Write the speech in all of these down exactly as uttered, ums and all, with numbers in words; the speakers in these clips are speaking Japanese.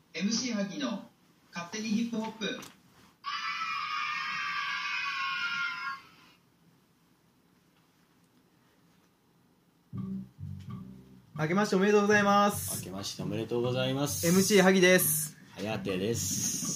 エムシー 萩の勝手にヒップホップ。 明けましておめでとうございます。 明けましておめでとうございます。 エムシー 萩です。 はやてです。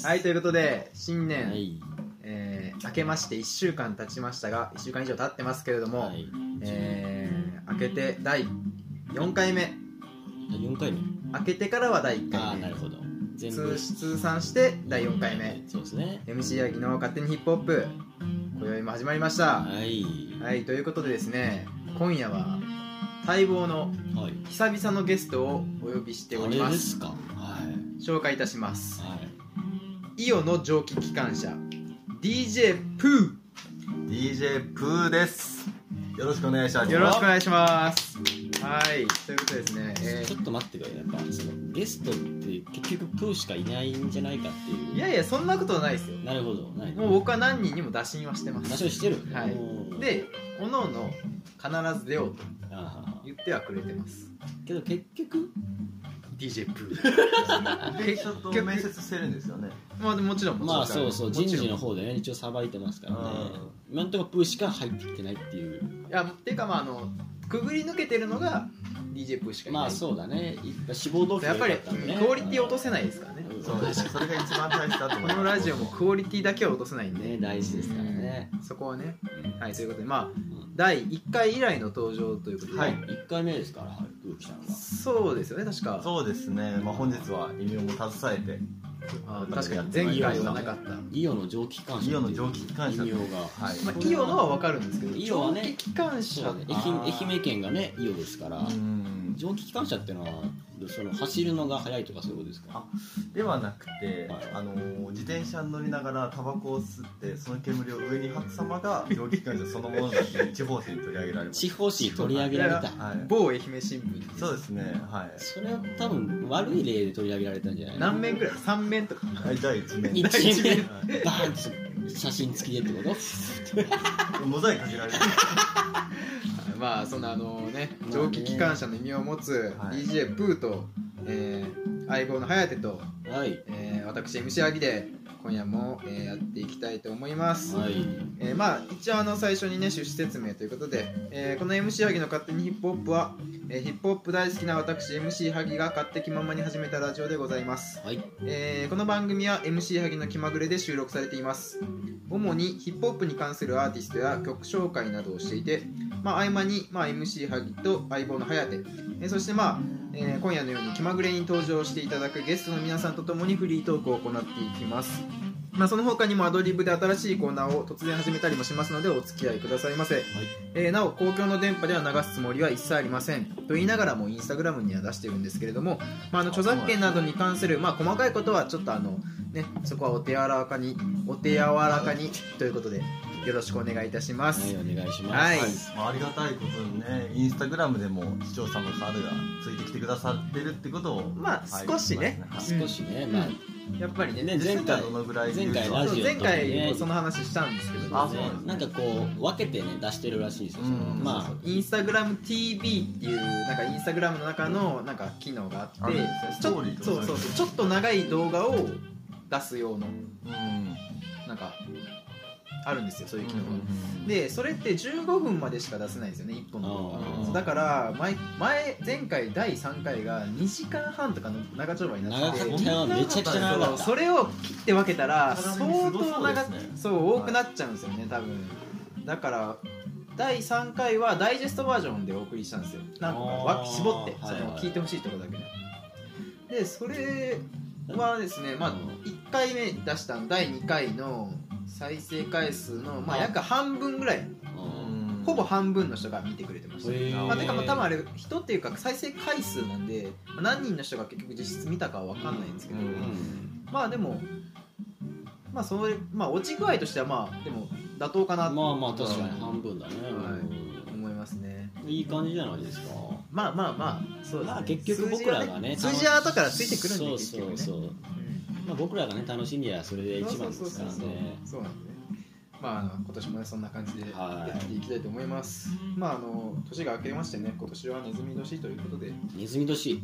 はい、ということで新年、 はい、 えー、明けましていっしゅうかん経ちましたが、いっしゅうかん以上経ってますけれども、はい、えー、明けてだいよんかいめ。 よんかいめ。 明けてからはだいいっかいめ。 ああ、なるほど。 全部通算してだいよんかいめ。 そうですね。 エムシー 萩の勝手にヒップホップ、今宵も始まりました。 はい、 はい、ということでですね、今夜は待望の久々のゲストをお呼びしております。あれですか。はい、紹介いたします。はい、イオの蒸気機関車 ディージェー プーディージェー プーです。よろしくお願いします。 よろしくお願いします。はい、ということですね、えー、 ちょっと待ってください。やっぱそのゲストって結局プーしかいないんじゃないかっていう。 いやいや、そんなことはないですよ。 なるほど。ない。 もう僕は何人にも打診はしてます。 打診してる。 はい。で、おのおの必ず出ようと言ってはくれてます。 けど結局ディージェー プー結局面接してるんですよね。 まあもちろん。 まあそうそう、人事の方でね一応さばいてますからね。今んとこプーしか入ってきてないっていう。 いやっていうか、まああのくぐり抜けてるのが ディージェー プーしかいない。 まあそうだね。志望動機やっぱりクオリティ落とせないですからね。 そうです。それが一番大事だと思います。 このラジオもクオリティだけは落とせないんで、 ね、大事ですからね。 そこはね。はい、ということで、まあだいいっかい以来の登場ということで、 はい、いっかいめですから、プー来たのが。 そうですよね、確か。 そうですね。まあ本日は異名も携えて。 あ、確かに前回はなかったイオの蒸気機関車。 イオの蒸気機関車。 異名が。 はい。まあイオのはわかるんですけど、 イオはね、 蒸気機関車。 愛媛県がねイオですから。蒸気機関車っていうのはその走るのが速いとかそういうことですか。 あ、ではなくて、はい、あの自転車に乗りながらタバコを吸ってその煙を上に吐く様が蒸気機関車そのものだって地方紙に取り上げられました。 地方紙に取り上げられた、はい、 某愛媛新聞。 そうですね、はい。 それは多分悪い例で取り上げられたんじゃない。 何面ぐらい？さんめんとか。 はい、だいいちめん。 いちめんバーンと写真付きでってことモザイクかけられる。 まあそのあのね、蒸気機関車の意味を持つ ディージェー プーと、えー、相棒の颯と、はい、えー、私 エムシー 萩で今夜も、えー、やっていきたいと思います。はい、えー、まあ一応あの最初にね趣旨説明ということで、えー、この エムシー 萩の勝手にヒップホップは、えー、ヒップホップ大好きな私 エムシー 萩が勝手気ままに始めたラジオでございます。はい、えー、この番組は エムシー 萩の気まぐれで収録されています。主にヒップホップに関するアーティストや曲紹介などをしていて、まあ、合間に、まあ、エムシー 萩と相棒の颯、えー、そしてまあ、えー、今夜のように気まぐれに登場していただくゲストの皆さんとともにフリートークを行っていきます。まあ、その他にもアドリブで新しいコーナーを突然始めたりもしますのでお付き合いくださいませ。はい、えー、なお公共の電波では流すつもりは一切ありませんと言いながらもインスタグラムには出してるんですけれども、まあ、あの著作権などに関する、まあ、細かいことはちょっとあの、ね、そこはお手柔らかにお手柔らかにということでよろしくお願いいたします。 はい、お願いします。 はい、 はい、まあ、ありがたいことにね、インスタグラムでも視聴者の方がついてきてくださってるってことを、 まあ少しね、 はい、少しね、まあやっぱりね、 ね、前回どのぐらい前回ラジオ、 前回もその話したんですけど、 あ、そうなんですね、 なんかこう分けてね出してるらしいですよ。まあインスタグラム ティービー っていうなんかインスタグラムの中のなんか機能があって、ちょっとそうそうそうちょっと長い動画を出す用の、うん、なんかあるんですよ、そういう機能が。でそれってじゅうごふんまでしか出せないんですよね、いっぽんの動画。だから前前前回だいさんかいがにじかんはんとかの長丁場になってて、 めちゃくちゃ長かった。 それを切って分けたら相当長く、そう多くなっちゃうんですよね、多分。だからだいさんかいはダイジェストバージョンでお送りしたんですよ。なんかわ絞ってその聞いてほしいところだけで。でそれはですね、まあいっかいめ出しただいにかいの再生回数の、まあ、約半分ぐらい、ほぼ半分の人が見てくれてました。まあ、てかまあ多分あれ人っていうか再生回数なんで何人の人が結局実質見たかは分かんないんですけど、まあでもまあそれまあ落ち具合としてはまあでも妥当かなと。 まあまあ確かに半分だね、 はい、思いますね。 いい感じじゃないですか。 まあまあまあそうですね。 まあ結局僕らがね数字は後からついてくるんで、 結局ね。そうそうそう、まあ、僕らがね楽しんでやそれで一番ですからね。 そうなんでね。まあ、あの今年もねそんな感じでやっていきたいと思います。はい、まああの年が明けましてね、今年はネズミ年ということで。 ネズミ年。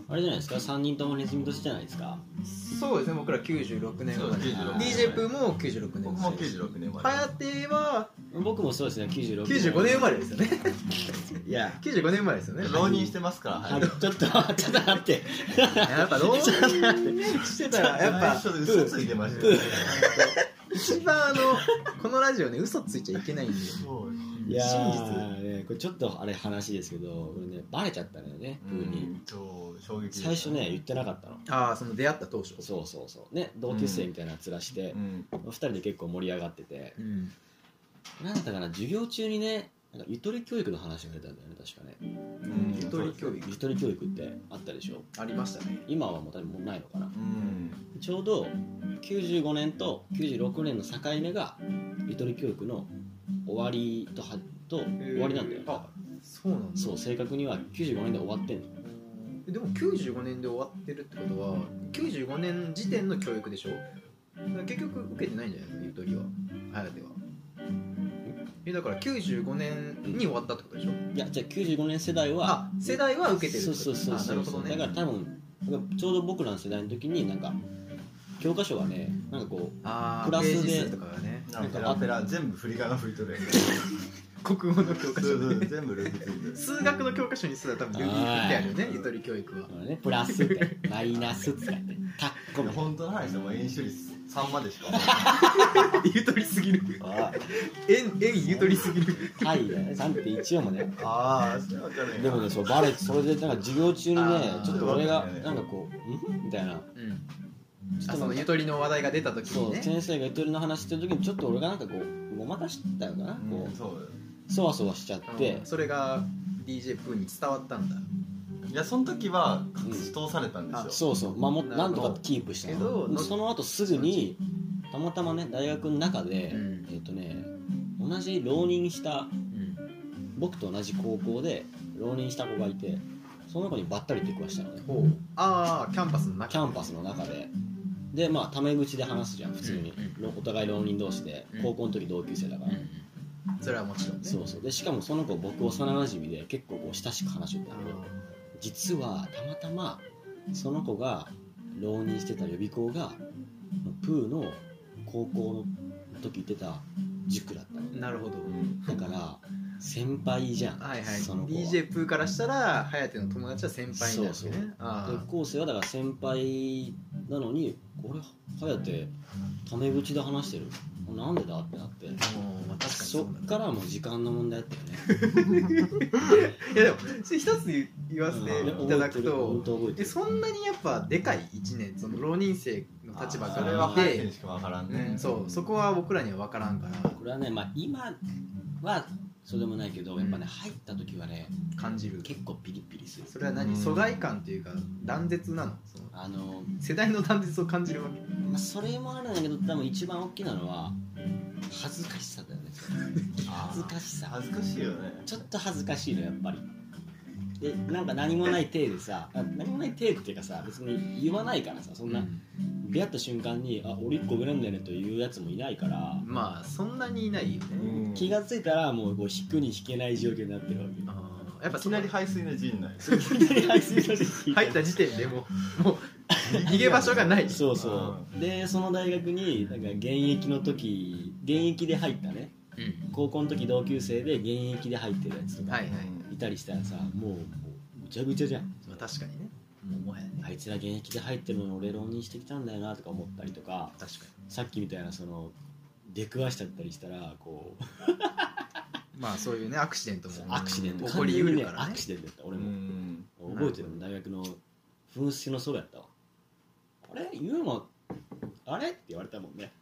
あれじゃないですか、さんにんともネズミ年じゃないですか。 そうですね、僕らきゅうじゅうろくねん生まれ。 そうディージェー プーもきゅうじゅうろくねん僕もきゅうじゅうろくねん生まれ。 はやては僕もそうですね、きゅうじゅうろくねんきゅうじゅうごねん生まれですよね。 いやきゅうじゅうごねん生まれですよね。 浪人してますから。 はい、ちょっとちょっと待って。 やっぱ浪人してたらやっぱ最初で嘘ついてましたよね。 一番あのこのラジオね嘘ついちゃいけないんで。 そういや真ーね、これちょっとあれ話ですけど、俺ねバレちゃったのよね、風に。 超衝撃でした最初ね言ってなかったの。 ああその出会った当初。 そうそうそうね、同級生みたいなやつらしてう、んふたりで結構盛り上がってて、 うん。 なんだったかな、授業中にね、なんかゆとり教育の話が出たんだよね、確かね。 うんゆとり教育ゆとり教育ってあったでしょ。 ありましたね。 今はもう多分もうないのかな。 うんちょうどきゅうじゅうごねんときゅうじゅうろくねんの境目がゆとり教育の終わりとはと終わりなんだよ、ね。 あそうなんだ。 そう、正確にはきゅうじゅうごねんで終わってんの。 えでもきゅうじゅうごねんで終わってるってことはきゅうじゅうごねん時点の教育でしょ。だから結局受けてないんじゃないのゆとりは颯は。えだからきゅうじゅうごねんに終わったってことでしょ。 いや、じゃあきゅうじゅうごねん世代はあ世代は受けてるってそうこと。 そうそうそう、 あなるほどね。 だから多分ちょうど僕らの世代の時になんか教科書がね、なんかこうあプラスでページ数とかがねなんかペラペラ全部振り仮名振りとるや国語の教科書そうそうで全部ループついてる。 数学の教科書にすら多分ループってあるよねゆとり教育は。 あのね、プラスってマイナスって書いてタッコみたいな。 本当の話でも円周率さんまでしか分かんない。 ゆとりすぎる。 あ円円ゆとりすぎる。 はいだよね、さんてんいちよんもね。 ああそれは分かんない。 でもね、そうバレて、それでなんか授業中にねあーちょっと俺がそうだねなんかこう「ん?」みたいな、 うん。 ちょっとあそのゆとりの話題が出た時そうにね。 先生がゆとりの話してる時にちょっと俺がなんかこうごまかしたよかな、こうんそうだよ。 うそわそわしちゃって、 うんそれが ディージェー プーに伝わったんだ。 いやその時は隠し通されたんですよ。 そうそう守っなるほどなんとかキープしたけどの。その後すぐにたまたまね大学の中で、 うんえっ、とね同じ浪人したうん。 僕と同じ高校で浪人した子がいて、その子にばったり出くわしたのね、 ほう。ああキャンパスの中。 キャンパスの中で。でまあタメ口で話すじゃん普通に、 うんお互い浪人同士で、 うん高校の時同級生だから、 うん。それはもちろんね。 そうそうでしかもその子僕幼馴染で結構こう親しく話してたんだけど、実はたまたまその子が浪人してた予備校がプーの高校の時行ってた塾だったの。 なるほど。 だから先輩じゃん、 はいはい。 その子はディージェー プーからしたら颯の友達は先輩なんですそうそう。 ねあで昴生はだから先輩なのにこれ颯タメ口で話してる、なんでだってなって、 あ。もうまあ確かにそそうだね。 っからもう時間の問題だったよね。 いやでも一つ言わせていただくうん本と、え当覚えてる。 そんなにやっぱでかいいちねんその浪人生の立場かそれらは早いでにしか分からんうねん。そうそこは僕らには分からんからこれはね、まあ、今はそうでもないけど、やっぱね入った時はね感じる。 結構ピリピリする。 それは何うん疎外感というか断絶なのそのあの、 世代の断絶を感じるわけ。 まあ、それもあるんだけど多分一番大きなのは恥ずかしさだよね。恥ずかしさ、 恥ずかしいよね。 ちょっと恥ずかしいのやっぱり。でなんか何もない体でさ、あ何もない体っていうかさ、別に言わないからさ、そんな、 うん出会った瞬間に「あ俺いっこ上なんだよね」というやつもいないから、 まあそんなにいないよね。 うん気がついたらもうこう引くに引けない状況になってるわけ。 あーやっぱいきなり排水の陣内。 いきなり排水の陣入った時点でもうもう逃げ場所がない。 そうそうでその大学になんか現役の時現役で入ったね、 うん高校の時同級生で現役で入ってるやつとかはいはい。 いたりしたらさ、もうもうぐちゃぐちゃじゃん。 まあ確かにね。もうもはやね。 あいつら現役で入ってるのに俺浪人してきたんだよなとか思ったりとか、 確かさっきみたいなその出くわしちゃったりしたらこうに。まあそういうねアクシデントもアクシデント起こりうるからねアク。シデントだった俺うも、 ん。 覚えてるの大学の噴水のそばやったわ。あれユーマあれって言われたもんね。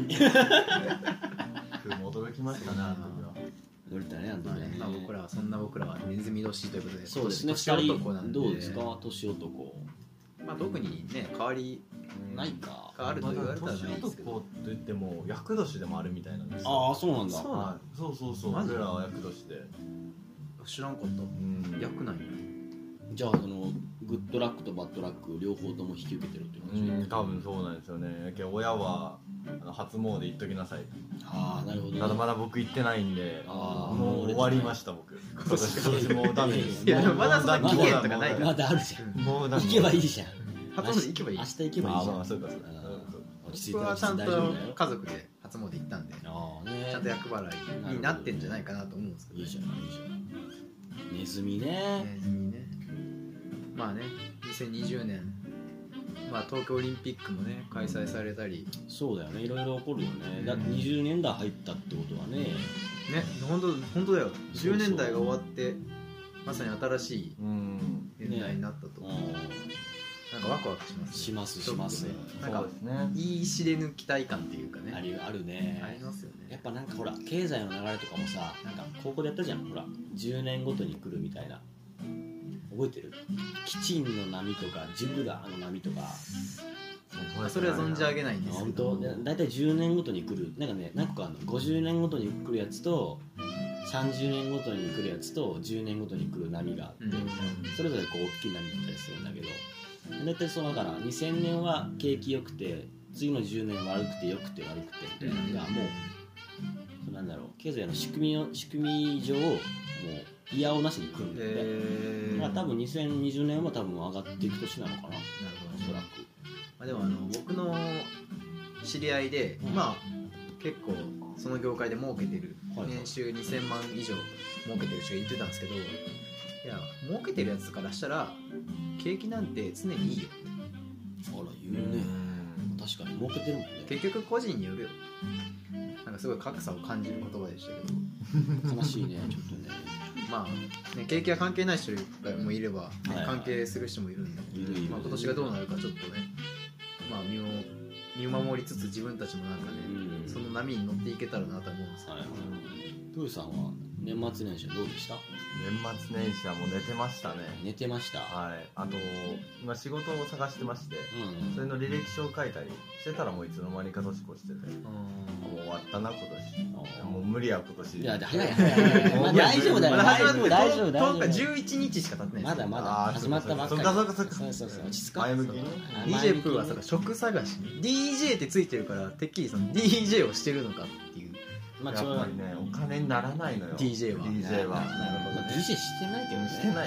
驚きましたねあの時は。 乗れたねあの時ね。 まあ僕らはそんな僕らはネズミ年ということでそうですね。 年二男なんで人どうですか年男。 まあ特にね変わりないか。 があるとまあ言われたら年ないですけど。 男と言っても厄年でもあるみたいなんですよ。 ああそうなんだ。 そうはいそうそうそう。 マジ俺らは厄年で。 知らんかった。 うん役なんや。 じゃあそのグッドラックとバッドラック両方とも引き受けてるって感じ、 うん多分そうなんですよね。けど親はあの初詣行っときなさい。 ああなるほど、ね、 ただまだ僕行ってないんで、 あーもう終わりました僕。今年今年もうダメです。 いやでもまだそんなもう期限とかないからまだあるじゃん、 もうダメ。 行けばいいじゃん初詣行けばいい。 明日行けばいいじゃん。 あまあそうかそうかん落ち着いたら僕はちゃんと大丈夫だよ。 家族で初詣行ったんでああね。 ちゃんと厄払いになってんじゃないかなと思うんですけど、 いいじゃないいいじゃない。ネズミね。 ネズミね。まあねにせんにじゅうねん、まあ東京オリンピックもね開催されたりそうだよね。いろいろ起こるよね。だってにじゅうねんだい入ったってことはね。 ね、本当本当だよ。じゅうねんだいが終わってまさに新しいうん年代になったと、 うんなんかワクワクします。 しますします。 なんかそうですね。 言い知れぬ期待感っていうかね。 ありあるね。 ありますよね。 やっぱなんかほら経済の流れとかもさ、なんか高校でやったじゃん。ほらじゅうねんごとに来るみたいな。覚えてる？キチンの波とかジブラの波とか。 まあそれは存じ上げないんですけ本ど。 当だいたいじゅうねんごとに来るなんかね何個かあるの。ごじゅうねんごとに来るやつとさんじゅうねんごとに来るやつとじゅうねんごとに来る波があって、 うんそれぞれこう大きい波だったりするんだけど、大体そうだからにせんねんは景気良くて次のじゅうねん悪くて良くて悪くてみたいなのがもう、そうなんだろう経済の仕組みの仕組み上もう嫌をなしに来るんだよね。 えー、 まあ多分にせんにじゅうねんは多分上がっていく年なのかな、 なるおそらく。 まあ、でもあの僕の知り合いで、 うんまあ結構その業界で儲けてる、 はいはい年収にせんまん以上儲けてる人が言ってたんですけど、いや儲けてるやつからしたら景気なんて常にいいよって。 あら言うね。確かに儲けてるもんね。 結局個人によるよ。なんかすごい格差を感じる言葉でしたけど悲しいねちょっとね。 まあね景気は関係ない人もいれば、ねはいはい関係する人もいるんで、 いるいるまあ、今年がどうなるかちょっとね、まあ、身を見守りつつ自分たちもなんかね、 うんその波に乗っていけたらなと思うんですけど、 はいはい。プーさんは年末年始はどうでした？ 年末年始はもう寝てましたね。 寝てました。 はい。あと今仕事を探してまして、 うんそれの履歴書を書いたりしてたらもういつの間にか年越してて、もう終わったな今年。もう無理や今年。 いや早い早い早い。まあ大丈夫だよ。 まだ始まって大丈夫大丈夫とおかじゅういちにちしか経ってないまだまあーだ始まったばっかり。 そうかそうかそうかそうそうそう。落ち着か前向きにね。 あディージェー プーはさ職探し ディージェー ってついてるからてっきりその ディージェー をしてるのかっていう。 まあやっぱりねお金にならないのよ。 ディージェー はディージェーは。 なるほど。ディージェー してないけどね。 してない。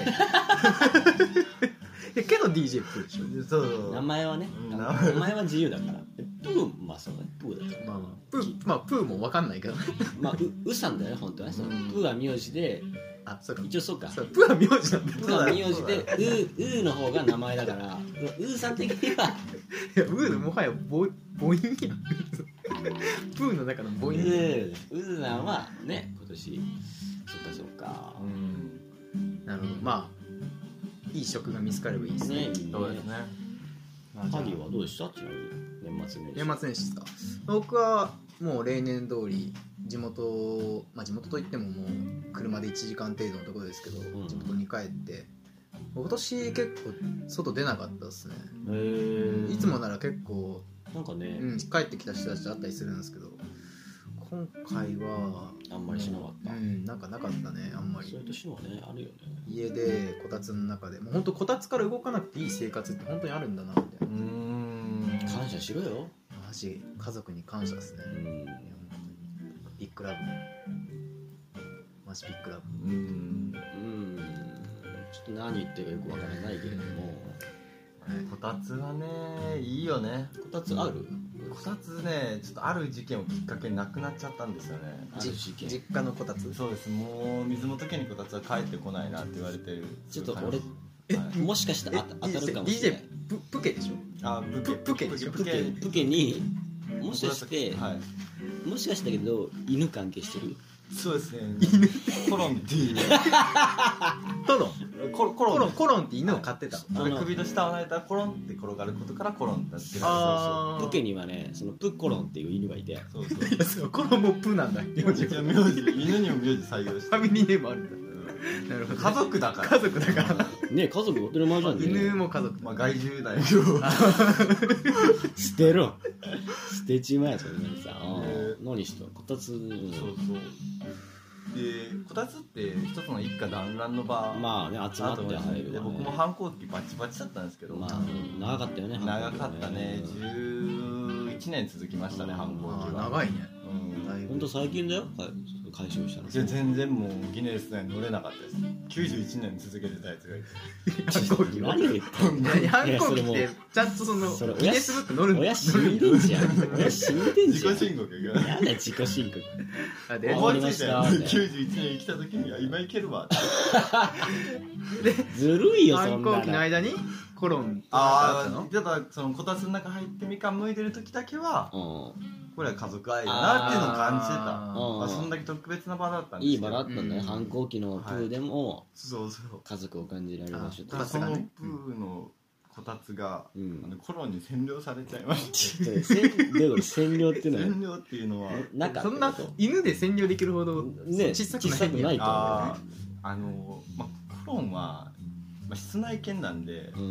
いやけど ディージェー プーでしょ。 そうそう。 名前はね。 うん名前は自由だから。プーまあそうね。プーだから。 まあまあプーまあプーも分かんないけどね。 まあううさんだよね本当はね。そのうんプーは名字であそうか。 一応そうか。 そうプーは名字なんだ。 プーは名字でウーウーの方が名前だからウーさん的にはいやウーのもはや母母音やん。プーの中の母ウ音。 ーウーさんはね今年そっかそっかうん。 なるほど。まあいい職が見つかればいいですね。 ねいいね。 そうですね。 まあじゃあハギーはどうでしたちなみに年末年始。 年末年始ですか。僕はもう例年通り地元、まあ、地元といってももう車でいちじかん程度のところですけど、 ん地元に帰って今年結構外出なかったですね。 へーいつもなら結構、 なんかね、 うん、帰ってきた人たちと会ったりするんですけど今回はあんまりしなかった。 うん、なんかなかったね。あんまりそういう年もねあるよね。 家でこたつの中でもう本当こたつから動かなくていい生活って本当にあるんだなみたいうな。 ん。 感謝しろよ。 マジ家族に感謝ですね。 うんいや本当にビッグラブマジビッグラブ。 うん。 うんちょっと何言ってるかよくわからないけれども、 こたつはねいいよね。 こたつある？ こたつねちょっとある事件をきっかけになくなっちゃったんですよね。 ある事件。 実家のこたつ。 そうです。もう水本家にこたつは帰ってこないなって言われてる。 ちょっと俺はいもしかしたら当たるかもしれない。 ディージェー ププケでしょ。 あブケプケでしょプケプケにもしかして、 はい。 もしかしたけど犬関係してる？ そうですね。コロンっていうトロンコロコロンコロンコロンって犬を飼ってた。 あの首の下を離れたらコロンって転がることからコロンってなってる。 あープケにはねそのプッコロンっていう犬がいて、 そうそうそう。 いやそうコロンもプなんだ。名字いや名字犬にも名字採用してファミリーネームあるんだ。なるほど。 家族だから家族だから。 ね家族当たり前じゃんね。 犬も家族。 まあ害獣だよ。 捨てろ捨てちまえそれにさ。あーね何したこたつ。 そうそう。 でこたつって一つの一家団らんの場まあね集まって入るわね。 で僕も反抗期バチバチだったんですけど、 まあ長かったよね。 長かったね。じゅういちねん続きましたね、反抗期は。 長いね。 ほんと最近だよ、解消したの。 いや全然もうギネスに乗れなかったです。きゅうじゅういちねん続けてたやつがいて。 反抗期は何を言ってんの。 反抗期ってちゃんとそのギネスブック乗るんだ。 親死んでんじゃん。親死んでんじゃん。 自己申告が。 なんだ自己申告。 あで思いついたよ。きゅうじゅういちねん生きた時には今いけるわ。 でずるいよそんなの。 反抗期の間にコロンああ、ただそのこたつの中入ってみかん剥いてる時だけは、これは家族愛だなっていうのを感じてた。まあそんだけ特別な場だったんですいい場だったんだね。反抗期のプーでもそうそう家族を感じられる場所。 ただそのプーのこたつがコロンに占領されちゃいまして。 占領っていうのは占領っていうのはそんな犬で占領できるほど小さくないと。 あのまあコロンはまあ、室内犬なんで、うんうん、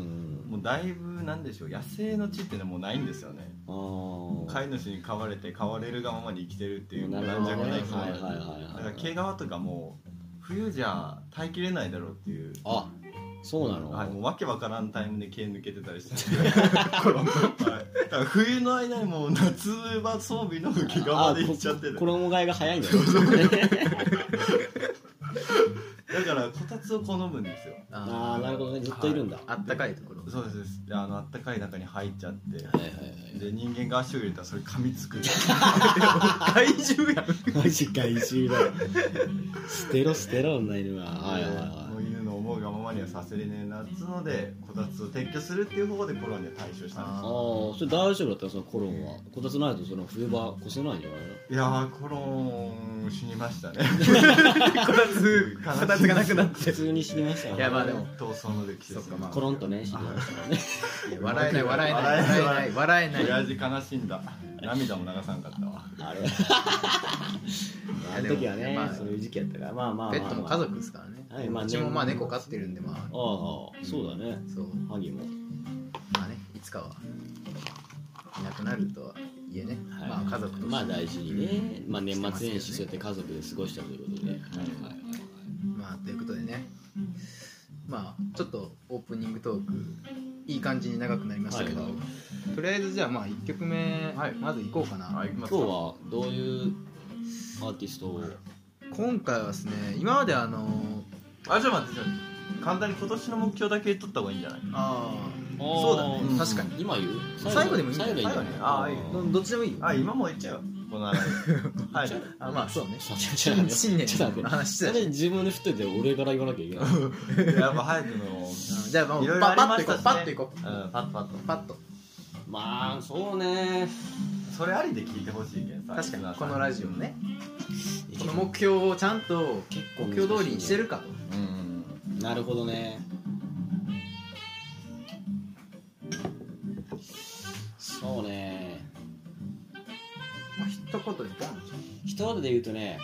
もうだいぶなんでしょう、野生の地っていうのはもうないんですよね。あ飼い主に飼われて飼われるがままに生きてるっていう軟弱な生き物だから毛皮とかも冬じゃ耐えきれないだろうっていう。 あ、そうなの、 はい、もうわけわからんタイムで毛抜けてたりしてコロンの、はい、だから冬の間にもう夏場装備の毛皮でいっちゃってる。 衣替えが早いんだよだからこたつを好むんですよ。 ああ、なるほどね。ずっといるんだ。 あったかいところ。 そうです。で、あのあったかい中に入っちゃって、はいはいはい、で人間が足を入れたらそれ噛みつく。 怪獣やん。 マジ怪獣だよ。捨てろ捨てろな犬は。はいはいはい。 もう犬の思うがままにはさせれねえなっつのでこたつを撤去するっていう方でコロンには対処したんです。ああ、 それ大丈夫だったらそのコロンはこたつないとその冬場越せないんじゃないの？ いやーコロン死にましたね。 こたつこたつがなくなって普通に死にましたね。 いやまあでも闘争の歴史です。 まあ、コロンとね死にましたね。 笑えない笑えない笑えない笑えない。 親父悲しんだ。涙も流さんかったわ。 あれ。あの時はね、まあ、そういう時期やったから、まあまあ、まあ、 ペットも家族ですからね。はい、まあ、うちもまあ猫飼ってるんで、まあ。ああ、 そうだね。そう、ハギも。 まあね、いつかはいなくなるとはいえね、はい、まあ家族としてまあ大事にね、まあ年末年始そうやって家族で過ごしたということで、はいはいはいはい。 まあということでね、まあちょっとオープニングトークいい感じに長くなりましたけど、はいはい、とりあえずじゃあまあいっきょくめ、はい、まずいこうかな。 はい、今日はどういうアーティストを？ 今回はですね、今まであのー、あ、ちょっと待って、簡単に今年の目標だけ取った方がいいんじゃない？ああ、そうだね、うん、確かに。 今言う？ 最後でもいいんだよ。最後でいいんだよ。 ああ、いい。どっちでもいいよ。 あ、今も言っちゃうよ。この話。はい。 あ、まあそうね。 新新年の話してた。 それ自分で振ってて俺から言わなきゃいけない。 やっぱ早くの。 じゃあもうパッといこう。パッといこう。 パッとパッとパッと。 まあそうね。 それありで聞いてほしいけどさ。確かにこのラジオね。この目標をちゃんと目標通りにしてるかと。 うん。なるほどね。そうね。 まあ、一言でボン。 一言で言うとね、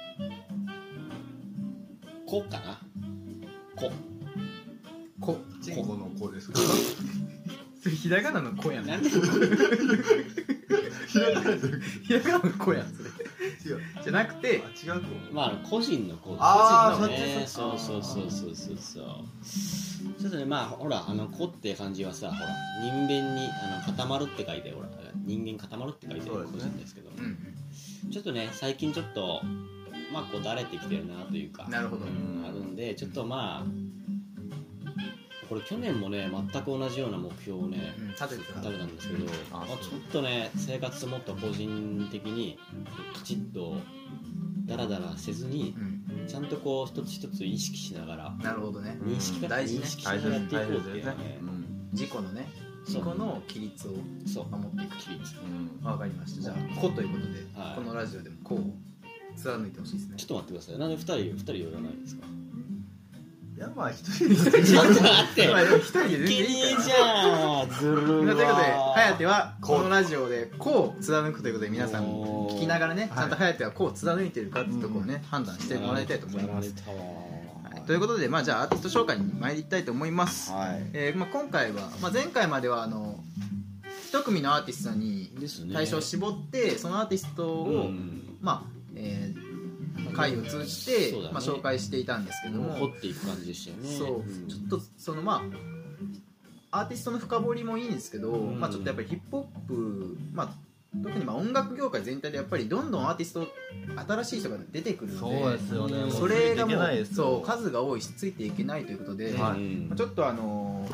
こかな。こ。 こ。 チンコのこですか。 それひらがなのこやん。 なんで？ ひらがなのひらがなのこやんそれ。違う。じゃなくて、 違うと。 まあ個人のこ。 あ個人のね。そうそうそうそうそうそう。ちょっとね、まあほらあの「こ」って感じはさ、ほら人間にあの固まるって書いて、ほら人間固まるって書いて個人ですけど、うん、ちょっとね最近ちょっとまあこうだれてきてるなというか、 なるほど、 あるんで、ちょっとまあこれ去年もね全く同じような目標をね、うん、立てたんですけど、ああちょっとね生活もっと個人的にきちっとダラダラせずに、うん、ちゃんとこう一つ一つ意識しながら、 なるほどね、 認識が大事、ね、認識しながらやっていこうっていうね、うん、 自己のね自己の規律を守っていく規律、うん、分かりました。じゃあ「こ」ということで、はい、このラジオでも「こ」を貫いてほしいですね。 ちょっと待ってください。なんでふたりふたり寄らないんですか？ いやまあ一人でちょっと待って一人で全然いいから。 じゃあずるいわ。ということで颯はこのラジオで「こ」を貫くということで、皆さん聞きながらね、ちゃんと颯は「こ」を貫いてるかっていうところをね、判断してもらいたいと思います。ということで、まあ、じゃあアーティスト紹介に参りたいと思います。はい、えーまあ、今回は、まあ、前回まではあの一組のアーティストに対象を絞って、そのアーティストを、うん、まあえー、 回を通じて、 そうだねまあ、紹介していたんですけども、 掘っていく感じでしたよね。 そう、 んちょっとそのまあアーティストの深掘りもいいんですけど、 うんまあ、ちょっとやっぱりヒップホップ、まあ、特にまあ音楽業界全体でやっぱりどんどんアーティスト新しい人が出てくるので、 そうですよね、もうそれがもついていけないうですよそう数が多いしついていけないということで、 はいうんまあちょっとあの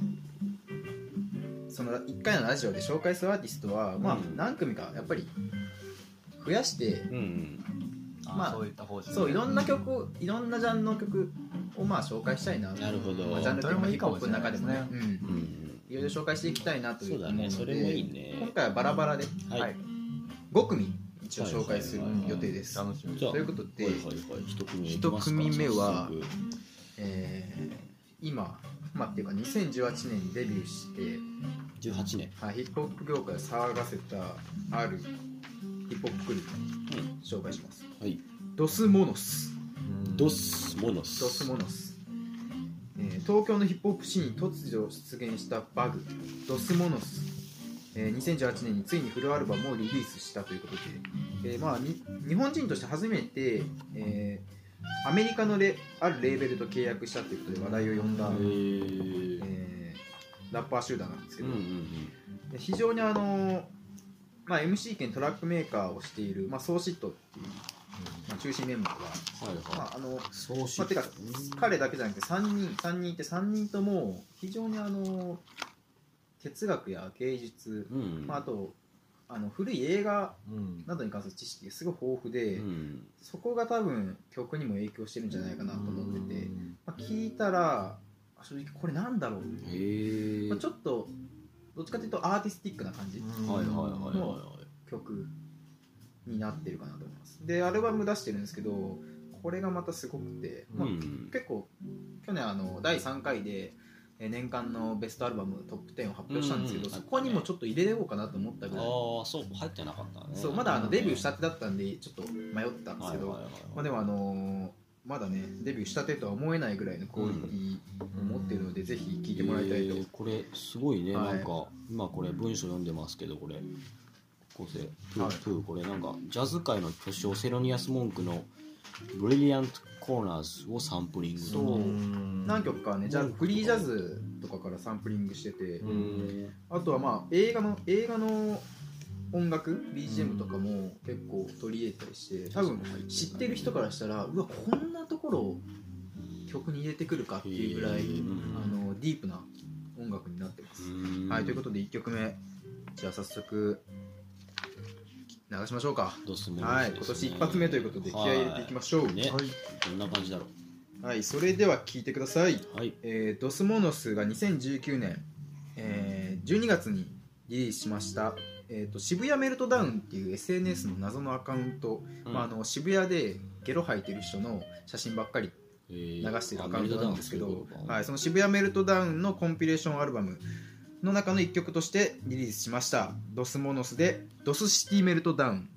ーそのいっかいのラジオで紹介するアーティストは、まあうん何組かやっぱり増やして、 うんうんまあそういった方針そういろんな曲いろんなジャンルの曲をまあ紹介したいなと。 なるほど。 まあ、ジャンルというかヒップホップの中でもね、うんそれもいいかもしれないですうんいろいろ紹介していきたいなというそうだね思うので、 それもいいね今回はバラバラで、 はいはいご組一応紹介する予定です。 楽しみじゃあということではいはいはい一組目いき一ますか。 組目は早速えー今、まあ、っていうかにせんじゅうはちねんにデビューして、 じゅうはちねん。 はい、ヒップホップ業界を騒がせたあるヒップホップグループを紹介します。 はい。 ドスモノス。 ドスモノス。 ドスモノス、えー東京のヒップホップシーンに突如出現したバグドスモノス、えーにせんじゅうはちねんについにフルアルバムをリリースしたということで、えーまあ、に日本人として初めて、えーアメリカのレあるレーベルと契約したということで話題を呼んだ、 へーえーラッパー集団なんですけど、 うんうんで非常にあの、まあ、エムシー 兼トラックメーカーをしている、まあ、ソーシットっていう、まあ、中心メンバーが、 うん。はいはまああのい。そうしまあ、てか彼だけじゃなくてさんにんさんにんいてさんにんとも非常にあの哲学や芸術、 うん。 まあ、あとあの古い映画うんなどに関する知識がすごい豊富で、 うん。 そこが多分曲にも影響してるんじゃないかなと思ってて、 うんまあ、聞いたら正直これなんだろう、 へえ。 まあ、ちょっとどっちかというとアーティスティックな感じはいはいはいはいは曲になってるかなと思います。でアルバム出してるんですけどこれがまたすごくて、まあうん結構去年あのだいさんかいでえー年間のベストアルバムトップじゅうを発表したんですけど、 うんうんそこにもちょっと入れようかなと思ったぐらい、 ああそう入ってなかったね。 そうまだあのデビューしたてだったんでちょっと迷ったんですけど、 はいはいはいはいまあ、でもあのーまだねデビューしたてとは思えないぐらいのクオリティを持っているので、ぜひ聴いてもらいたいと、 えーこれすごいね、 はいなんか今これ文章読んでますけどこれ構成プー、 はいプーこれなんかジャズ界の巨匠セロニアス・モンクのブリリアント・コーナーズをサンプリングそううん何曲かはねジャズフリージャズとかからサンプリングしてて、 うんあとはまあ映画の映画の音楽 ビージーエム とかも結構取り入れたりして多分知ってる人からしたらうわこんなところを曲に入れてくるかっていうぐらいうんあのディープな音楽になってます。 うんはいということでいっきょくめじゃあ早速流しましょうか。 ドスモノスですねはい今年一発目ということで気合い入れていきましょう。 はいね、どんな感じだろはいそれでは聴いてください。 うはいえードスモノスがにせんじゅうきゅうねん、えーじゅうにがつにリリースしました、えー、と渋谷メルトダウンっていう エスエヌエス の謎のアカウント、 うんまあ、あの渋谷でゲロ吐いてる人の写真ばっかり流流してるアカウントなんですけど、 ははいい、その渋谷メルトダウンのコンピレーションアルバムの中のいっきょくとしてリリースしましたドスモノスでドスシティメルトダウン。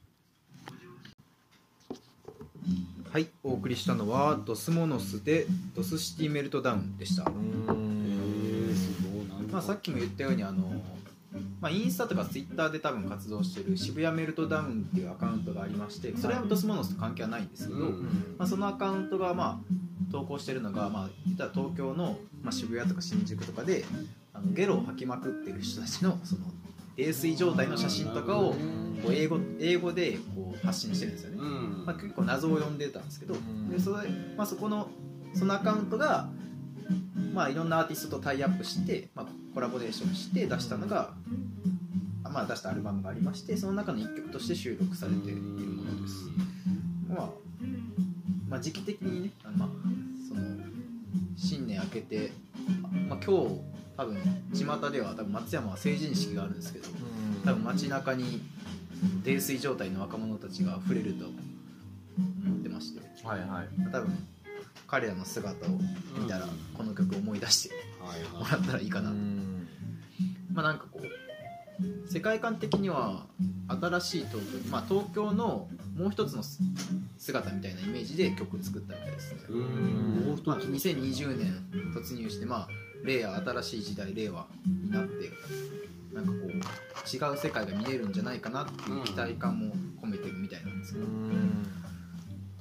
はいお送りしたのはドスモノスでドスシティメルトダウンでした。 へーすごいなんかまあ、さっきも言ったようにあの、まあ、インスタとかツイッターで多分活動してる渋谷メルトダウンっていうアカウントがありましてそれはドスモノスと関係はないんですけど、 うんまあ、そのアカウントがまあ投稿してるのが、まあ、言ったら東京の、まあ、渋谷とか新宿とかであのゲロを吐きまくってる人たちのその泥酔状態の写真とかをこう英語英語でこう発信してるんですよね、 うんまあ、結構謎を呼んでたんですけど、 んでそれまあ、そこのそのアカウントが、まあ、いろんなアーティストとタイアップして、まあ、コラボレーションして出したのが、まあ、出したアルバムがありましてその中のいっきょくとして収録されているものです、まあ、まあ時期的にね、まあ、その新年明けて、まあ、今日多分巷では多分松山は成人式があるんですけど多分街中に泥酔状態の若者たちが溢れると思ってましてはいはい多分彼らの姿を見たらこの曲を思い出してはいもらったらいいかなと、まあなんかこう世界観的には新しい東京、まあ、東京のもう一つの姿みたいなイメージで曲作ったみたいですね、 うんもう一つまあ、にせんにじゅうねん突入してまあ令和新しい時代令和になってなんかこう違う世界が見えるんじゃないかなっていう期待感も込めてるみたいなんですけど、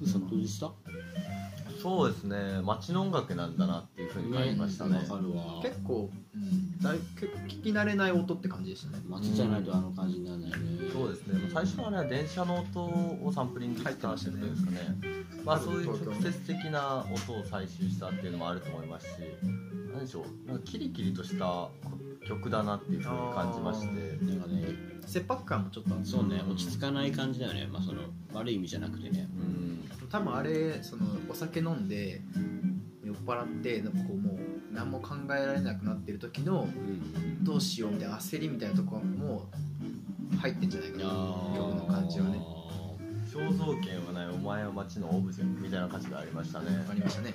さんどうでした？ そうですね、街の音楽なんだなっていうふうに感じましたね。 わかるわ。 結構、うん、だい結構聞き慣れない音って感じでしたね。 街じゃないとあの感じにならないね。 そうですね、最初はね電車の音をサンプリングしたってことですかね。まあそういう直接的な音を採集したっていうのもあると思いますし、何でしょう、なんかキリキリとした曲だなっていうふうに感じまして、 なんかね、 切迫感もちょっとある。 そうね、落ち着かない感じだよね。まあその悪い意味じゃなくてね。 うん、 多分あれそのお酒飲んで酔っ払ってなんかこうもう何も考えられなくなってる時のどうしようみたいな焦りみたいなところも入ってんじゃないかな、曲の感じはね。 肖像権はないお前は街のオブジェみたいな歌詞がありましたね。 ありましたね。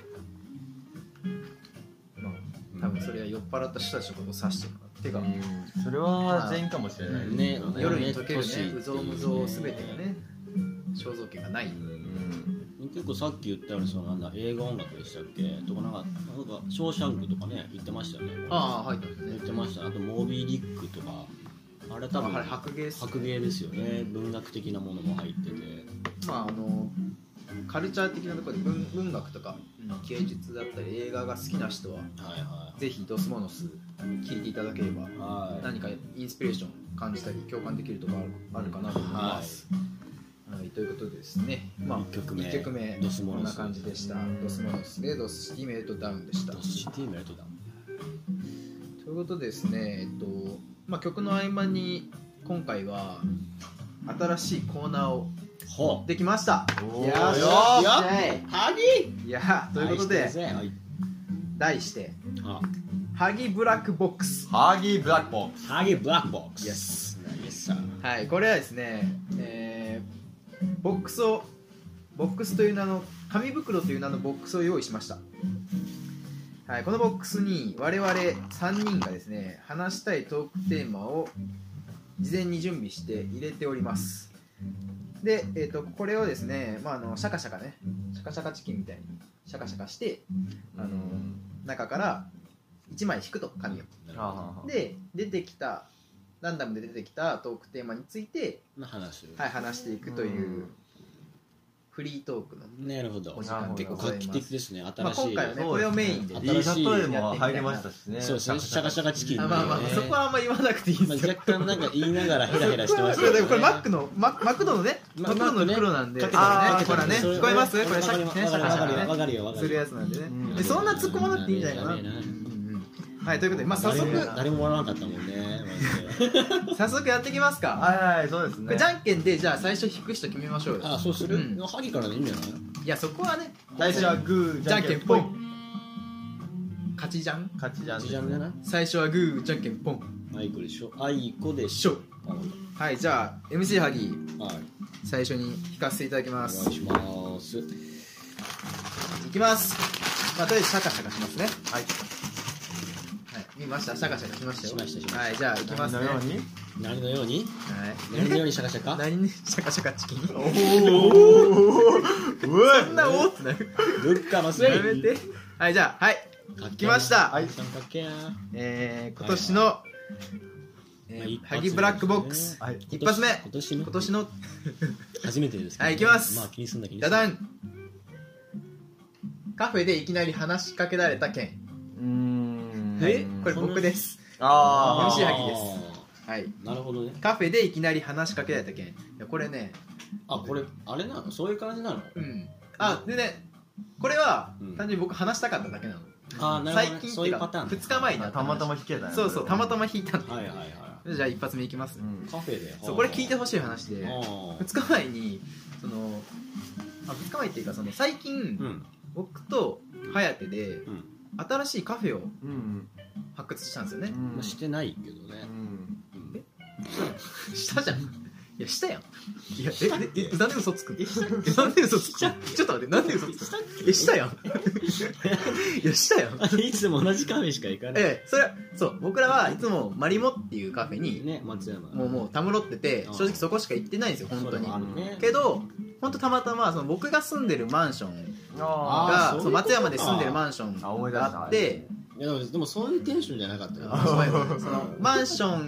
まあ多分それは酔っ払った人たちのことを指してるのかっていうか、 うん、それは全員かもしれないですね。 夜に溶けるねうぞうむぞうすべてがね肖像権がない。 結構さっき言ったようにそのなんだ映画音楽でしたっけとかなんかなんかショーシャンクとかね言ってましたよね。 ああ入ったんですね。 言ってました。あとモービー・ディックとかあれ多分白芸ですね。 白芸ですよね。文学的なものも入ってて、 まああのカルチャー的なところで 文, 文学とか芸術だったり映画が好きな人は、はいはい、ぜひドスモノス聞いていただければ、はい、何かインスピレーション感じたり共感できるところあるかなと思います、はいはい、ということでですね、まあ、いっきょくめいっきょくめドスモノスこんな感じでした。ドスモノスでドスシティメルトダウンでした。 ドスシティメルトダウンということでですね、えっとまあ、曲の合間に今回は新しいコーナーを持ってきました。 よーしハギいやということで、はい、題してハギブラックボックス。 ハギブラックボックスハギブラックボックス、 イエス。 イエス。 はい、これはですね、えー、ボックスをボックスという名の紙袋という名のボックスを用意しました。はい、このボックスに我々さんにんがですね話したいトークテーマを事前に準備して入れております。で、えー、とこれをですね、まあ、あのシャカシャカねシャカシャカチキンみたいにシャカシャカしてあの中からいちまい引くと紙を。で出てきたランダムで出てきたトークテーマについて話、 はい、話していくというフリートークのなるほど結構画期的ですね。新しい、まあ、 今回はねこれをメインでいい例えも入りましたしね。 そうですね、シャカシャカチキン、ね、 まあまあそこはあんまり言わなくていいですよ、 まあ、若干なんか言いながらヘラヘラしてましたねこれマックのマ, マクドのねマクドの袋なんで、ああこれね聞こえます？これシャカシャカねするやつなんでね、でそんな突っ込まなくていいんじゃないかな。はい、ということで、まあ、早速誰も笑わなかったもんね早速やっていきますか。 はいはい、そうですね。 じゃんけんでじゃあ最初引く人決めましょうよ。 あ、そうする、うん、ハギからでいいんじゃない？ いやそこはね最初はグーじゃんけんポン勝ちじゃん勝ちじゃんじゃんじゃない？ 最初はグーじゃんけんポンあいこでしょあいこでしょ。 はい、じゃあ エムシー ハギ、はい、最初に引かせていただきます。 お願いします。 いきます。まあとりあえずシャカシャカしますね。はい見ました。シャカシャカしましたよ。 しましたしました。 はい、じゃあいきますね。 何のように？ はい。 何のようにシャカシャカ？ 何にシャカシャカチキン？おお。 そんなおってなる。 ルッカのせい。 やめて。はい、じゃあはい。来ました。 はい。三角形や。 えー今年のハギブラックボックス一発目。今年の今年の初めてです。 はい、いきます。 まあ気にすんだ気に。 ダダン。カフェでいきなり話しかけられた件。 うーん。 えこれ僕です。 ああエムシー ハギです。はい。 なるほどね。 カフェでいきなり話しかけられた件。いやこれね。 あ、これあれなの？そういう感じなの？ うん。あでねこれは単純に僕話したかっただけなの。 あなるほど、ね、最近っていうかふつかまえにたまたま弾けたね。 そうそうたまたま弾いたの。 はいはいはい。 じゃあ一発目いきます。 カフェで。 そうこれ聞いてほしい話でふつかまえにそのあふつかまえっていうかその最近僕と颯で新しいカフェを発掘したんですよね。 まあしてないけどね。 えしたじゃん。いやしたやん。いやええなんで嘘つくの？えなんで嘘つくの？ちょっと待ってなんで嘘つくの？えしたやん。いやしたやん。 いつも同じカフェしか行かない。 えそれそう僕らはいつもマリモっていうカフェにね松山もうもうたむろってて正直そこしか行ってないんですよ本当に。けど本当たまたまその僕が住んでるマンションがそう松山で住んでるマンションがあって。 いやでもそういうテンションじゃなかったよ。 そのマンション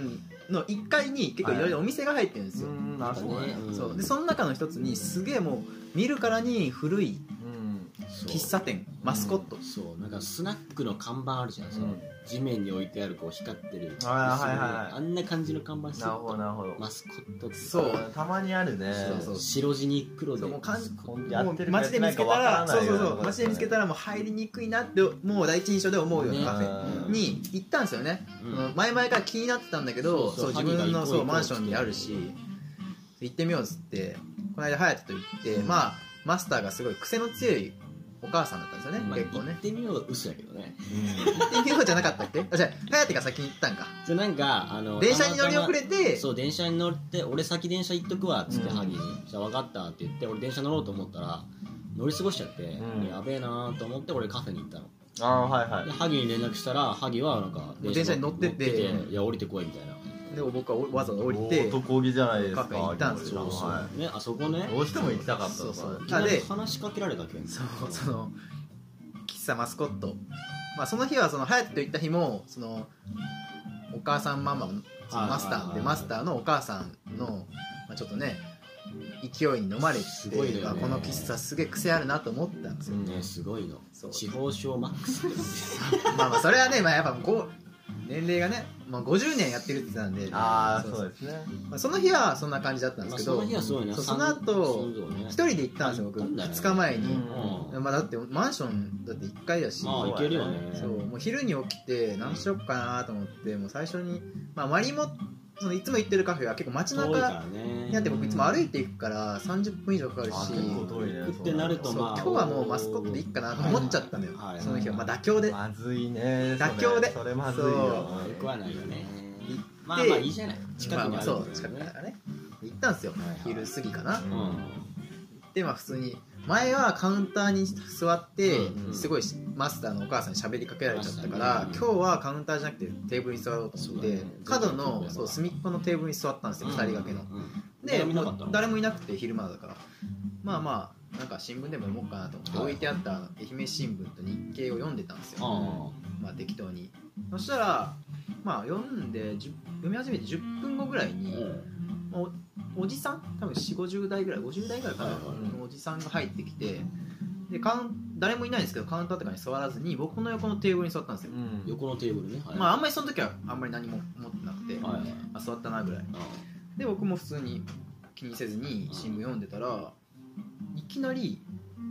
のいっかいに結構いろいろお店が入ってるんですよ、 うんなるほどねそうでその中の一つにすげえもう見るからに古い喫茶店マスコット、 そうなんかスナックの看板あるじゃん、その地面に置いてあるこう光ってる、 はいはいはい、 あんな感じの看板してるとマスコットって、 そうたまにあるね、 そうそう白地に黒で、 もうかんもう街で見つけたらそうそうそう街で見つけたらもう入りにくいなってもう第一印象で思うようなカフェに行ったんですよね、うん、前々から気になってたんだけど、そう自分のそうマンションにあるし行ってみようっつってこの間隼人と行って、まあマスターがすごい癖の強いお母さんだったんですよね、まあ、結構ね。 行ってみよう嘘やけどね、 うん、行ってみようじゃなかったっけ？あ、じゃあ颯が先に行ったんか。 じゃなんかあの電車に乗り遅れて、 そう電車に乗って俺先電車行っとくわっつってハギに、じゃあ分かったって言って俺電車乗ろうと思ったら乗り過ごしちゃって、うん、やべえなと思って俺カフェに行ったの。 あ、はいはい、でハギに連絡したらハギはなんか電車に乗ってて、 いや降りてこいみたいな。 でも僕はわざわざ降りて男気じゃないですか、 カフェ行ったんですよ。 そうそう、はい、ね、あそこねどうしても行きたかった。 そうそう、 あで話しかけられたけん、 そうその喫茶マスコット、まあ、その日はその隼人と行った日もそのお母さんママのマスターでマスターのお母さんの、まあ、ちょっとね勢いに飲まれて、ね、この喫茶すげえ癖あるなと思ったんですよ、 うんね、すごいの地方症マックスまあまあそれはね、まあ、やっぱこう年齢がね、まあ、ごじゅうねんやってるって言ってたんで、 ああそうですね、 まあ、その日はそんな感じだったんですけど、 まあ、その日はそうよね、 その後一人で行ったんですよ僕ふつかまえに、うん、まあ、だってマンションだっていっかいだし、 まあ行けるよね、 そうもう昼に起きて何しよっかなと思ってもう最初に、まあ、マリモそのいつも行ってるカフェは結構街中にあって僕いつも歩いていくからさんじゅっぷん以上かかるし、 ってなるとまあ今日はもうマスコットでいいかなと思っちゃったのよ、はい、その日は、まあ、妥協でまずいね、 妥協でそれまずいよ、よくはないよね。まあまあいいじゃない、近くにあるからね、 まあまあそう近くだからね行ったんですよ、はいはい、昼過ぎかな、うん、でまあ普通に前はカウンターに座ってすごいマスターのお母さんに喋りかけられちゃったから、今日はカウンターじゃなくてテーブルに座ろうと思って、角のそう隅っこのテーブルに座ったんですよ、ふたり掛けの。で誰もいなくて昼間だから、まあまあなんか新聞でも読もうかなと思って置いてあった愛媛新聞と日経を読んでたんですよ、まあ適当に。そしたらまあ読んで読み始めてじゅっぷんごぐらいにおおじさん多分よんじゅうごじゅう代ぐらいごじゅう代ぐらいかな、はいはいはい、おじさんが入ってきて、でカウン誰もいないんですけどカウンターとかに座らずに僕の横のテーブルに座ったんですよ、うん、 横のテーブルね、はい、 まああんまりその時はあんまり何も思ってなくて、はいはい、あ座ったなぐらいで僕も普通に気にせずに新聞読んでたらいきなり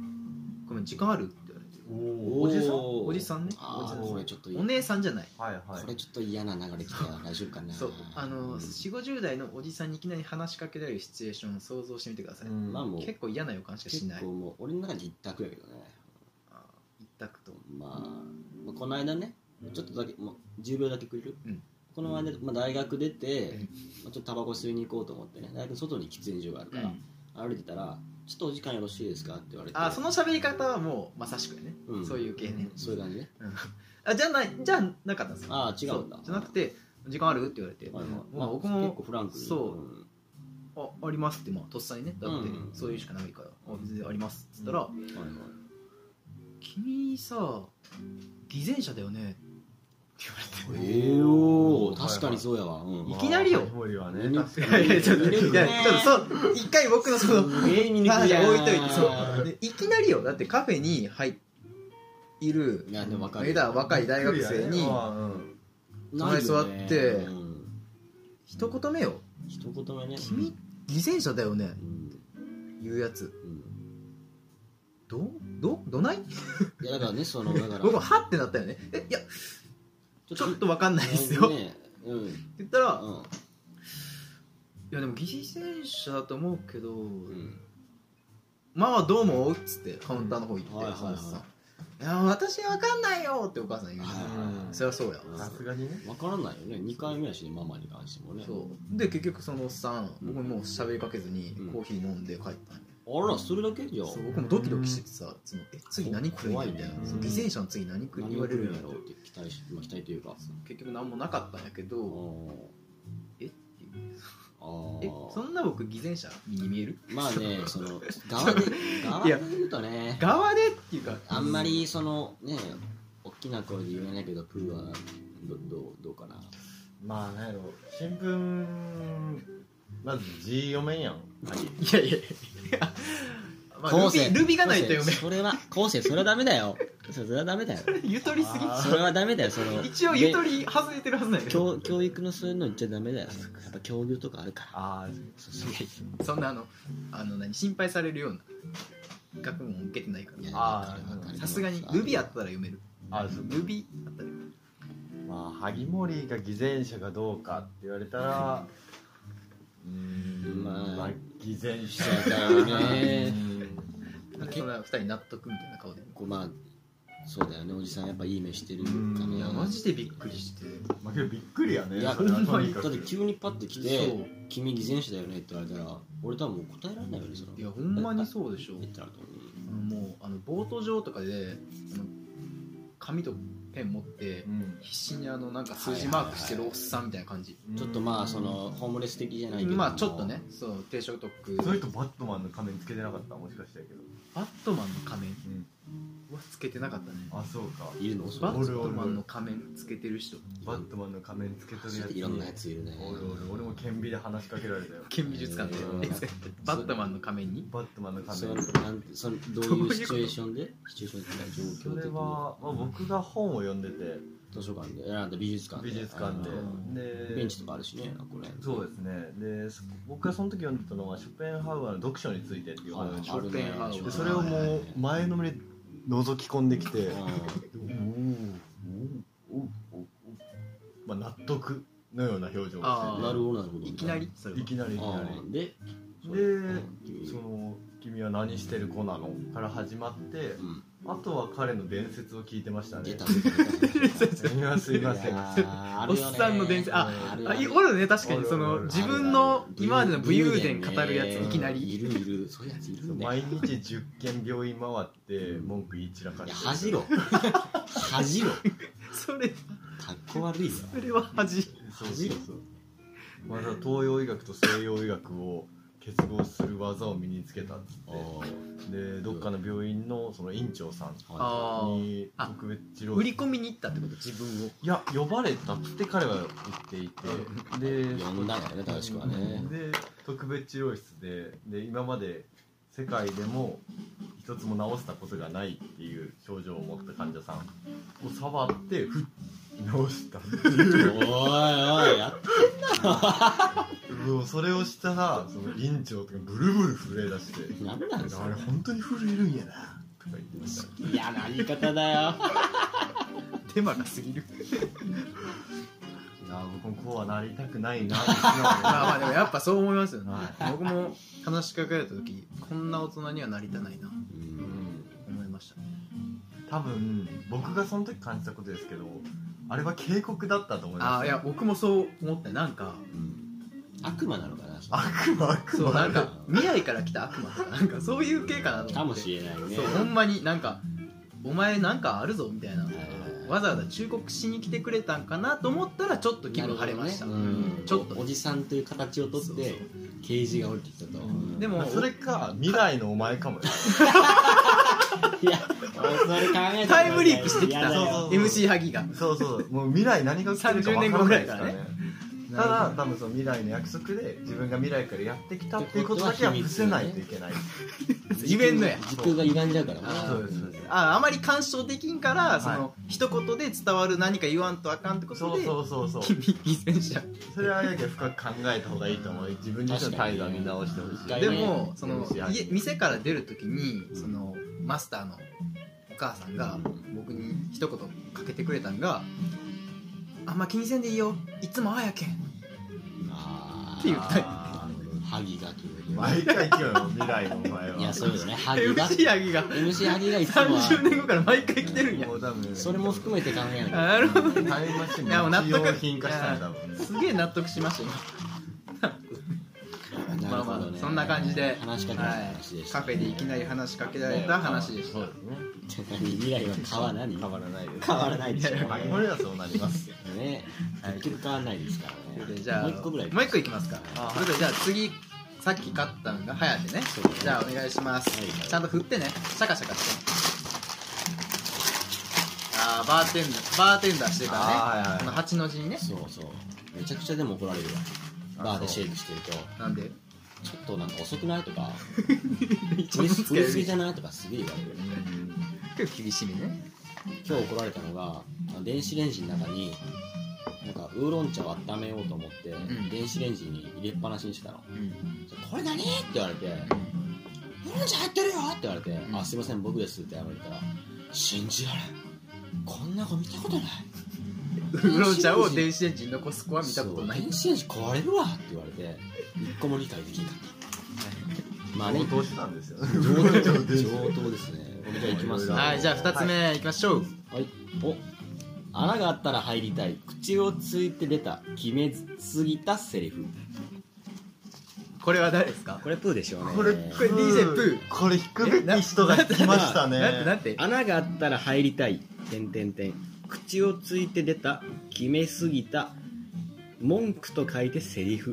「ごめん時間ある?」って言われて、おじさんおじさんね、おじさんこれちょっとお姉さんじゃない、 はいはい、 これちょっと嫌な流れきたら大丈夫かな。 そうあの、うん、よんじゅうごじゅう代のおじさんにいきなり話しかけられるシチュエーションを想像してみてください、うん、まあ、もう結構嫌な予感しかしない。 結構もう俺の中で一択やけどね。 あ一択と、 まあ、この間ねちょっとだけもうじゅうびょうだけくれる、うん、この間、まあ、大学出て、うん、ちょっとタバコ吸いに行こうと思ってね、大学の外に喫煙所があるから、うん、歩いてたらちょっとお時間よろしいですかって言われて、 あその喋り方はもうまさしくね、うん、そういう系ね、 そういう感じね、 うん、あじゃないじゃあなかったんですよ。 あ違うんだ。 じゃなくて時間あるって言われて、はいはい、まあ、僕も結構フランクにそう、うん、あありますって、まあとっさにねだってそういうしかないから、うん、あ全然ありますっつったら、うんはいはい、君さ偽善者だよねって言われて、 えー、お確かにそうやわ、うん、 いきなりよ、 まあ、ね、 いやいやちょっといやちょっとそう一回僕のその話置いといて、そうでいきなりよ、だってカフェに入いる若い大学生に前座って一言目よ、 一言目ね、 君偽善者だよねって言うやつ、どどどない？ いやだからね、そのだから僕もハッてなったよね。えいやちょっと分かんないですよ、ねうん、って言ったら、うん、いやでも偽善者だと思うけど、うん、まあどうもっつってカウンターの方行って、うんはいはいはい、いや私分かんないよってお母さん言う、うん、そりゃそうやさすがにね分からないよね、にかいめやしねママに関してもね。 そうで結局そのおっさん、うん、僕もう喋りかけずにコーヒー飲んで帰ったんで、 あらそれだけじゃそう僕もドキドキしててさ、そのえ次何来るんやみたいな、偽善者の次何来る言われるんやろって期待し、まあ、期待というか結局何もなかったんやけど、えっていうあえそんな僕偽善者に見える？ まあねその側で側で言うとね側でっていうかあんまりそのね大きな声で言えないけどプーはどどうどうかな。 まあなんやろ新聞まず字読めんやん。 いやいやまあ、ルビルビがないと読めそれは後世それはダメだよ。それはダメだよ。 ゆとりすぎそれはダメだよ。その一応ゆとり外れてるはずなんやけど教教育のそういうの言っちゃダメだよ。やっぱ教育とかあるから。 ああそうそうそ, そんなあのあの何心配されるような学問を受けてないからあさすがにルビあったら読める。 あそうルビあったら読める。 まあ萩森が偽善者かどうかって言われたらうーんまあまあ偽善者だよね。 それはふたり納得みたいな顔でこうまあそうだよね。おじさんやっぱいい目してるかうんね。 いやマジでびっくりしてまあけどびっくりやね。 いやそれはほんまにとにかくだって急にパッて来そうて「君偽善者だよね」って言われたら俺多分もう答えられないよね。そのいやほんまにそうでしょ。 言ったらともうあのボート上とかであの紙とペン持ってうん必死にあのなんか数字マークしてるおっさんみたいな感じ。 ちょっとまあそのホームレス的じゃないけどまあちょっとねそう低所得。 それとバットマンの仮面つけてなかったもしかしたけど。 バットマンの仮面うんはつけてなかったね。 あそうか。 いるのそバれットマンの仮面つけてる人バットマンの仮面つけとるやつ。 いろんなやついるね。 俺俺俺も顕微で話しかけられたよ。 顕微術館でうんバットマンの仮面にバットマンの仮それ面。 なんてそのどういうシチュエーションでシチュエーションっていうかそれ状況的には、まあ、僕が本を読んでて図書館で選んだ美術館で美術館であでーベンチとかあるしねこれそうですね。でそ僕がその時読んでたのはショペンハウアーの読書についてっていう本を読んでショペンハウアーでそれをもう前のめり覗き込んできて、 あおおおまあ納得のような表情をあーなるほどなるほどいきなりそれはしていきなりいきなあーでりでその君は何してる子なのから始まってうんあとは彼の伝説を聞いてましたね。 出た出た出たすみませんすいません。 おっさんの伝説ああるあいおるね確かにそおるおるの自分の今までの武勇伝語るやついきなりいるいるそういうやついるね毎日じゅっけん病院回って文句言い散らかいしてや恥じろ恥じろそれかっこ悪いよそれは恥そうそうそうまだ東洋医学と西洋医学を結合する技を身につけたっつってでどっかの病院のその院長さんあに特別治療売り込みに行ったってこと自分をいや呼ばれたって彼は言っていてで呼んだんだよね正しくはねで特別治療室でで今まで世界でも一つも治したことがないっていう症状を持った患者さんを触ってふっ治したっていうおいおいやっもうそれをしたらその院長とかブルブル震え出してなんなんですあれか本当に震えるんやなとか言ってました嫌な言い方だよ手間が過ぎるいや僕もこうはなりたくないなってまあまあでもやっぱそう思いますよね、 は僕も話しかけられた時こんな大人にはなりたないなうん思いましたね。 多分僕がその時感じたことですけどあれは警告だったと思いますああいや僕もそう思ってなんか悪魔なのかな悪魔悪魔そうなんか未来から来た悪魔とかなんかそういう系かなと思ってかもしれないねそうほんまになんかお前なんかあるぞみたいなわざわざ忠告しに来てくれたんかなと思ったらちょっと気分晴れました、 なるほどねうんちょっとおじさんという形をとって刑事が降りてきたとでもそれか未来のお前かもよいやそれ考えたタイムリープしてきたやだよそうそうエムシー 萩がそうそうもう未来何が起きてるか分からないですからさんじゅうねんごぐらいからねただ多分その未来の約束で自分が未来からやってきたっていうことだけは伏せないといけない言えんのや時空が歪んじゃうからねあそうですそうですああまり干渉できんから、 はいその一言で伝わる何か言わんとあかんってことでそうそうそうそう君偽善者それはやけ深く考えた方がいいと思う自分自身の態度は見直してほしい確かにでねもそのエムシー家店から出るときにそのマスターのお母さんが僕に一言かけてくれたんが「あんま気にせんでいいよいつもああやけん」 あって言ったよあハギがというー毎回来よよ未来のお前はいやそうよねハギがエムシー 萩がエムシー ハギがいつもはさんじゅうねんごから毎回来てるんやもう多分それも含めて考えなきゃなるほどタイムマシンいやもう納得日用品化したんだもんすげえ納得しましたよまあまあそんな感じで話しかけられた話でしたカフェでいきなり話しかけられた話でしたそうですね何未来は川何変わらないです変わらないでしょこれはそうなりますね結局変わらないですからねでじゃあもう一個ぐらいもう一個いきますかあそれではじゃあ次さっき買ったのがはやてねそうだねじゃあお願いしますはいはいちゃんと振ってねシャカシャカしてああバーテンダーバーテンダーしてたね、 はいはいこの八の字にね。 そうそうめちゃくちゃでも怒られるわバーでシェイクしてるとなんでちょっとなんか遅くないとか一振り番つけるすぎじゃないとかすげえ言われる結構厳しめね。 今日怒られたのが電子レンジの中になんかウーロン茶を温めようと思って、 ん電子レンジに入れっぱなしにしてたの、 うんこれ何って言われて、ウーロン茶入ってるよって言われて、 うんあすいません僕ですって言われたら信じられんこんな子見たことないウーロン茶を電子レンジに残す子は見たことない。 そう電子レンジ壊れるわって言われて一個も理解できなかったまあね上等したんですよね上等上等ですねこれじゃあいきますよはいじゃあふたつめいきましょう。 はいお穴があったら入りたい口をついて出た決めすぎたセリフこれは誰ですか。 これプーでしょうねこれこれ ディージェー プーこれ引くべき人が来ましたねなんてなんて穴があったら入りたい点点点口をついて出た決めすぎた文句と書いてセリフ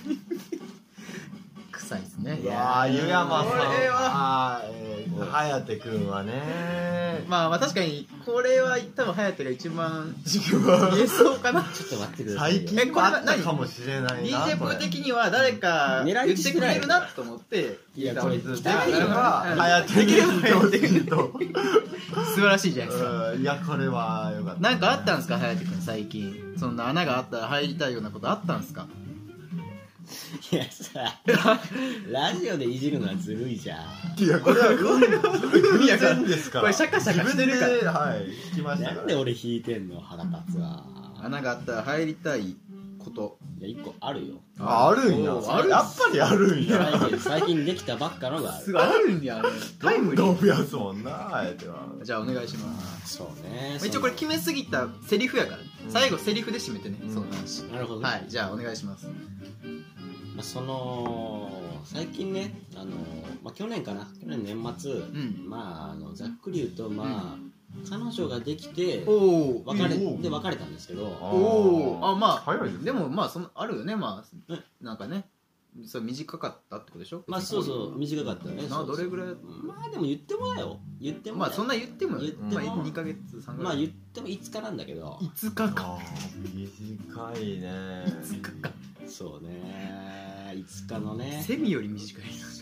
臭いですね。 いやー湯山さんこれはあーえー颯君はねまあまあ確かにこれは多分颯が一番言えそうかな。 ちょっと待ってください最近あったかもしれないなディージェー プこれー的には誰か言狙い撃ってくちしてないれるなと思っていやこれできれ来たいよばうん颯にしてほしいと素晴らしいじゃないですか。 うんいやこれはよかったなんかあったんですか颯君最近そんな穴があったら入りたいようなことあったんですか。 いやさラジオでいじるのはずるいじゃんいやこれは偶然ですからこれシャカシャカしてるから自分ではい聞きましたからなんで俺引いてんの腹立つわ穴があったら入りたいこといや一個あるよああるんやおーあるやっぱりあるんや最近最近できたばっかのがあるすごいあるんやね。タイムリどんどんー。 増やすもんな颯はじゃあお願いします。 そうね一応これ決めすぎたセリフやから、 うん最後セリフで締めてね、 うんその話。 なるほどねはいじゃあお願いします。 まあ、その最近ねあの、まあ、去年かな去年年末、 んまああのざっくり言うとまあ、彼女ができておお別れおうで別れたんですけどあおおあまあ早いですねでもまあそのあるよねまあねなんかねそれ短かったってことでしょ。 まあそうそう短かったよねなそうそうどれぐらいまあでも言ってもだよ言ってもだよまあそんな言っても言ってもまあにかげつさんかまあ言っげつてもいつかなんだけどいつかかあー短いねいつかかそうねいつかのねセミより短い。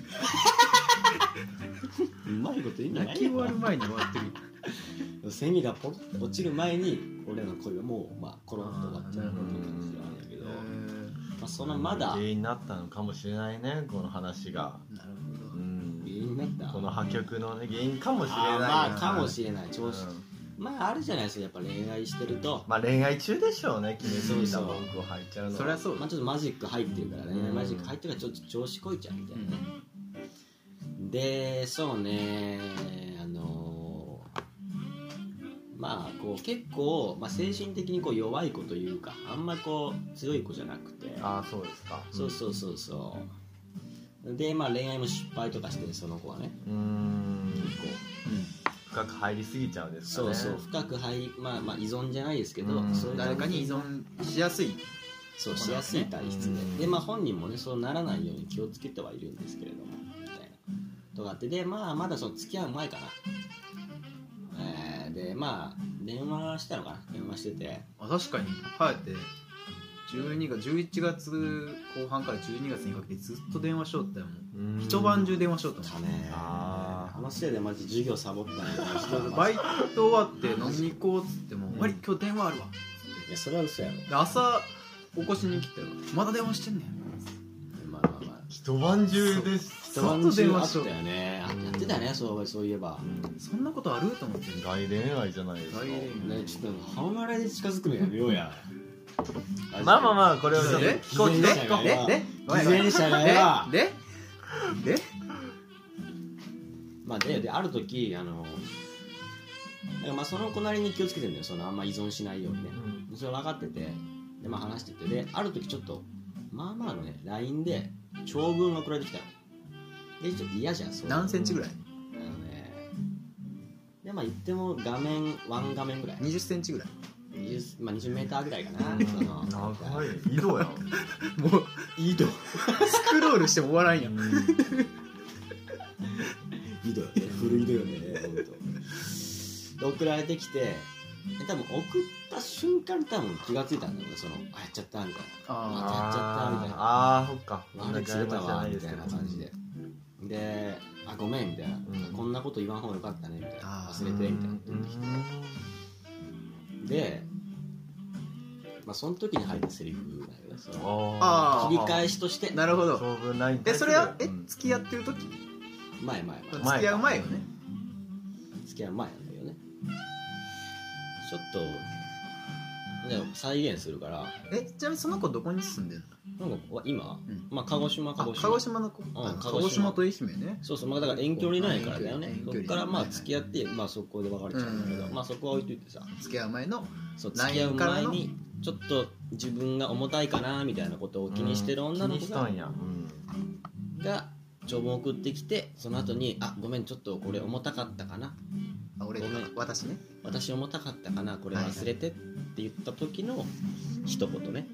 うまいこと言うんじゃな泣きいよ終わる前に終わってる。 セミがポロッと落ちる前に俺の恋はもうまあコロッと終わっちゃうことなんだけど、まあ、そのまだ原因になったのかもしれないねこの話がなるほど。 うん原因になったこの破局のね原因かもしれないあーまあかもしれない調子、 うんまああるじゃないですかやっぱ恋愛してると、 まあ恋愛中でしょうね決めすぎたそうそう文句を吐いちゃうのはそりゃそうまあ、ちょっとマジック入ってるからね、 うんマジック入ってるからちょっと調子こいちゃうみたいなね、でそうねあのーまあこう結構、まあ、精神的にこう弱い子というかあんまこう強い子じゃなくてああそうですかそうそうそうそうでまあ恋愛も失敗とかしてその子はねうーん結構深く入りすぎちゃうんですかねそうそう深く入り、まあ、まあ依存じゃないですけど、 うんそういう誰かに依存しやすい。 そうしやすい体質で、 うんでまあ本人もねそうならないように気をつけてはいるんですけれどもみたいなとかあってでまあまだその付き合う前かな、えー、でまあ電話したのかな電話しててあ確かに颯じゅうにがつじゅういちがつこう半からじゅうにがつにかけてずっと電話しよったよもううん一晩中電話しよったもん。 かねあーあのせいでマジ授業サボったんでバイト終わって飲みに行こうっつっても「割り今日電話あるわ」 いやそれは嘘やろで朝起こしに来たよ「まだ電話してんねん」 まあまあまあ一晩中です一晩中あったよねあやってたねそうそういえば、 そんなことあると思って大恋愛じゃないですか大恋愛ねちょっと離れで近づくのやめようやまあまあまあこれはちょっとで飛行機で自転車がでで自転車がよでででまあでである時あのなんかまあその子なりに気をつけてるんだよそのあんま依存しないようにね、それ分かっててで、まあ、話しててである時ちょっとまあまあのね ライン で長文が送られてきたのでちょっと嫌じゃんそう何センチぐらいあのねでまあ言っても画面ワン画面ぐらいにじゅっセンチぐらいにじゅう、まあ、にじゅうメーターぐらいかなその長い井戸やんもういいとスクロールしても終わらんやん井戸よね古井戸よねほんとで送られてきて多分送った瞬間多分気がついたんだよね、そのあやっちゃったみたいな、あまたやっちゃったみたいな、 ああそっか悪い連れたわみたいな感じで、であごめんみたいな、うん、こんなこと言わん方がよかったねみたいな、忘れてみたいな言ってきて、でまあその時に入ったセリフだけど、そのあ切り返しとして、 なるほど。えそれはえ付き合ってる時、 前前前付き合う前よね、 付き合う前なんだけどね、ちょっとじゃあ再現するから。 えちなみにその子どこに住んでんの？ なんか今、うん、まあ鹿児島鹿児島鹿児島の子、うん、鹿児島と愛媛ね。 そうそう、まあだから遠距離ないからだよね。そこからまあ付き合ってまあそこで別れちゃうんだけど、うん、まあそこは置いといてさ、 付き合う前のそう付き合う前にちょっと自分が重たいかなみたいなことを気にしてる女の子が、うん、が長文送ってきて、その後にあごめんちょっとこれ重たかったかな。 あ俺ごめん私ね。 私重たかったかなこれ忘れてって言った時の一言ね。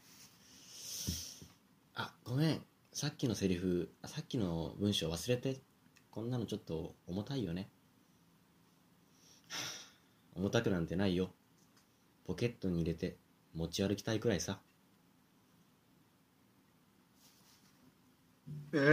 あごめんさっきのセリフさっきの文章忘れて、こんなのちょっと重たいよね。重たくなんてないよ、ポケットに入れて持ち歩きたいくらいさ。えー、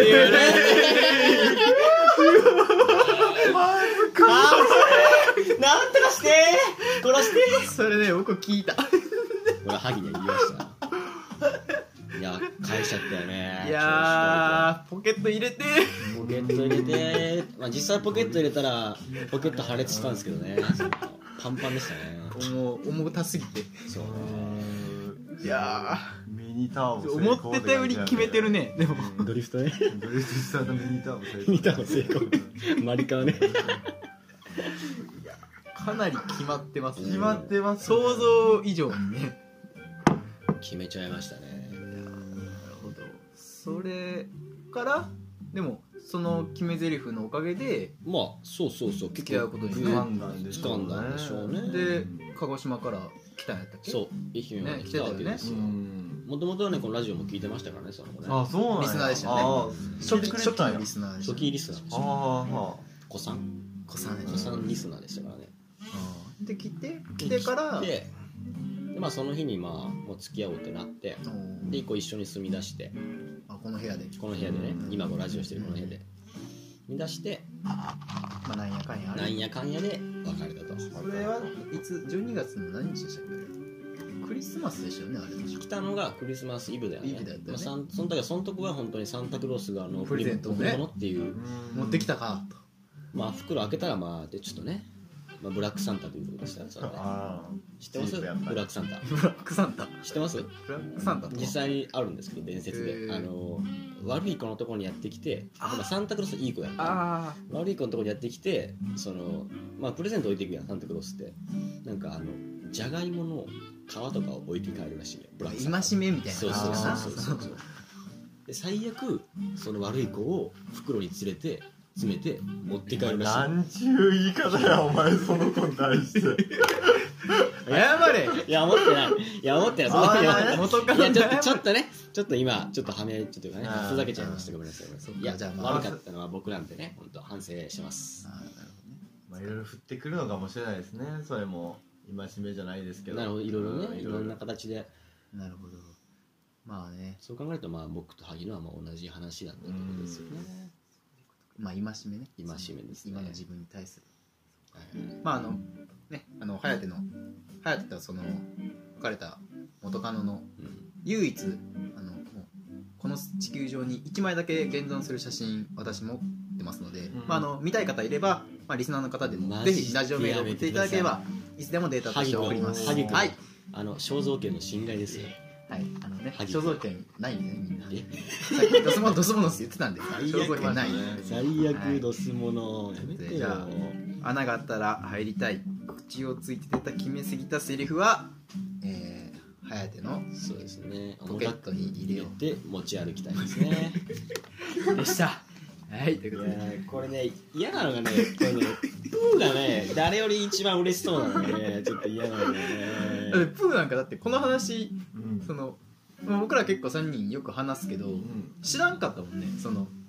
なんとかして殺してそれね僕聞いた。 俺ハギで言いましたいや返しちゃったよね。 いやーポケット入れてポケット入れて、まあ、実際ポケット入れたらポケット破裂したんですけどねパンパンでしたね。 重重たすぎて。そうね。いやーミニターボ思ってたより決めてるね。でもドリフトねドリフトしたのミニターボ成功。 ミニターボ成功マリカーねいやかなり決まってますね。 決まってます、ね、 想像以上にね決めちゃいましたね。 なるほど。それからでもその決め台詞のおかげでまあそうそうそう付き合うことに掴んだんでしょうね。掴んだんでしょうね。 で鹿児島から来たんやったっけ。 そう愛媛まで来たわけですよ。もともとはねこのラジオも聞いてましたからね、その子ね。 あそうなんや。 リスナーでしたよね。初期初期のリスナーでした。 初期リスナーでした。ああ子さん子さん子さんリスナーでしたからね。 で来て来てからでまあその日にまあもう付き合おうってなって、で一個一緒に住み出して、 あこの部屋でこの部屋でね、今もラジオしてるこの部屋で見出して、 まあなんやかんやなんやかんやで別れたと。 それはいつじゅうにがつの何日でしたっけ。クリスマスでしたよねあれ。 来たのがクリスマスイブだよね。 イブだったよね。 まあ、その時はそのとこは本当にサンタクロースがあのプレゼントをねっていう持ってきたかと。 まあ袋開けたらまあでちょっとね。まあ、ブラックサンタということでしたね。それね知ってます？ブラックサンタ。 ブラックサンタ知ってます？ ブラックサンタ実際にあるんですけど伝説で、あの悪い子のところにやってきて、まあ、サンタクロースいい子やった。あ悪い子のところにやってきて、そのまあプレゼント置いていくやんサンタクロースって。なんかあのじゃがいもの皮とかを置いて帰るらしいよ。ブラックサンタ。 戒めみたいな。 そうそうそうそうそうそう。で最悪その悪い子を袋に連れて。詰めて持って帰るらしい。 なんちゅう言い方やお前その子に対して謝れ。 いや思ってないいや思ってないそのいや元からいやちょっとちょっとねちょっと今ちょっとはめちょっとねふざけちゃいました。ごめんなさい。いやじゃあ悪かったのは僕なんでね本当反省します。 あなるほどね。まあいろいろ降ってくるのかもしれないですね。それも戒めじゃないですけど。 なるほどいろいろねいろんな形で。 なるほど。まあねそう考えるとまあ僕と萩野はまあ同じ話だったってことですよね。 まあ戒めね。 戒めですね。 今の自分に対する。まああのねあの颯の颯とその別れた元カノの唯一あのもうこの地球上にいちまいだけ現存する写真私持ってますので、まああの見たい方いればまあリスナーの方でもぜひラジオメールを送っていただければいつでもデータとして送ります。 はい。あの肖像権の侵害ですよ。 はい、あのね、肖像権ないねみんな。さっきドスモノドスモノって言ってたんで、肖像権ない。 最悪ドスモノ。やめてよ。 じゃあ穴があったら入りたい。口をついて出た決めすぎたセリフは、えー、颯のそうですね。 ポケットに入れようで持ち歩きたいですね。 でした。はい、ということでこれね嫌なのがね、これねプーがね誰より一番嬉しそうなのがねちょっと嫌なのよね。 プーなんかだってこの話、うん、その僕ら結構さんにんよく話すけど、うん、知らんかったもんね。その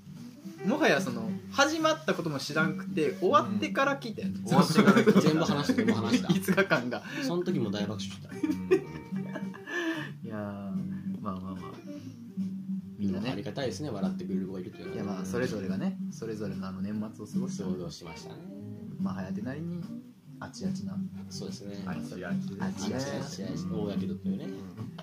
もはやその始まったことも知らんくて終わってから聞いたよね、 終わってから聞いた全部話した全部話したいつか感がその時も大爆笑したいやーまあまあまあみんなねありがたいですね、笑ってくれる子がいるというのは。 いやまあそれぞれがねそれぞれのあの年末を過ごして想像しましたね。 まあ颯なりにあちあちなそうですね。 ああちあちあちあちあちあち大やけどというね。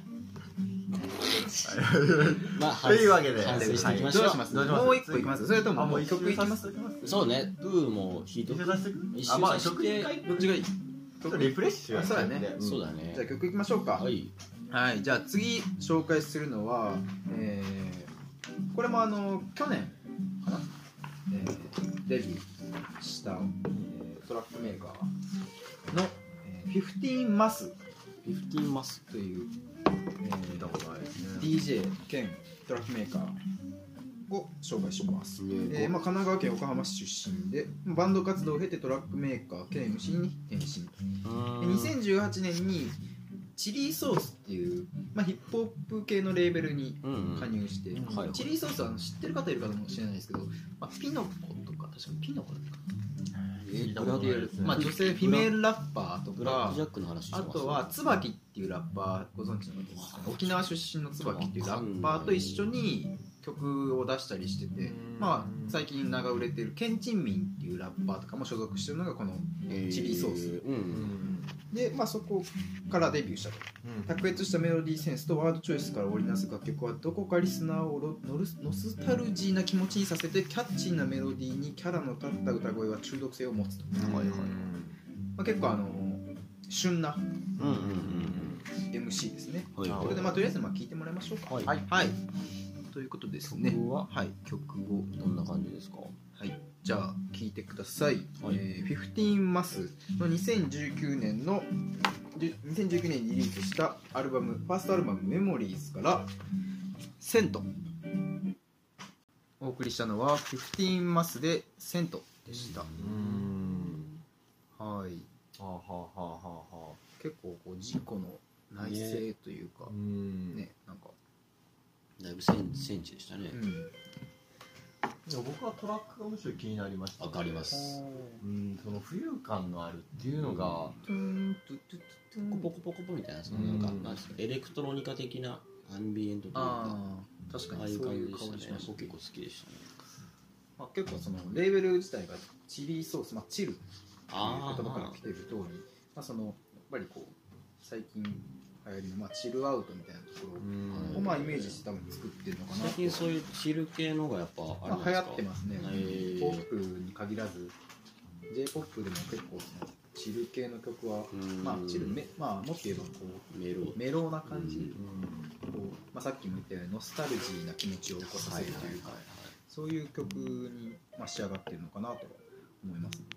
まあというわけで反省していきましょう。 どうしますどうしますもう一個いきますそれともあもう曲いきますそうね、プーも弾いて一周させてく一あまあ周させて曲一回どっちがいいちょっとリフレッシュあそうだねんそうだねじゃあ曲いきましょうかはいはい、じゃあ次紹介するのは、えー、これもあの去年かな、えー、デビューした、えー、トラックメーカーの、えー、フィフティーンマスフィフティーンマスという、え見たことないですねー、ディージェー 兼トラックメーカーを紹介します、 ねえーまあ、神奈川県横浜市出身でバンド活動を経てトラックメーカー兼 エムシー に転身でにせんじゅうはちねんにチリーソースっていう、まあ、ヒップホップ系のレーベルに加入して、 うんうんはいはいチリーソースはあの知ってる方いるかもしれないですけど、まあ、ピノコとか確かピノコだったか聞いたことないですねまあ、女性フィメールラッパーとかブラックジャックの話してますあとは椿っていうラッパーご存知の方ですかね沖縄出身の椿っていうラッパーと一緒に曲を出したりしてて、まあ、最近名が売れてるケンチンミンっていうラッパーとかも所属してるのがこのチリーソースうんうんで、まあ、そこからデビューしたと卓越したメロディーセンスとワードチョイスから織りなす楽曲はどこかリスナーをロノルノスタルジーな気持ちにさせてキャッチーなメロディーにキャラの立った歌声は中毒性を持つと、 はいはいはいまあ、結構あの旬なうんうんうんエムシー ですね、 はいはいこれでまあとりあえずまあ聞いてもらいましょうかはいはい、はい、ということですね曲ははい曲をどんな感じですか。 はい、じゃあ聴いてください、 はいえー、フィフティーンマスのにせんじゅうきゅうねんのにせんじゅうきゅうねんにリリースしたアルバムファーストアルバムメモリーズからセントお送りしたのはフィフティーンマスでセントでした、 うんはいはあはあはあはあはあ結構こう自己の内省というかうんねなんかだいぶセンセンチでしたね。 うんでも僕はトラックがむしろ気になりました、 わかります。 うんその浮遊感のあるっていうのが、 トゥントゥトゥトゥンポコポコポコみたいなそのなんかうんなんですかエレクトロニカ的なアンビエントというかああ確かああいうにそういう感じでしたね香りしま。した僕結構好きでしたね。 まあ、結構そのレーベル自体がチリーソース、まあ、チルっていうあ言葉から来てる通りまあ、そのやっぱりこう最近流行りの、まあ、チルアウトみたいなところを、まあ、イメージして多分作ってるのかな最近そういうチル系のがやっぱあれなんまあ、流ですか。 行ってますね、 へーポップに限らず J-ポップ でも結構そのチル系の曲は、 うんまあチルめ、まあ、もっと言えばこメロうメローな感じ、 うんこうまあ、さっきも言ったようにノスタルジーな気持ちを起こさせるというか、 はいはいはいはいそういう曲に、まあ、仕上がってるのかなと思います、ね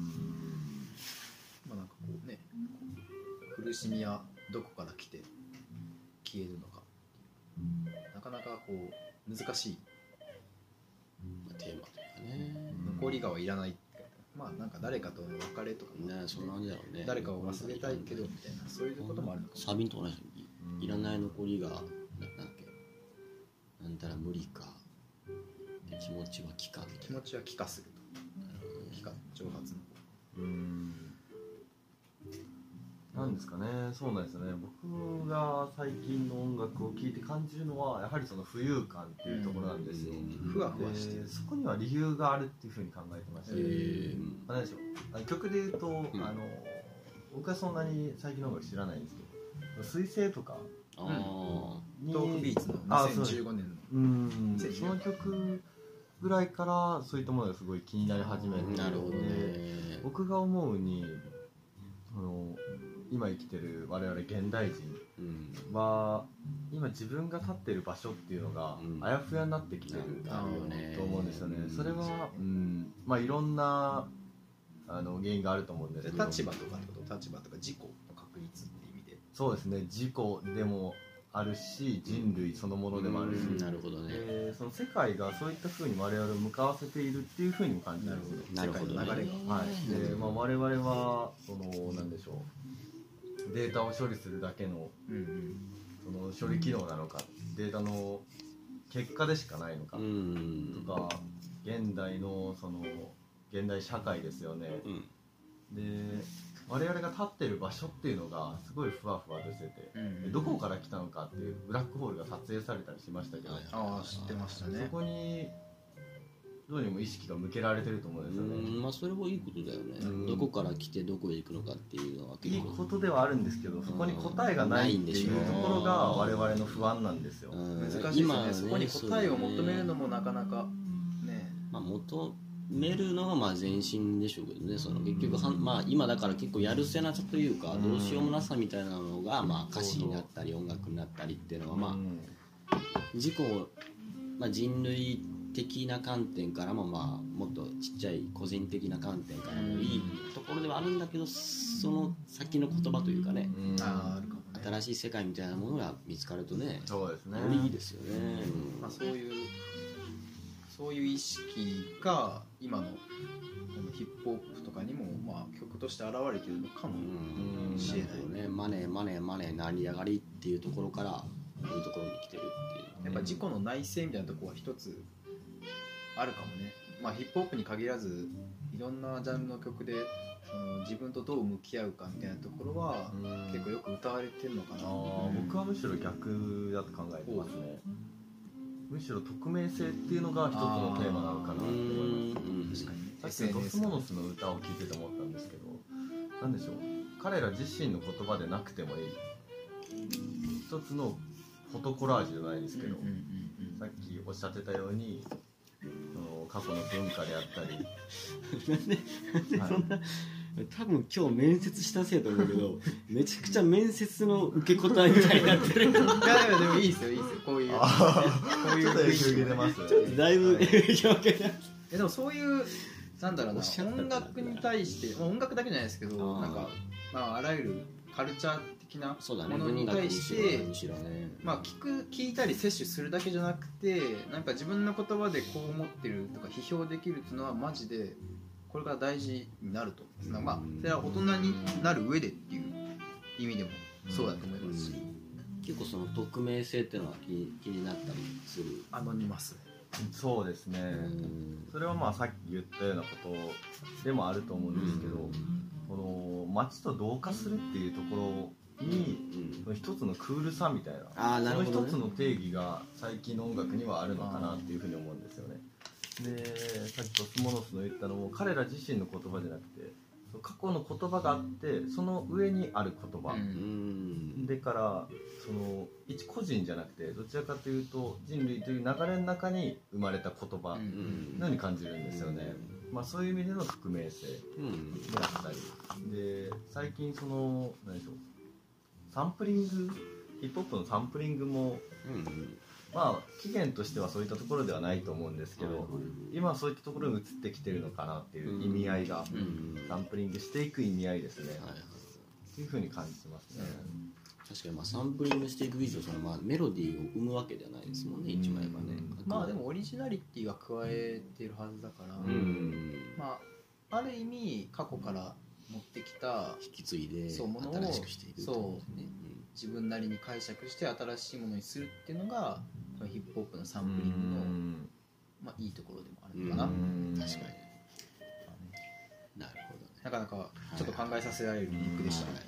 まあ、なんかこうね苦しみはどこから来て消えるのかなかなかこう難しいまあテーマというかね。 残りがはいらないってまあなんか誰かとの別れとかも、 ねそんな感じだろうね。 誰かを忘れたいけどみたいなそういうこともあるのかもしれないサビンと同じいいらない残りがななんだっけなんたら無理かで気持ちは気かみたいな。 気持ちは気化すると気化蒸発のうんなんですかね、そうなんですよね。僕が最近の音楽を聴いて感じるのはやはりその浮遊感っていうところなんですよ。 ふわふわしてるでそこには理由があるっていうふうに考えてまして、 えまあ何でしょうあの曲で言うと、 んあの僕はそんなに最近の音楽知らないんですけど、水星とかああにトークビーツのあにせんじゅうごねんのうんぜひその曲ぐらいからそういったものがすごい気になり始めて、 なるほどね。 僕が思うにその今生きてる我々現代人うんは今自分が立ってる場所っていうのがうんあやふやになってきてるあるよねと思うんですよね。 うんそれは、うん、まあいろんなあの原因があると思うんですけど、 立場とかってこと立場とか自己の確立っていう意味でそうですね、自己でもあるし人類そのものでもあるし、 うんなるほどね。 でその世界がそういった風に我々を向かわせているっていう風にも感じるんですよ。 なるほどね。 世界の流れがはい、で、まあ、我々はそのなんでしょうデータを処理するだけのうんうんその処理機能なのかデータの結果でしかないのかうんとか、 現代のその現代社会ですよね、うん、で我々が立ってる場所っていうのがすごいふわふわとしてて、うん、どこから来たのかっていうブラックホールが撮影されたりしましたけど、 ああ知ってましたね。 そこにどうにも意識が向けられてると思うんですよね。 うん、まあそれはいいことだよね、うん、どこから来てどこへ行くのかっていうのは結構いいことではあるんですけど、そこに答えがないっていうところが我々の不安なんですよ。 難しいですね。今ね、そこに答えを求めるのもなかなかね、 まあ求めるのがまあ前進でしょうけどね。その結局は、まあ、今だから結構やるせなさというか、どうしようもなさみたいなのがまあ歌詞になったり音楽になったりっていうのはまあ自己、まあ、人類的な観点からもまあもっとちっちゃい個人的な観点からもいいところではあるんだけど、その先の言葉というかね、 ああるかもね、 新しい世界みたいなものが見つかるとね、 そうですね、 よりいいですよね、 うん、まあ、そういうそういう意識が今のヒップホップとかにもまあ曲として現れているのかもしれない、 ね、マネーマネーマネー成り上がりっていうところからこういうところに来てるっていう、 やっぱ自己の内省みたいなところは一つあるかもね。まあヒップホップに限らずいろんなジャンルの曲でその自分とどう向き合うかみたいなところは結構よく歌われてるのかな。 あ、僕はむしろ逆だと考えてますね。むしろ匿名性っていうのが一つのテーマなのかなって思います。確かにさっきのドスモノスの歌を聴いてて思ったんですけど、なんでしょう、彼ら自身の言葉でなくてもいい一つのフォトコラージュじゃないですけど、うんうんうんうん、さっきおっしゃってたように過去の文化であったりなんでなんでそんな、はい、多分今日面接したせいと思うけどめちゃくちゃ面接の受け答えみたいになってる。いやでもいいですよいいですよ、こういうこういう影響出てます。 ちょっとだいぶ影響を受けてます。 えでもそういうなんだろうな、音楽に対して、まあ、音楽だけじゃないですけど、なんか、まあ、あらゆるカルチャー的なものに対して、ね、まあ、聞く聞いたり摂取するだけじゃなくて、なんか自分の言葉でこう思ってるとか批評できるっていうのはマジでこれから大事になると、うん、まあそれは大人になる上でっていう意味でもそうだと思いますし、 うん、結構その匿名性っていうのは 気, 気になったりする。 アノニマス。 そうですね、うん、それはまあさっき言ったようなことでもあると思うんですけど、うん、この街と同化するっていうところに、うん、一つのクールさみたいな、 あ、なるほどね、 その一つの定義が最近の音楽にはあるのかなっていうふうに思うんですよね。でさっきコスモノスの言ったのも彼ら自身の言葉じゃなくて過去の言葉があってその上にある言葉、うん、でからその一個人じゃなくてどちらかというと人類という流れの中に生まれた言葉のように感じるんですよね、うん、まあ、そういう意味での匿名性であったり、うん、で最近その何でしょう、サンプリング、ヒップホップのサンプリングも、うん、まあ起源としてはそういったところではないと思うんですけど、はい、今はそういったところに移ってきてるのかなっていう意味合いが、うん、サンプリングしていく意味合いですね、はい、っていう風に感じてますね、 うん、確かにまあサンプリングしていく以上そのまあメロディーを生むわけではないですもんね、一枚はね、 うん、まあでもオリジナリティは加えているはずだから、うん、まあある意味過去から持ってきた引き継いでそうものを新しくしていく、 そうね、自分なりに解釈して新しいものにするっていうのがヒップホップのサンプリングの、まあ、いいところでもあるのかな。 確かに、なるほどね、 なかなかちょっと考えさせられるリックでしたね、はいはい、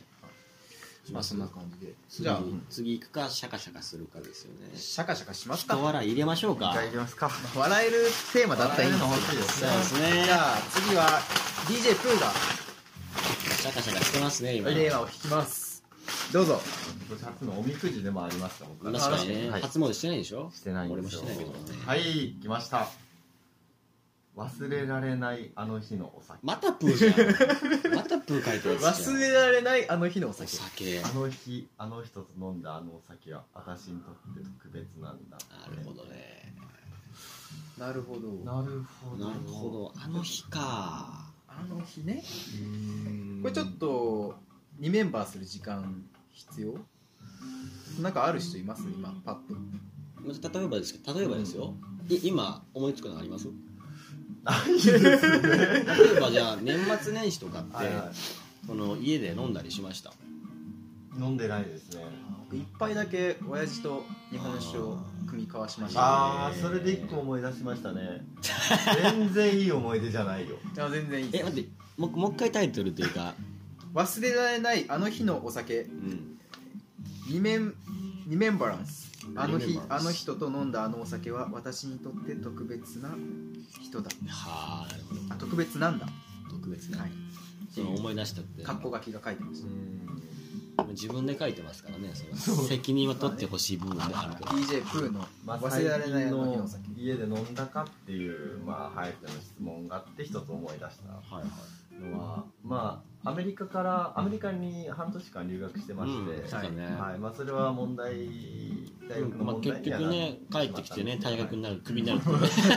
まあそんな感じでじゃあ次行くかシャカシャカするかですよね。 シャカシャカしますか。 人笑い入れましょうか。 じゃあ入れますか。 笑えるテーマだったらいいの欲しいですね。そうですね。じゃあ次は ディージェー プーがシャカシャカしてますね今。 テーマを弾きます。どうぞ。 今年初のおみくじでもありますか。僕は確かにね、はい、初詣してないでしょ。 してないんですよ。 俺もしてないけどね。 はい、来ました。忘れられないあの日のお酒。 またプーじゃん。またプー書いてるやつ。 忘れられないあの日のお酒。 お酒。 あの日あの人と飲んだあのお酒は私にとって特別なんだ。 なるほどね。 なるほど。 なるほど。 なるほど。あの日か。 あの日ね。これちょっとリメンバーする時間必要？なんかある人います？今パッと。例えばですけど、例えばですよ。い今思いつくのあります？ ないですね。例えばじゃあ年末年始とかって、はいはい、その家で飲んだりしました？ 飲んでないですね。 一杯だけ親父と日本酒を組み交わしました。 ああそれで一個思い出しましたね全然いい思い出じゃないよ。 いや全然いいです。 え待ってももう一回タイトルというか忘れられないあの日のお酒、うん、リメンリメンバランス。あの日あの人と飲んだあのお酒は私にとって特別な人だ。 はあ、 特別なんだ。 特別な、はい、その思い出したってカッコ書きが書いてました。 自分で書いてますからね。その責任は取ってほしい部分であるけど、 ディージェー プーの忘れられないあの日のお酒、 家で飲んだかっていう、まあ、隼人の質問があって一つ思い出したのは、まあアメリカからアメリカに半年間留学してまして、うんはいねはいまあ、それは問題大学の問題にはなって、 まあ、結局ね帰ってきてね退学になるクビになるとね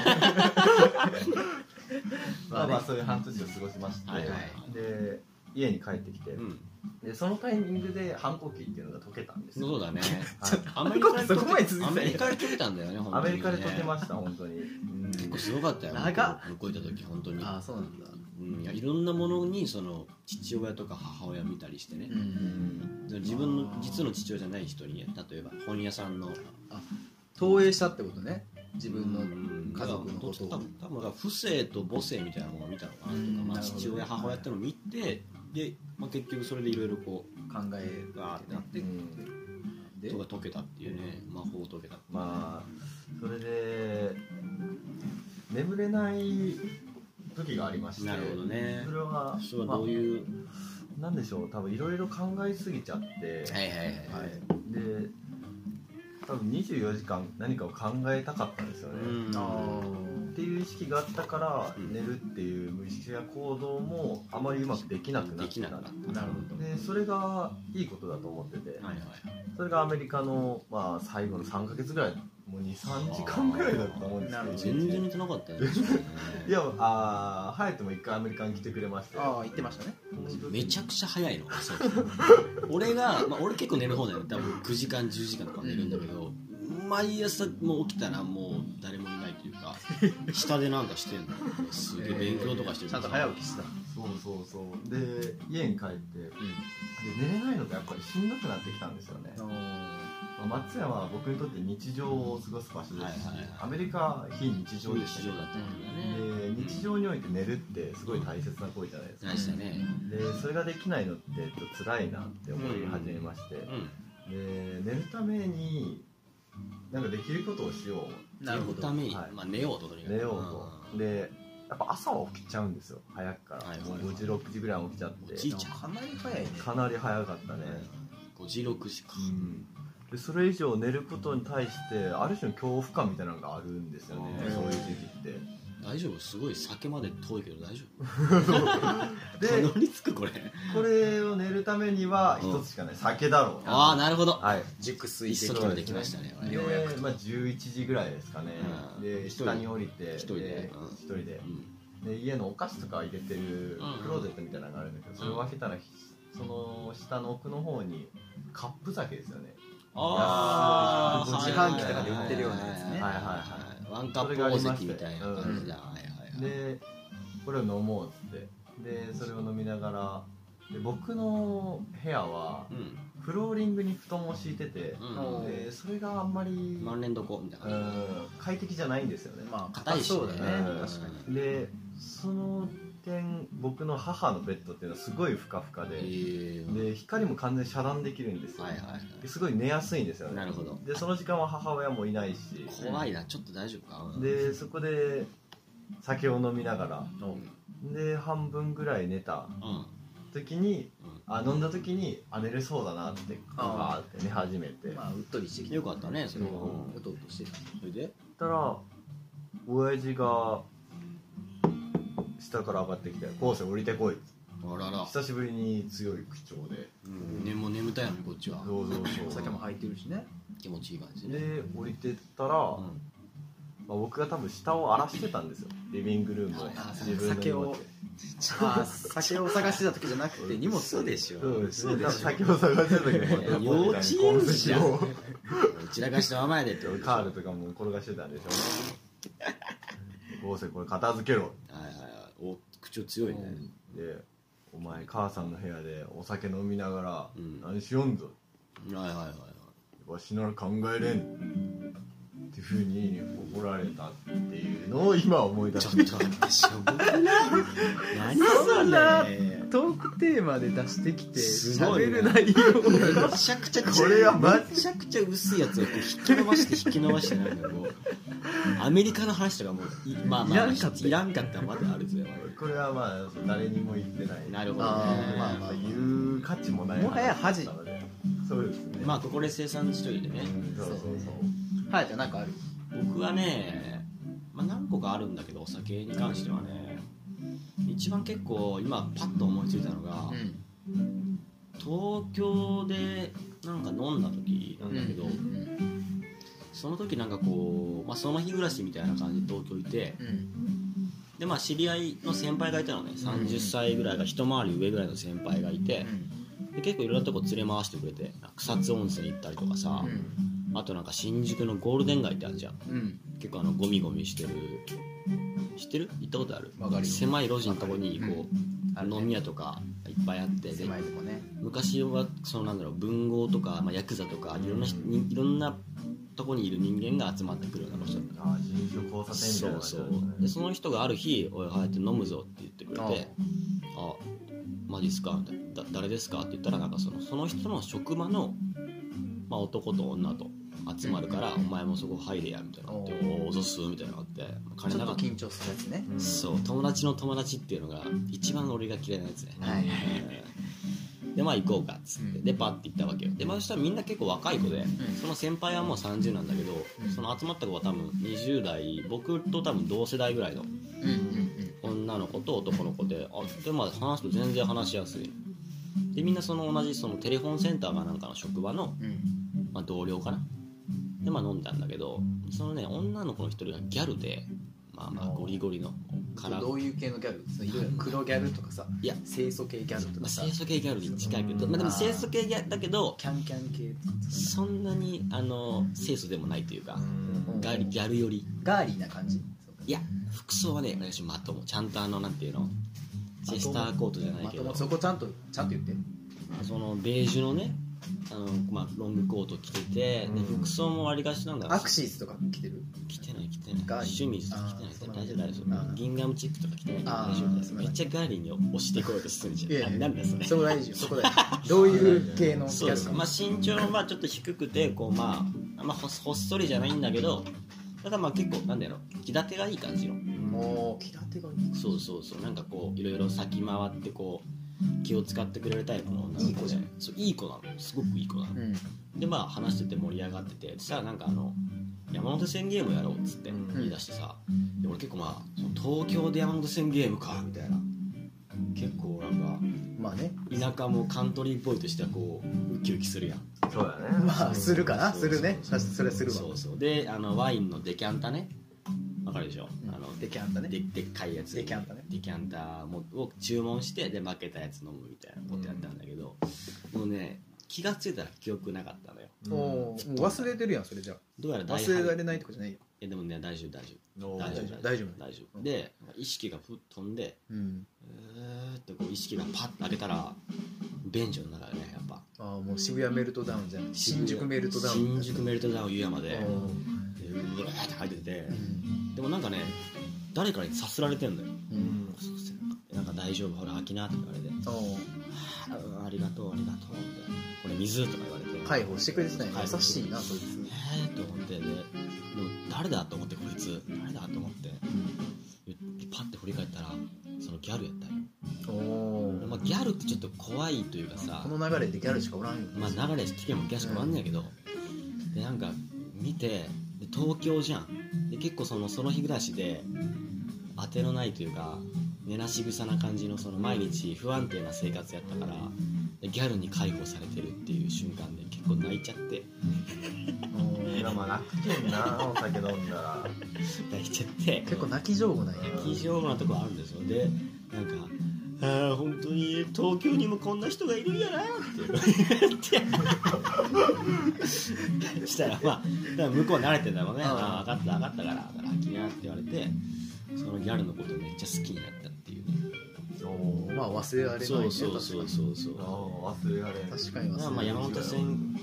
まあまあそういう半年を過ごしまして、はいはい、で家に帰ってきて、うん、でそのタイミングで反抗期っていうのが解けたんですよ。 そうだね、 はい、アメリカでそこまで続いてアメリカで解けたんだよね。本当にねアメリカで解けました本当に、うん、 結構すごかったよ。 長っ向こう行った時本当に。 ああそうなんだ。 うん、いやいろんなものにその父親とか母親見たりしてね、うんうん、自分の実の父親じゃない人に、ね、例えば本屋さんのあ投影したってことね。自分の家族のことを多分多分父性と母性みたいなものを見たのかなとか、まあ、父親母親ってのを見てで、まあ、結局それでいろいろこう考えがあって、うん、でとが解けたっていうね魔法を解けた。 まあそれで眠れない時がありまして。 なるほどね。 それはそれはどういう、 まあ、なんでしょう多分いろいろ考えすぎちゃって、 はいはいはい、はい、 で多分にじゅうよじかん何かを考えたかったんですよね。うんあっていう意識があったから、うん、寝るっていう無意識や行動もあまりうまくできなくなってた。なるほど。でそれがいいことだと思ってて、はいはい、それがアメリカの、まあ、最後のさんかげつぐらいもう にさんじかんぐらいだったと思うんですけど全然寝てなかったよねいやあ隼人も一回アメリカに来てくれましたよ。 ああ言ってましたね。 めちゃくちゃ早いの俺が、まあ、俺結構寝る方だよね。多分くじかんじゅうじかんとか寝るんだけど、毎朝もう起きたらもう誰もいないというか下でなんかしてんのすげえ勉強とかしてる、 ちゃんと早起きした。 そうそうそうで家に帰って、うん、で寝れないのがやっぱりしんどくなってきたんですよね。松山は僕にとって日常を過ごす場所ですし、はいはいはい、アメリカは非日常でしたね。で日常において寝るってすごい大切な行為じゃないですか、 うんね、 でそれができないのって辛いなって思い始めまして、うんうん、で寝るためになんかできることをしよう。なるほど。寝るために、はいまあ、寝ようととにかく寝ようと、うん、でやっぱ朝は起きちゃうんですよ早くから、はいはいはい、もうごじろくじぐらい起きちゃっておじいちゃんかなり早いね。 かなり早かったね、 うん、ごじろくじか、うんでそれ以上寝ることに対してある種の恐怖感みたいなのがあるんですよね。そういう時期って大丈夫？すごい酒まで遠いけど大丈夫？で乗りつくこれこれを寝るためには一つしかない、うん、酒だろう。 ああなるほど、 はい、 熟睡一生できましたね。 で、まあ、じゅういちじぐらいですかね、うん、で下に降りて一人で一人で、うん、で家のお菓子とか入れてるクローゼットみたいなのがあるんだけど、それを開けたらその下の奥の方にカップ酒ですよね。 ああ自販機とかで売ってるようなやつね。はいはいはいワンカップ大関みたいな感じだ、うん、 でこれを飲もうっつってでそれを飲みながらで僕の部屋は、うん、フローリングに布団を敷いてて、うん、でそれがあんまり万年床みたいな、うん、 快適じゃないんですよね。 まあ硬いし、ね、そうだね、 確かに。でその点僕の母のベッドっていうのはすごいふかふかで、で光も完全に遮断できるんですよ、はいはいはい、ですごい寝やすいんですよね。 なるほど。 でその時間は母親もいないし怖いな。ちょっと大丈夫か。 でそこで酒を飲みながら、うん、で半分ぐらい寝た時に、うん、あ飲んだ時にあ寝れそうだなってバーって寝始めて、 まあうっとりしてきてよかったねそれは、 うとうとしてた。 それでたら親父が下から上がってきて「昴生降りてこい」 あらら久しぶりに強い口調で、 うん、ね、もう眠たいのにこっちは。 そうそうそうお酒も入ってるしね気持ちいい感じで、 ね、で降りてったら、うんまあ、僕が多分下を荒らしてたんですよリビングルームを。 自分の酒をあ酒を探してた時じゃなくて荷物そうでしょ。 そうですね。酒を探してた時も幼稚園児じゃん散らかしたままやでってカールとかも転がしてたんでしょうね。昴生これ片付けろ。 はいはいはい。お口調強いね。 でお前母さんの部屋でお酒飲みながら何しよんぞ、 うん、はいはいはいはい。 わしなら考えれんってふうに怒られたっていうのを今思い出してちょっと待ってしょぼくない何そんなれトークテーマで出してきてすごいね喋る内容がめちゃくちゃこれはマめちゃくちゃ薄いやつをこう引き伸ばして引き伸ばしてなんかこうアメリカの話とかもいまあまあいらんかったいらんかったらまだあるぜこれはまあ誰にも言ってないなるほどねあーまあまあ言う価値もないもはや恥なのでそうですねまあここで生産しといてねうんそうそうそうはいじゃあなんかある僕はね、まあ、何個かあるんだけどお酒に関してはね一番結構今パッと思いついたのが、 うん、 東京でなんか飲んだ時なんだけど、 うんうんその時なんかこう、まあ、その日暮らしみたいな感じで東京いて、 うん、 でまあ知り合いの先輩がいたのね、さんじゅっさいぐらいが一回り上ぐらいの先輩がいて、で結構いろんなとこ連れ回してくれて草津温泉行ったりとかさ、うん、あとなんか新宿のゴールデン街ってあるじゃん、うん、結構あのゴミゴミしてる知ってる行ったことある？狭い路地のとこにこう、うん、飲み屋とかいっぱいあって狭いとこね、 昔はそのなんだろう文豪とか、まあ、ヤクザとかいろんな、うん、いろんなとこにいる人間が集まってくるような場所だった。 ああ人種交差点みたいな、ね、 そうそうでその人がある日「おいはやって飲むぞ」って言ってくれて「あマジっすか?」みたいなだ誰ですか?」って言ったらなんかそのその人の職場の、まあ、男と女と集まるから、うん、お前もそこ入れやみたいなのって「おおぞす」みたいなのがあって金ちょっと緊張するやつね、 うん、そう友達の友達っていうのが一番俺が嫌いなやつね、はい、でまあ行こうかっつって、うん、でパッて行ったわけよ。でまあそしたらみんな結構若い子で、うん、その先輩はもうさんじゅうなんだけど、うん、その集まった子は多分にじゅう代僕と多分同世代ぐらいの女の子と男の子で、あでまあ話すと全然話しやすいで、みんなその同じそのテレフォンセンターかなんかの職場の、まあ、同僚かなでまあ飲んだんだけど、そのね女の子の一人がギャルでまあまあゴリゴリのからどういう系のギャル？黒ギャルとかさ、いや清楚系ギャルとかさ、 清楚系ギャルに近いけど、まあ、でも清楚系ギャルだけどキャンキャン系そんなにあの清楚でもないというか、ガーリギャル寄りガーリーな感じ。 いや服装はね私まともちゃんとあのなんていうのチェスターコートじゃないけど、 そこちゃんとちゃんと言ってそのベージュのねあの、まあ、ロングコート着てて、で服装も割りかしなんだろう。 アクシーズとか着てる？ 着てない着てない趣味とか着てない大丈夫大丈夫。ギンガムチックとか着てないから大丈夫です。めっちゃガーリーに押してこようとするんじゃん。なんだそれ。 そこ大事よそこ大事。どういう系の？ そうです。まあ身長はちょっと低くてこうまあまあほっそりじゃないんだけど、ただまあ結構なんだろう気立てがいい感じの。 おー気立てがいい。 そうそうそうなんかこういろいろ先回ってこう。気を使ってくれるタイプの女の子で、いい子そういい子なのすごくいい子なの、うん、でまあ話してて盛り上がっててさあなんかあの山手線ゲームやろうっつって言い出してさ、うん、で俺結構まあその東京で山手線ゲームかみたいな結構なんかまあね田舎もカントリーっぽいとしてはこうウキウキするやん。 そうだねまあするかなするねそれはするわ。 そうそうであのワインのデキャンタねわかるでしょ、うん、あのデキャンタねで, でっかいやつデキャンタねデキャンタを注文してで負けたやつ飲むみたいなことやったんだけど、うん、もうね気がついたら記憶なかったのよ、 うん、もう忘れてるやんそれじゃどうやら忘れられないとかじゃないよ。 いやでもね大丈夫大丈夫大丈夫大丈夫大丈夫で意識がふっ飛んで、うん、えーってこう意識がパッと開けたら便所の中でねやっぱああもう渋谷メルトダウンじゃん新宿メルトダウン新宿メルトダウン湯山ででうわーって入ってて、うんでもなんかね誰かにさすられてんのよ、うん、なんか大丈夫ほら秋なとか言われてあ, ありがとうありがとうみたいなこれ水とか言われて介抱してくれてない優しいなそいつえーと思ってでも誰だと思ってこいつ誰だと思って、うん、パッて振り返ったらそのギャルやったよ。お、まあ、ギャルってちょっと怖いというかさこの流れでギャルしかおらんよ。 まあ流れ聞けばギャルしかおらんねんけど、うん、でなんか見てで東京じゃんで結構そのその日暮らしで当てのないというか寝なしぐさな感じのその毎日不安定な生活やったからギャルに解放されてるっていう瞬間で結構泣いちゃっていやまあ泣くけんなお酒飲んだら泣いちゃって結構泣き上手なんや泣き上手なとこあるんですよ。でなんかああ本当に東京にもこんな人がいるんやなってしたらまあだから向こう慣れてんだろうね。ああ分かった分かったからだから秋なって言われてそのギャルのことめっちゃ好きになったっていうね。 おまあ忘れられないね。 そうそうそうそうそう忘れられない確かに忘れられない。 まあ山手線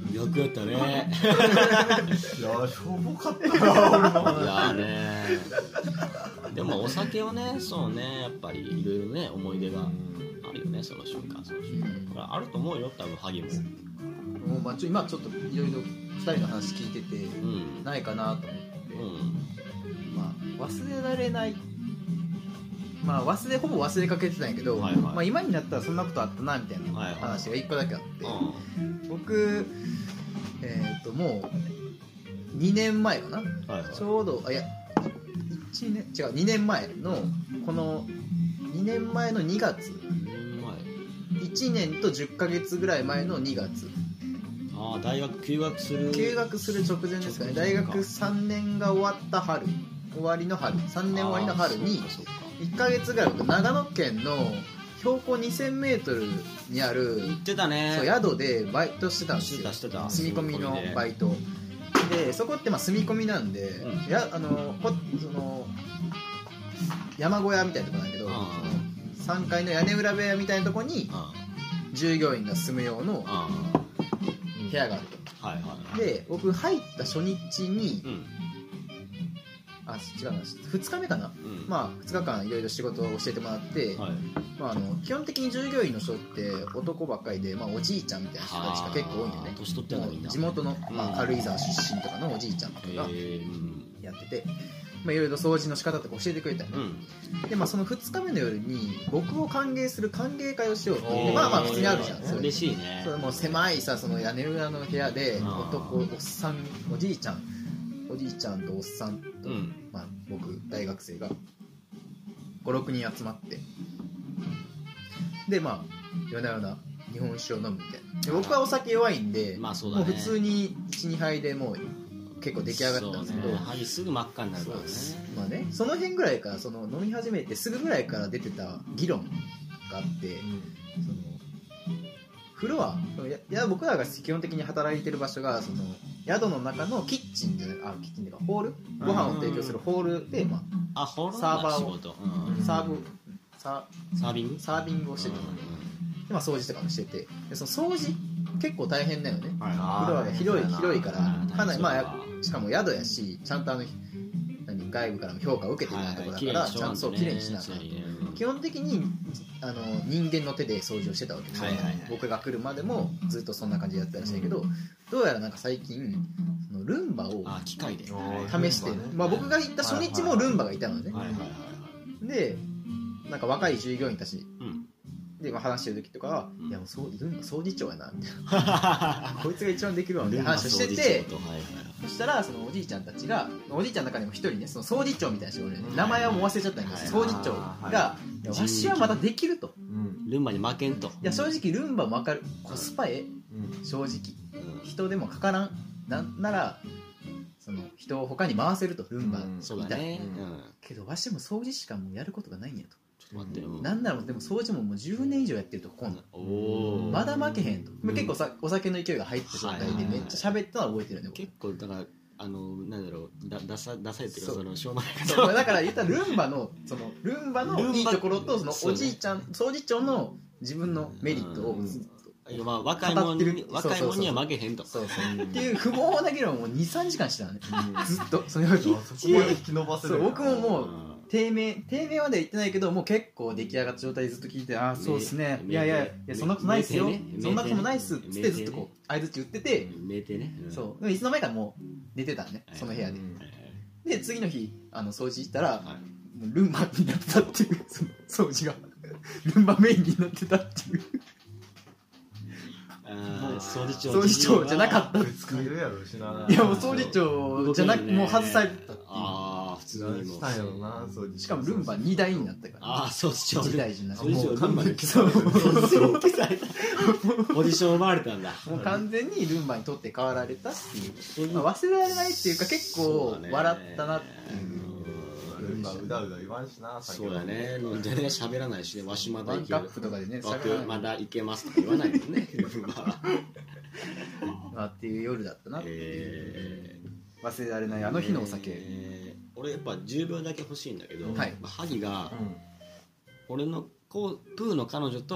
よくやったね。いやしょぼかったな俺も。 いやねでもお酒はね、そうね、やっぱりいろいろね思い出があるよね、その瞬間その瞬間、うん、だからあると思うよ多分萩も。 もうまあちょ今ちょっといろいろふたりの話聞いてて、うん、ないかなと思って、うん、まあ忘れられない、まあ忘れほぼ忘れかけてたんやけど、はいはい、まあ、今になったらそんなことあったなみたいな話がいっこだけあって、はいはい、僕えっ、ー、ともうにねんまえかな、はいはい、ちょうどあいやいちねん違うにねんまえのこのにねんまえのにがつ、いちねんとじゅっかげつぐらい前のにがつ、 ああ大学休学する休学する直前ですかね。大学さんねんが終わった春、終わりの春、さんねん終わりの春にいっかげつぐらい僕長野県の標高にせんメートルにある行ってたね、 そう宿でバイトしてたんですよ。 してた住み込みのバイトで、そこってまあ住み込みなんで、うん、やあのその山小屋みたいなとこなんだけど、さんがいの屋根裏部屋みたいなとこに従業員が住む用の部屋があると、はいはいはい、で僕入った初日に、うん、あ違うなふつかめかな、うん、まあふつかかんいろいろ仕事を教えてもらって、はい、まあ、あの基本的に従業員の人って男ばっかりで、まあ、おじいちゃんみたいな人たちが結構多いんだよね。 年取ってんのみんな地元の、まあ、軽井沢出身とかのおじいちゃんとかがやってて、まあ、いろいろ掃除の仕方とか教えてくれたよね、うん、で、まあ、そのふつかめの夜に僕を歓迎する歓迎会をしようって、まあまあ普通にあるじゃん。 嬉しいね。 それもう狭いさ、その屋根裏の部屋で男、おっさん、おじいちゃんおじいちゃんとおっさんと、うん、まあ、僕大学生がごろくにん集まって、でまあ夜な夜な日本酒を飲むみたいな。で僕はお酒弱いんで、まあそうだね、もう普通に いち,に 杯でもう結構出来上がったんですけど、 ね、はいすぐ真っ赤になるからね。 まあね、その辺ぐらいからその飲み始めてすぐぐらいから出てた議論があって、うん、そのフロア、いや僕らが基本的に働いてる場所がその宿の中のキッチンで、あキッチンでかホール、ご飯を提供するホールで、まあ、 あホールサーバーを、うん、サーブササービングサービングをしてて、で、まあ、掃除とかもしてて、でその掃除結構大変だよね。フロアが広い広いからかなり、まあしかも宿やしちゃんとあの何外部からも評価を受けてるようなところだから、はい、ちゃんときれいにしながら、基本的にあの人間の手で掃除をしてたわけですよ、はいはいはい、僕が来るまでもずっとそんな感じでやってたらしいけど、うん、どうやらなんか最近そのルンバを機械で試して、ね、まあ、僕が行った初日もルンバがいたのね、はいはいはい、でなんか若い従業員たち、うんでまあ、話してる時とかは、うん、いやもうそうルンバ掃除長やなみたいなこいつが一番できるわみたいな話をしてて、はいはい、そしたらそのおじいちゃんたちが、おじいちゃんの中にも一人ね、その掃除長みたいな人がいるね、名前はもう忘れちゃったんだけど、掃除長が、いやわしはまだできると、 うん、ルンバに負けんと、いや正直ルンバも分かる、コスパえ、うん、正直、うん、人でもかからん、なんならその人を他に回せると、ルンバみたいな、うん、そうだね、うん、けどわしも掃除しかもうやることがないんやと、待ってよ、なんならでも掃除ももうじゅうねん以上やってると今度まだ負けへんと、うん、結構さお酒の勢いが入った状態でめっちゃ喋ったのは覚えてるよね。 結構だからあのなんだろうだダサダサいっていうか、そのしょうもないそうだから言ったらルンバのそのルンバのいいところとそのおじいちゃん、掃除長の自分のメリットをずっと、 まあ、若いもんに若いもんには負けへんと、 そうそうっていう不毛な議論を に,さん 時間してたのね、ずっとそのようにそこまで引き伸ばせる。 僕ももう低迷低迷まで言ってないけど、もう結構出来上がった状態でずっと聞いて、ああそうですね、いやいやいやそんなことないっすよ、そんなこともないっすっつってずっとこう相づち打ってて、 名店ね、 そうでもいつの間にかもう寝てたのね、その部屋で。で次の日あの掃除行ったら、ルンバになってたっていう、その掃除がルンバメインになってたっていう。 掃除長掃除長じゃなかった。 使えるやろしな。 いやもう掃除長じゃなく、もう外されてたっていう。 ああ普通にもしたんやろな、掃除。 しかもルンバにだいになったから。 ああ掃除長いちだいじゃなくて、 掃除長ルンバに消された。ポジション奪われたんだ。 もう完全にルンバに取って代わられたっていう。まあ、忘れられないっていうか結構笑ったなっていう。 ルンバうだうだ言わんしな。 そうだね。飲んでね喋らないしね。わしまだいける。 ワンカップとかでね。 僕まだいけますとか言わないもんね。ルンバは。 まあっていう夜だったなっていう、えー、忘れられないあの日のお酒、 えー、俺やっぱじゅうびょうだけ欲しいんだけど、はい、まあ、萩が、うん、俺のこうプーの彼女と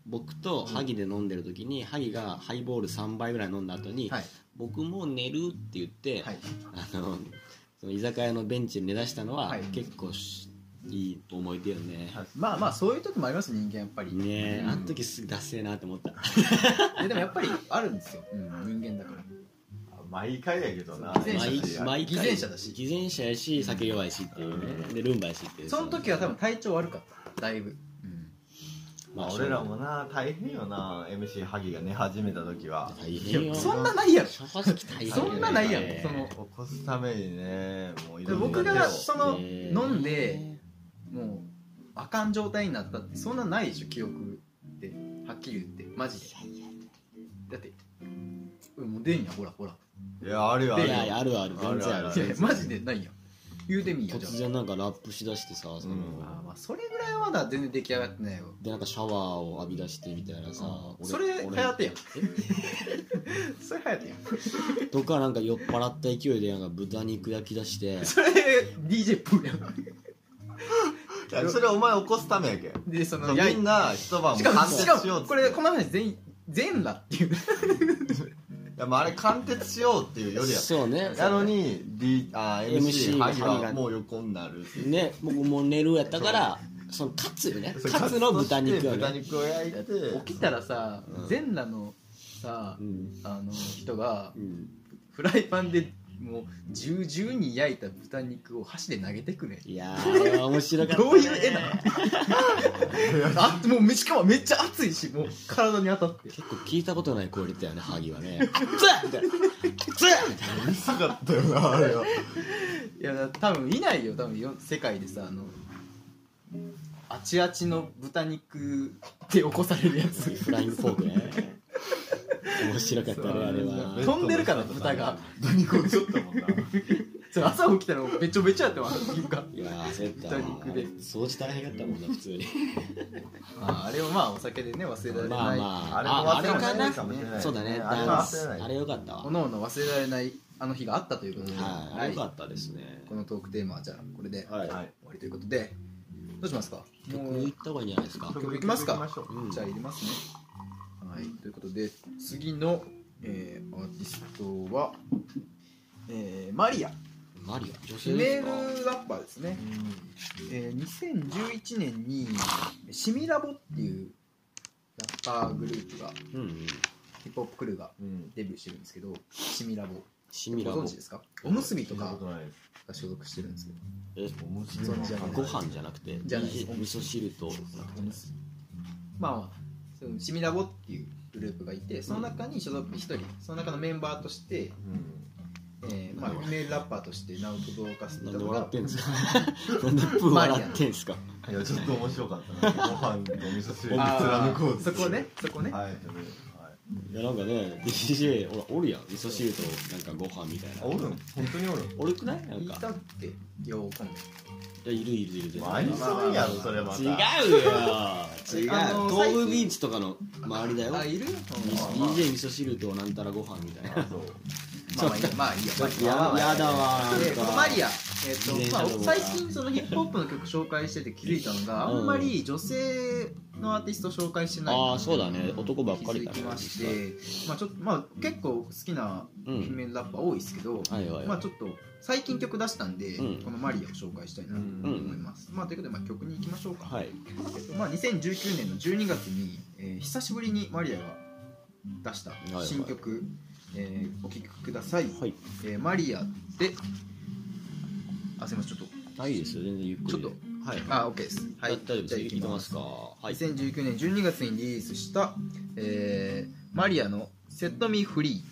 僕と萩で飲んでる時に萩がハイボールさんばいぐらい飲んだ後に、 はい、 僕もう寝るって言って、はい、あのその居酒屋のベンチに寝だしたのは、はい、結構いい思い出よね。 まあまあそういう時もあります、人間やっぱりねえ、うん、あの時すぐダッセーなって思ったでもやっぱりあるんですよ、うん、人間だから。 毎回やけどな、 偽善者だし偽善者やし酒弱いしっていうね、でルンバやしっていう。 その時は多分体調悪かっただいぶ、うんまあ、俺らもな大変よな、 エムシー 萩が寝始めた時は大変よ。 そんなないやろ大そんなないやろ、その起こすためにね。もうで僕がその飲んでもうあかん状態になったってそんなないでしょ、記憶ってはっきり言ってマジで。だってもう出んや、ほらほら。 いやあるよあるよ、 いやあるある全然ある。 いやマジでないやん、言うてみんや。 突然なんかラップしだしてさ、その、うん、 あまあそれぐらいはまだ全然出来上がってないよ。 でなんかシャワーを浴び出してみたいなさ、 それ流行ってやんそれ流行ってやんとかなんか酔っ払った勢いでなんか豚肉焼き出してそれ ディージェー プーやんそれお前起こすためやけで、そのみんな一晩も貫徹しようって。 これこの話全員全裸っていういやまああれ貫徹しようっていうよりはそうね、 なのに、D、あ エムシー 萩はもう横になるね、僕もう寝るやったからそのカツよね、カツの豚肉をね、 豚肉を焼いて起きたらさ、うん、全裸のさ、うん、あの人が、うん、フライパンでもう十々に焼いた豚肉を箸で投げてくれ。 いやー面白かった、ね、 どういう絵なのあもうめしかもめっちゃ熱いし、もう体に当たって結構聞いたことない声入れたよね、萩はね。熱っみたいな、熱っみたいな。 うるさかったよなあれは。 いや多分いないよ、多分よ世界でさ、あのあちあちの豚肉で起こされるやつフライングフォークね面白かったね、あれは。 飛んでるから豚が豚肉をちょっともんなそれ朝起きたらべちょべちょやってますっていうか。 いや焦った、豚肉で掃除大変だったもんな普通にあ, あれをまあお酒でね忘れられない、まあまあ、あれも忘れられないかもしれない、 ね、そうだね、 あれは忘れない、 あれよかったわ。 おのおの忘れられないあの日があったということで、 はい、はい、よかったですね。 このトークテーマはじゃあこれで、 はい、 終わりということで、どうしますか。 曲いった方がいいんじゃないですか。 曲いきますか。 うん、 じゃあ入れますね。はい、ということで次の、えー、アーティストは、えー、マリア。 マリア、女性ですか。フィメールラッパーですね。えー、にせんじゅういちねんにシミラボっていうラッパーグループが、うんうん、ヒップホップクルーがデビューしてるんですけど、シミラボ。シミラボご存知ですか。おむすびとかが所属してるんですけど。 え、おむすびご飯じゃなくて、 じゃない味噌汁とまあ、まあ、そのシミラボっていうグループがいて、その中に所属ひとり、その中のメンバーとして、うん、えー、まあフィメールラッパーとして名を轟かせていたのが。 なんで笑ってんすか。なんでプー笑ってんすか。 いやちょっと面白かったな。ご飯と味噌汁に貫こう。 そこね、そこね。 はい。 いやなんかね ディージェー お, おるやん、味噌汁となんかご飯みたいな。 おるん、本当におる。 おるくない？なんかいたっけ、ようこんで。 いやいるいるいる。 ありそうやろそれまた。 違うよ。違う。東武ビーチとかの周りだよ。 あ、いる？ディージェー 味噌汁となんたらご飯みたいな。 そう。まあまあいいや、まあいいや。 やだわ。 このマリア、えっとまあ最近そのヒップホップの曲紹介してて気づいたのが、あんまり女性のアーティスト紹介してない。 ああそうだね、男ばっかりだね。 気づきまして、まあちょっとまあ結構好きなフィメールラッパー多いですけど、まあちょっと最近曲出したんで、このマリアを紹介したいなと思います。まあということでまあ曲に行きましょうか。はい。まあにせんじゅうきゅうねんのじゅうにがつに久しぶりにマリアが出した新曲。えー、お聴きください、はい。えー、マリアで、あ、すみません、ちょっとあ、いいですよ、全然ゆっくりちょっと、はい、あ、OK です。はい、 大丈夫です。いきますか。 はい、にせんじゅうきゅうねんじゅうにがつにリリースした、えー、マリアのセットミーフリ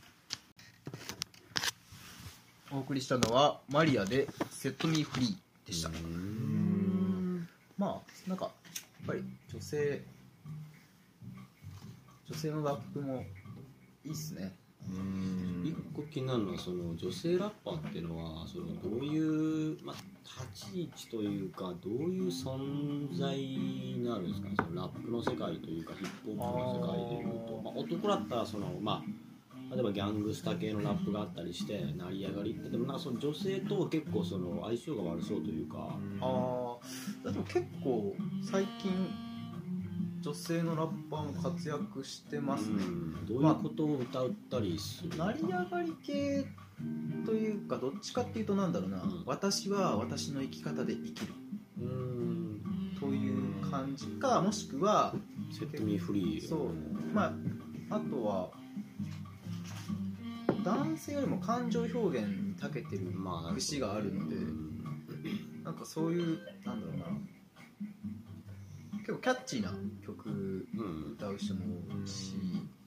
ー。お送りしたのはマリアでセットミーフリーでした。うーん、まあなんかやっぱり女性女性のラップもいいっすね。 一個気になるのはその女性ラッパーっていうのはそのどういう、まあ、立ち位置というかどういう存在になるんですかね、そのラップの世界というかヒップホップの世界でいうと、まあ、男だったらその、まあ、例えばギャングスタ系のラップがあったりして成り上がりってでもなんかその女性と結構その相性が悪そうというか、 ああでも結構最近女女性のラッパーも活躍してますね。 どういうことを歌ったりする、 まあ、成り上がり系というかどっちかっていうとなんだろうな、うん、私は私の生き方で生きるうーんという感じか、もしくはセットミーフリー。 そう、まああとは男性よりも感情表現に長けてる節があるので、なんかそういうなんだろうな、結構キャッチーな曲歌う人も多いし、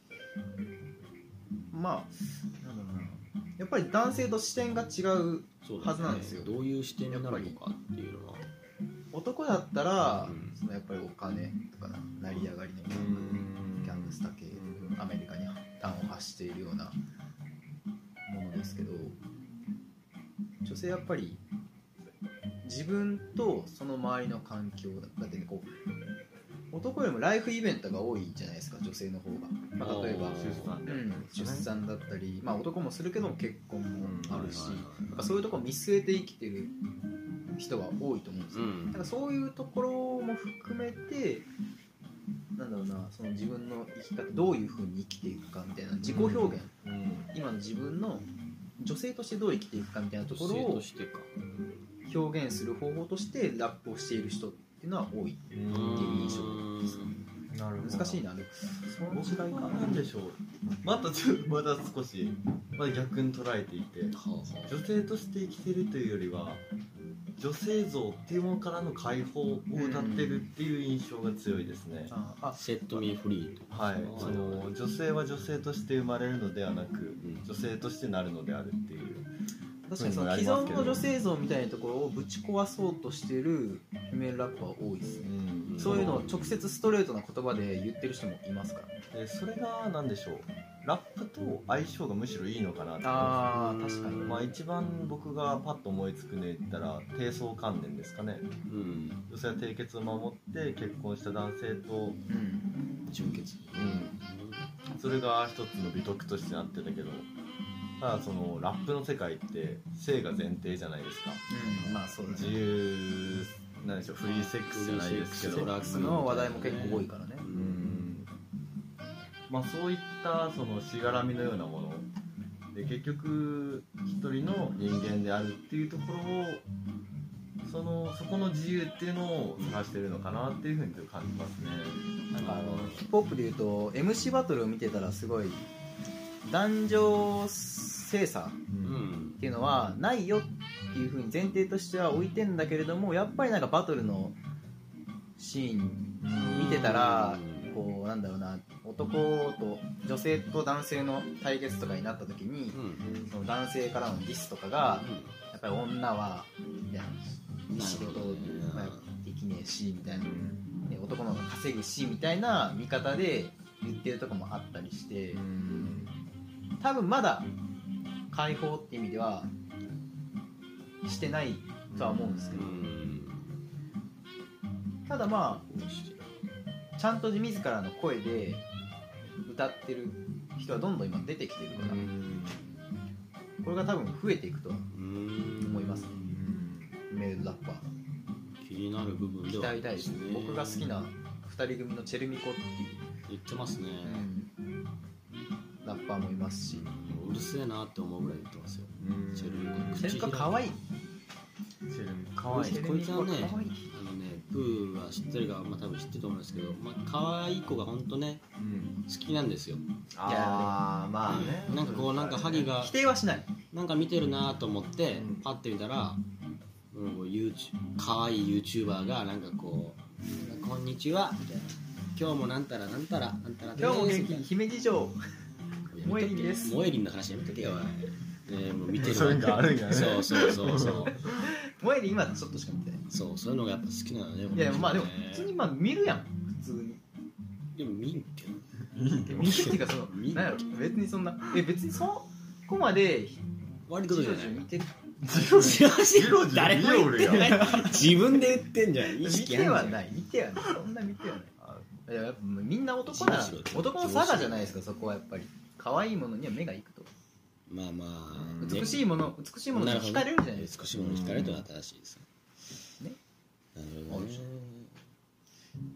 まあなんだろうな、やっぱり男性と視点が違うはずなんですよ。 どういう視点になるのかっていうのは、 男だったら、うん、そのやっぱりお金とかな、成り上がりのギャングスタ系、アメリカに端を発しているようなものですけど、女性やっぱり自分とその周りの環境だってね、こう男よりもライフイベントが多いじゃないですか、女性の方が、まあ、例えば出産、うん、出産だったり、まあ、男もするけども結婚もあるし、なんかそういうところを見据えて生きてる人が多いと思うんですよ、うん、だからそういうところも含めてなんだろうな、その自分の生き方どういう風に生きていくかみたいな自己表現、うんうん、今の自分の女性としてどう生きていくかみたいなところを表現する方法としてラップをしている人っていうのは多いっていう印象ですね。なるほど、難しいな、その違いかな。 なんでしょう、またちょまだ少しまだ逆に捉えていて、女性として生きているというよりは女性像っていうものからの解放を歌ってるっていう印象が強いですね。 うん、あ、セットミーフリーと、 はい、その女性は女性として生まれるのではなく、うん、女性としてなるのであるっていう。 確かにその既存の女性像みたいなところをぶち壊そうとしているフィメールラップは多いですね、うん、そういうのを直接ストレートな言葉で言ってる人もいますから。 でそれが何でしょう、ラップと相性がむしろいいのかなって。 ああ、確かに。 まあ一番僕がパッと思いつくね言ったら低層観念ですかね、うん、女性は貞潔を守って結婚した男性と、うん、 純潔、 うん、それが一つの美徳としてなってたけど、ただそのラップの世界って性が前提じゃないですか、 うん、まあそうだね、 自由なんでしょう、フリーセックスじゃないですけど、 セックスの話題も結構多いからね、うん、 まあそういったそのしがらみのようなもので結局一人の人間であるっていうところを、そのそこの自由っていうのを探してるのかなっていうふうに感じますね。 なんかあのヒップホップでいうと エムシー バトルを見てたらすごい男女性差っていうのはないよっていう風に前提としては置いてんだけれども、やっぱりなんかバトルのシーン見てたらこうなんだろうな、男と女性と男性の対決とかになった時に、その男性からのディスとかがやっぱり女はみたいな、仕事できねえしみたいな、男の方が稼ぐしみたいな見方で言ってるとこもあったりして、多分まだ解放って意味ではしてないとは思うんですけど、ただまあちゃんと自らの声で歌ってる人はどんどん今出てきてるから、これが多分増えていくと思いますね。メールラッパー気になる部分では期待大ですね。僕が好きなふたり組のチェルミコっていう言ってますね、 うん、ラッパーもいますし、 うるせえなって思うぐらい言ってますよ。 チェルミコ、チェルミコかわいい。 チェルミコかわいい。こいつはね、あのね、プーは知ってるか、まあ多分知ってると思うんですけど、まあ可愛い子が本当ね、うん、好きなんですよ。 ああ、まあね。 なんかこうなんかハギが否定はしない。 なんか見てるなと思って、うん、パッて見たら、うん、YouTube 可愛い YouTuber がなんかこう、こんにちはみたいな。今日もなんたらなんたらなんたら今日も元気姫路城。モエリンです。 モエリンの話やめとけよ。ね、もう見てるそういうのがあるんやね。 そうそうそうそう。 モエリン今ちょっとしか見てない。 そう、そういうのがやっぱ好きなのね。 いやまあでも普通にまあ見るやん、普通に。 でも見んけど。 見るっていうかそのなんやろ、別にそんなえ別にそこまで悪いことじゃない。 見てる。 誰も言ってない。自分で言ってんじゃん。 見てはない見てはないそんな見てはない。いややっぱみんな男な男の差がじゃないですか、そこはやっぱり可愛いものには目がいくと。 まあまあ、 美しいもの美しいものに惹かれるんじゃないですか。 美しいものに惹かれるとは正しいですね。 ね。 なるほどね。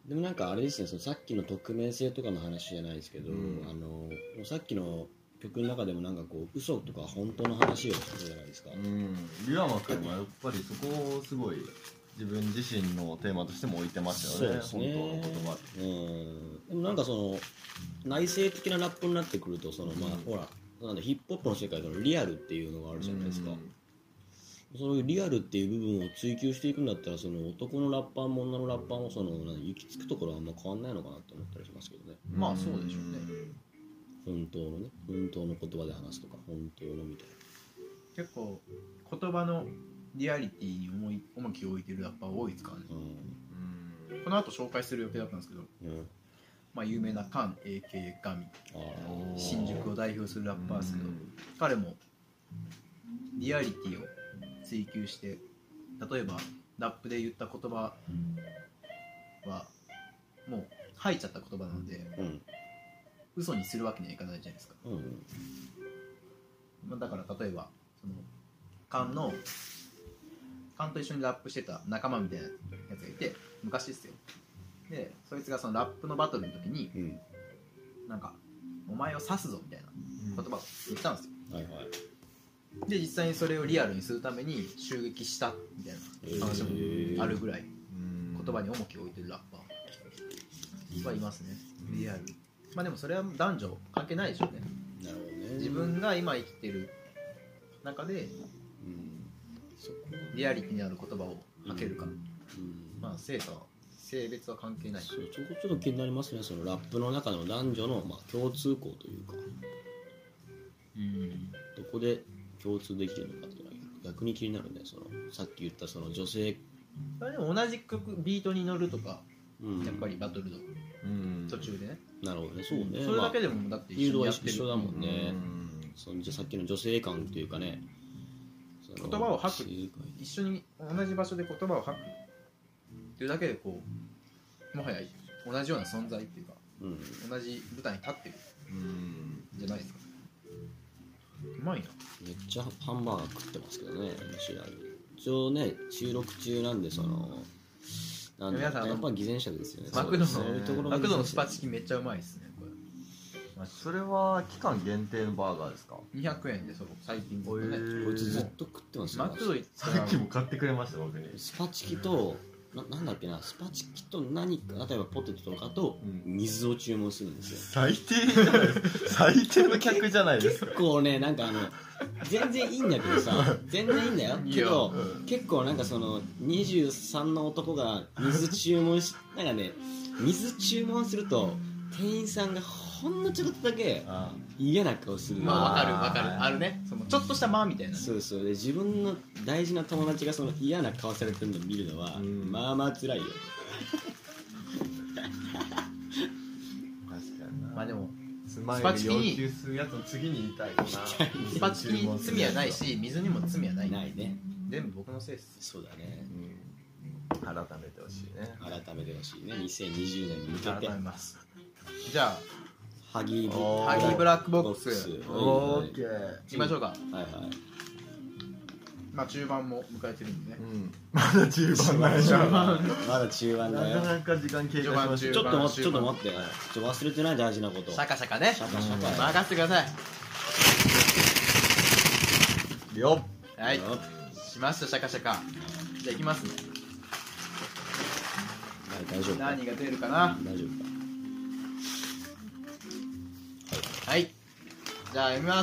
でもなんかあれですね、そのさっきの匿名性とかの話じゃないですけど、うん、あのさっきの曲の中でもなんかこう嘘とか本当の話をしてるじゃないですか。うん、 リラマ君はやっぱりそこをすごい自分自身のテーマとしても置いてましたよね。そうですね、本当の言葉。 うん。でもなんかその内省的なラップになってくるとその、まあ、うん、ほらなんだヒップホップの世界でのリアルっていうのがあるじゃないですか。うん、そういうリアルっていう部分を追求していくんだったらその男のラッパーも女のラッパーもその行き着くところはあんま変わんないのかなって思ったりしますけどね。 まあそうでしょうね。 本当のね、本当の言葉で話すとか本当のみたいな。 結構言葉のリアリティに重い重きを置いてるラッパー多いですからね。うん、この後紹介する予定だったんですけど、うん、まあ有名なカン エーケー ガミ、新宿を代表するラッパーですけど、彼もリアリティを追求して例えばラップで言った言葉はもう吐いちゃった言葉なので、うん、嘘にするわけにはいかないじゃないですか。うん、だから例えばそのカンのカンと一緒にラップしてた仲間みたいなやつがいて昔ですよ。でそいつがそのラップのバトルの時に、うん、なんかお前を刺すぞみたいな言葉を言ったんですよ。うん、はいはい。で実際にそれをリアルにするために襲撃したみたいな話もあるぐらい言葉に重きを置いてるラッパーはいますね。リアル。まあでもそれは男女関係ないでしょうね。なるほどね。自分が今生きてる中で、うん、リアリティにある言葉を吐けるか、うんうん、まあ性と性別は関係ない。 そうちょっと気になりますね。そのラップの中の男女のまあ共通項というか、うん、どこで共通できるのかっていうのは逆に気になるね。そのさっき言ったその女性、 あでも同じ曲ビートに乗るとか、うん、やっぱりバトルの、うん、途中でね。 なるほどね。そうね。 それだけでもだって一緒にやってる。 一緒だもんね。うん、そのじゃさっきの女性感っていうかね。 言葉を吐く一緒に同じ場所で言葉を吐くっていうだけでこうもはや同じような存在っていうか、うん、同じ舞台に立ってるんじゃないですか。うまいな。 めっちゃハンバーガー食ってますけどね。一応ね収録中なんでそのなんでやっぱ偽善者ですよね。 マクドのマクドのスパチキめっちゃうまいですね。これそれは期間限定のバーガーですか？ にひゃくえんでそう最近こいつずっと食ってますよ。 マクド行ったらさっきも買ってくれました僕に。 スパチキとな, なんだっけなスパチキと何か例えばポテトとかと水を注文するんですよ。 最低じゃないですか。最低の客じゃないですか。 結構ねなんかあの全然いいんだけどさ全然いいんだよけど、うん、結構なんかそのにじゅうさんの男が水注文しなんかね水注文すると店員さんがほんのちょっとだけ嫌な顔する。 まあわかるわかるあるね。そのちょっとした間みたいな、ね、 そうそうで自分の大事な友達がその嫌な顔されてるのを見るのは、うん、まあまあ辛いよ。 確かにな。まあでもスパチキに要求するやつの次に言いたいな。 スパチキに罪はないし水にも罪はない。 ないね。 全部僕のせいです。 そうだね、 うん、改めてほしいね。 改めてほしいね。にせんにじゅうねんに向けて改めます。じゃあハギーハギーブラックボックスオーケー行きましょうか。 はいはい。 まあ中盤も迎えてるんでね、うん、 まだ中盤だよ。 まだ中盤だよ。 なかなか時間経過しました。 ちょっと待ってちょっと待ってちょっと忘れてない大事なこと。 シャカシャカね。 シャカシャカ任せてくださいよっ。はいしましたシャカシャカ。じゃあいきますね。 大丈夫か。 何が出るかな。 大丈夫か。 はい、じゃあ読みます。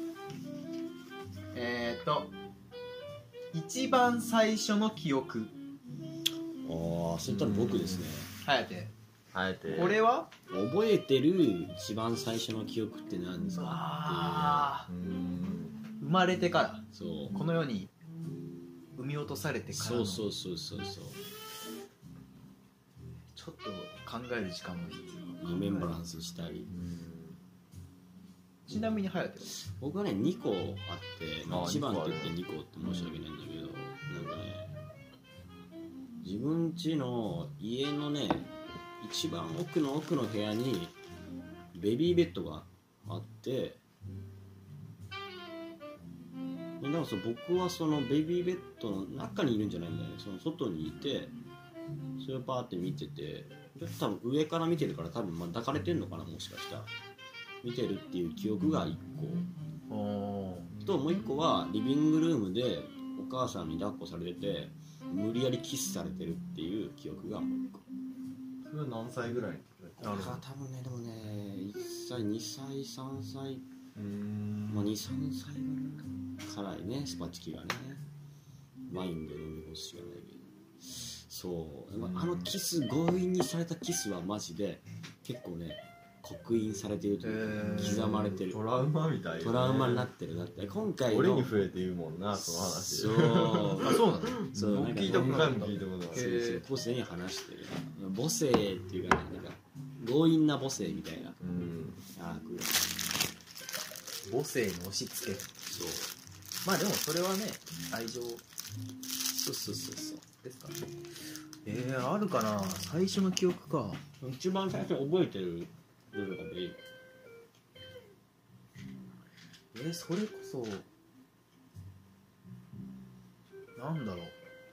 えーっと一番最初の記憶。 ああそういったら僕ですね。 はやてはやてこれは覚えてる一番最初の記憶って何ですか。 あーうん生まれてからそうこの世に産み落とされてからの。 そうそうそうそうそう。 ちょっと考える時間も必要。 リメンバランスしたり。 ちなみに隼人は僕はねにこあって、まあ、いちばんって言ってにこって申し訳ないんだけど、なんかね自分家の家のね一番奥の奥の部屋にベビーベッドがあって、でなんかその僕はそのベビーベッドの中にいるんじゃないんだよね。その外にいてそれをパーって見てて、ちょっと多分上から見てるから多分まあ抱かれてんのかな、もしかしたら見てるっていう記憶がいっこと、もういっこはリビングルームでお母さんに抱っこされてて無理やりキスされてるっていう記憶がもういっこ。 それは何歳ぐらい？ あ多分ね、でもねいっさいにさいさんさい、 うーん、 まあ、にさんさいからいね、スパチキがねワインで飲み干すしかないけど、そう、あのキス、強引にされたキスはマジで結構ね刻印されてるというか、刻まれてる、 トラウマみたいな、ね、 トラウマになってる。だって今回の俺に触れて言うもんな、その話。 そうあ、そうなの？ そう、なんか聞いたことない聞いたことない。 そうそう個性に話してる母性っていうかね、なんか強引な母性みたいな、 うん、 あー母性の押し付け。 そう、 まあでもそれはね、愛情そうそうそうそうですかね。えー、あるかな、最初の記憶か。 一番最初に覚えてる部分でいい。 えー、それこそなんだろう、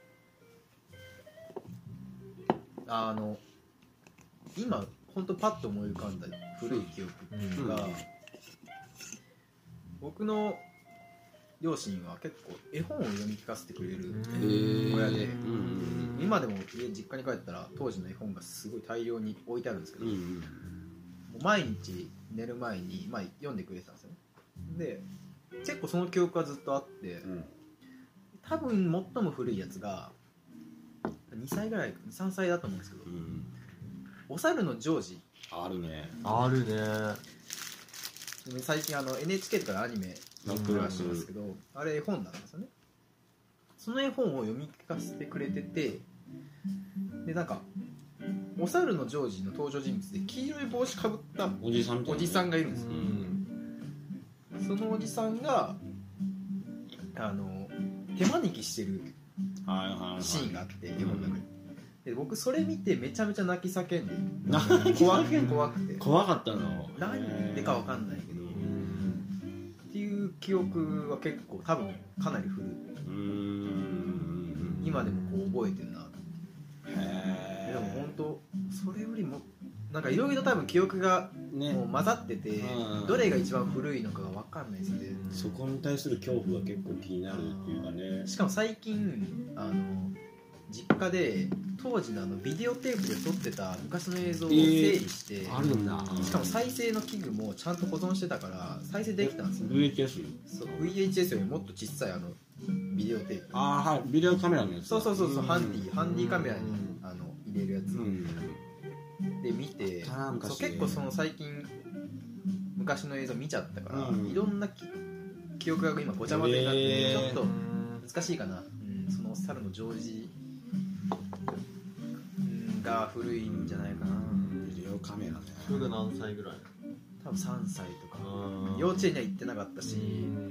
あの今ほんとパッと思い浮かんだ古い記憶が、うん、僕の両親は結構絵本を読み聞かせてくれる親で、今でも家実家に帰ったら当時の絵本がすごい大量に置いてあるんですけど、もう毎日寝る前に、まあ、読んでくれてたんですよね。で結構その記憶がずっとあって、うん、多分最も古いやつがにさいぐらい、にさんさいだと思うんですけど、うん、お猿のジョージ、 あるね、 あるね。 最近あの エヌエイチケー とかでアニメなってるらしいんですけど、あれ絵本なんですよね。その絵本を読み聞かせてくれてて、でなんかお猿のジョージの登場人物で黄色い帽子かぶったおじさん、 おじさんがいるんですよ、うん、そのおじさんがあの手招きしてるシーンがあって絵本の中に、で僕それ見てめちゃめちゃ泣き叫んで怖くて怖くて怖かったの、 何でかわかんないけどっていう記憶は結構多分かなり古い。うーん、今でもこう覚えてるな。へー、でも本当それよりもなんかいろいろ多分記憶がもう混ざってて、ね、どれが一番古いのかが分かんないですよね。 そこに対する恐怖が結構気になるっていうかね。 しかも最近あの実家で当時のあのビデオテープで撮ってた昔の映像を整理して、えー、 あるんだ。 しかも再生の器具もちゃんと保存してたから再生できたんですよ。 ブイエイチエス？ そう、 ブイエイチエス よりもっと小さいあのビデオテープ。 ああ、はい、ビデオカメラのやつ。 そうそうそうそう、ハンディハンディカメラにあの入れるやつで見て、そう結構その最近昔の映像見ちゃったから、うん、いろんな記憶が今ごちゃ混ぜになって、えー、ちょっと難しいかな、うん、その猿のジョージが古いんじゃないかな。 ビデオカメラね。 それが何歳ぐらい？ 多分さんさいとか。幼稚園には行ってなかったし、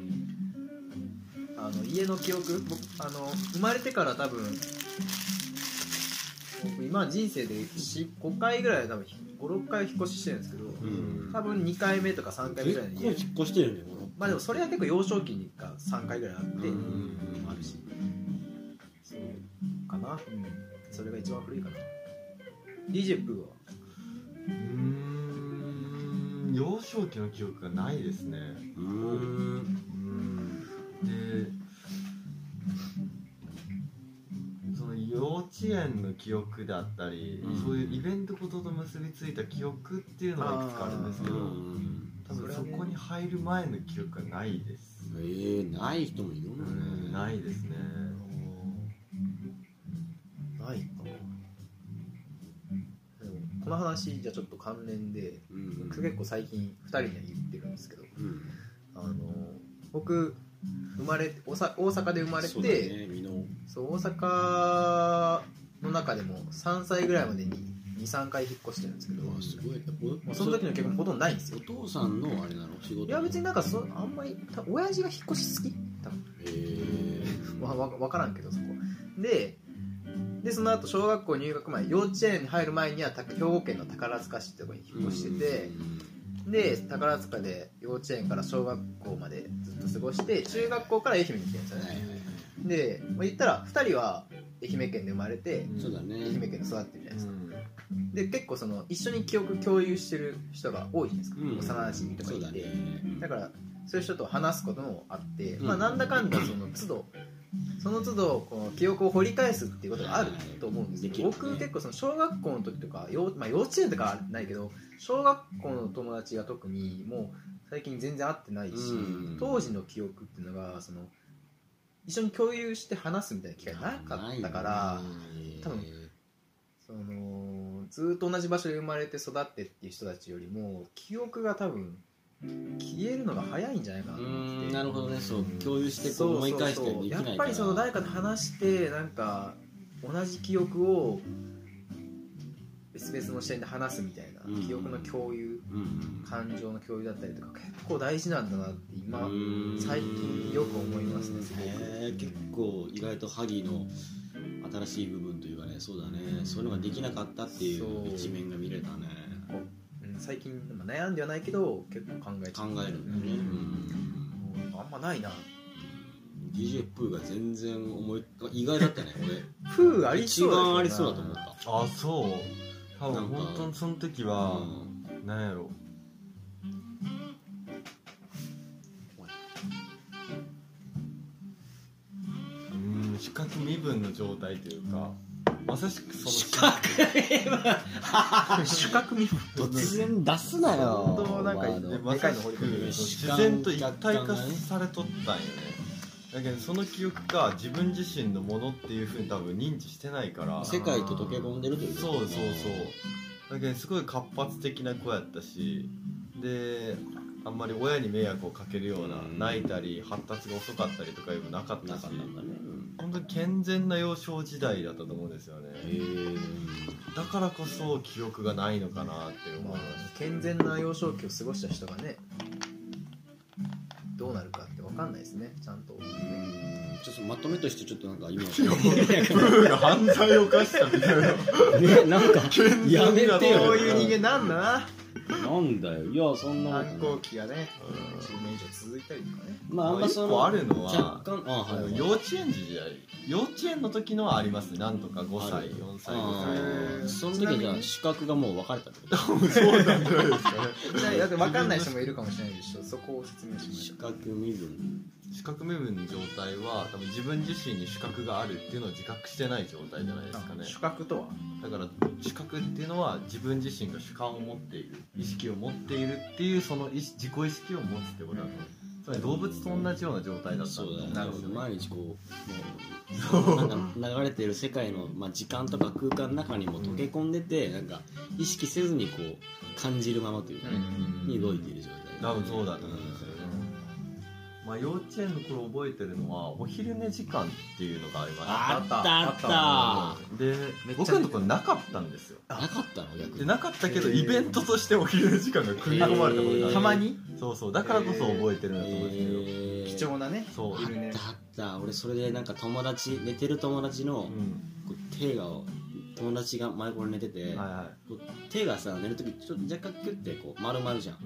あの家の記憶、僕あの生まれてから多分僕今人生でごかいぐらい多分ごろっかい引っ越ししてるんですけど、多分にかいめとかさんかいぐらいの家。 結構引っ越してるね。 まあでもそれは結構幼少期にがさんかいぐらいあってもあるし、そうかな、うん、それが一番古いかな。ディージェー プーはうーん、幼少期の記憶がないですね。うーん、でその幼稚園の記憶だったり、うん、そういうイベントことと結びついた記憶っていうのがいくつかあるんですけど、多分そこに入る前の記憶がないです。 えー、ない人もいるのね。 ないですね。 ないか。この話じゃちょっと関連で、うん、結構最近ふたりには言ってるんですけど、うん、あの僕生まれ大阪で生まれて、そうだね、そう大阪の中でもさんさいぐらいまでに にさんかい引っ越してるんですけど、すごい、もうその時の結婚ほとんどないんですよ。 お父さんのあれなの仕事？ いや別になんかそあんまり親父が引っ越し好き多分。へー、わ分からんけどそこで。でその後小学校入学前、幼稚園に入る前には兵庫県の宝塚市ってとこに引っ越してて、で宝塚で幼稚園から小学校までずっと過ごして、中学校から愛媛に来てるんですよね。で、まあ、言ったらふたりは愛媛県で生まれて、 そうだね、 愛媛県で育ってるじゃないですか、 うん、 で結構その一緒に記憶共有してる人が多いじゃないですか、 うん、 幼馴染とかいて、 だね、 だからそういう人と話すこともあって、うん、まあなんだかんだその都度その都度この記憶を掘り返すっていうことがあると思うんですけど、僕結構その小学校の時とか、幼、まあ、幼稚園とかはないけど小学校の友達が特にもう最近全然会ってないし、うん、当時の記憶っていうのがその一緒に共有して話すみたいな機会なかったから、多分そのずっと同じ場所で生まれて育ってっていう人たちよりも記憶が多分消えるのが早いんじゃないかなと思って。 なるほどね、そう共有してこう思い返してできないから、 やっぱりその誰かと話してなんか同じ記憶を別々の視点で話すみたいな、うん、記憶の共有、うん、感情の共有だったりとか結構大事なんだなって今最近よく思いますね。すごく、 えー、結構意外とハギの新しい部分というかね、そうだね、そういうのができなかったっていう一面が見れたね。 最近悩んではないけど結構考えちゃう、 考えるんだよね、 うん、あんまないな。 ディージェー プーが全然思い意外だったね俺プーありそうだ、 一番ありそうだと思った。 あ、そう、多分本当にその時は、うん、なんやろう、うん、視覚身分の状態というか、まさしくその視覚身分視覚身分突然出すなよ。 本当なんかでまさしく自然と一体化されとったんよね。だけどその記憶が自分自身のものっていうふうに多分認知してないから、 世界と溶け込んでるというか、 そうそうそう、だけどすごい活発的な子やったし、であんまり親に迷惑をかけるような、うん、泣いたり発達が遅かったりとかいうのなかったし、なかったんだね、うん、本当に健全な幼少時代だったと思うんですよね。へー、だからこそ記憶がないのかなって思います、まあ、健全な幼少期を過ごした人がねどうなるかって分かんないですね、ちゃんと。 ちょっとまとめとしてちょっとなんか今プーが犯罪を犯したみたいなね、なんかやめてよ、 そういう人間なんだな。 なんだよ、いやそんな反抗期がねじゅうねん以上続いたりとかね。 まああんまその一個あるのは若干、あ、はいはい、 幼稚園時代、幼稚園の時のはありますね。なんとかごさい、よんさい、ごさい。 その時はじゃあ視覚がもう分かれたってことそうなんじゃないですかね。 だって分かんない人もいるかもしれないでしょ。そこを説明しましょう。 視覚身分視覚身分の状態は多分自分自身に視覚があるっていうのを自覚してない状態じゃないですかね。 視覚とはだから視覚っていうのは自分自身が主観を持っている、意識を持っているっていうその自己意識を持つってことだと思う。つまり動物と同じような状態だった。 そうだね。なるほど。毎日こうもうなんか流れている世界の、まあ、時間とか空間の中にも溶け込んでて、うん、なんか意識せずにこう感じるままというかね、うん、に動いている状態。 多分そうだと思うんですよね。まあ、幼稚園の頃覚えてるのはお昼寝時間っていうのがありました。 あったあった。 で僕のところなかったんですよ。 なかったの逆に。 でなかったけどイベントとしてお昼寝時間が組み込まれたことがある。 たまに。 そうそう、だからこそ覚えてるんだと思うんですけど、えー、貴重なね。 そう。 あったあった。俺それでなんか友達寝てる友達の、うん、こう手が友達が前これ寝てて、はいはい、こう手がさ寝るときちょっと若干キュッてこう丸まるじゃん、うん、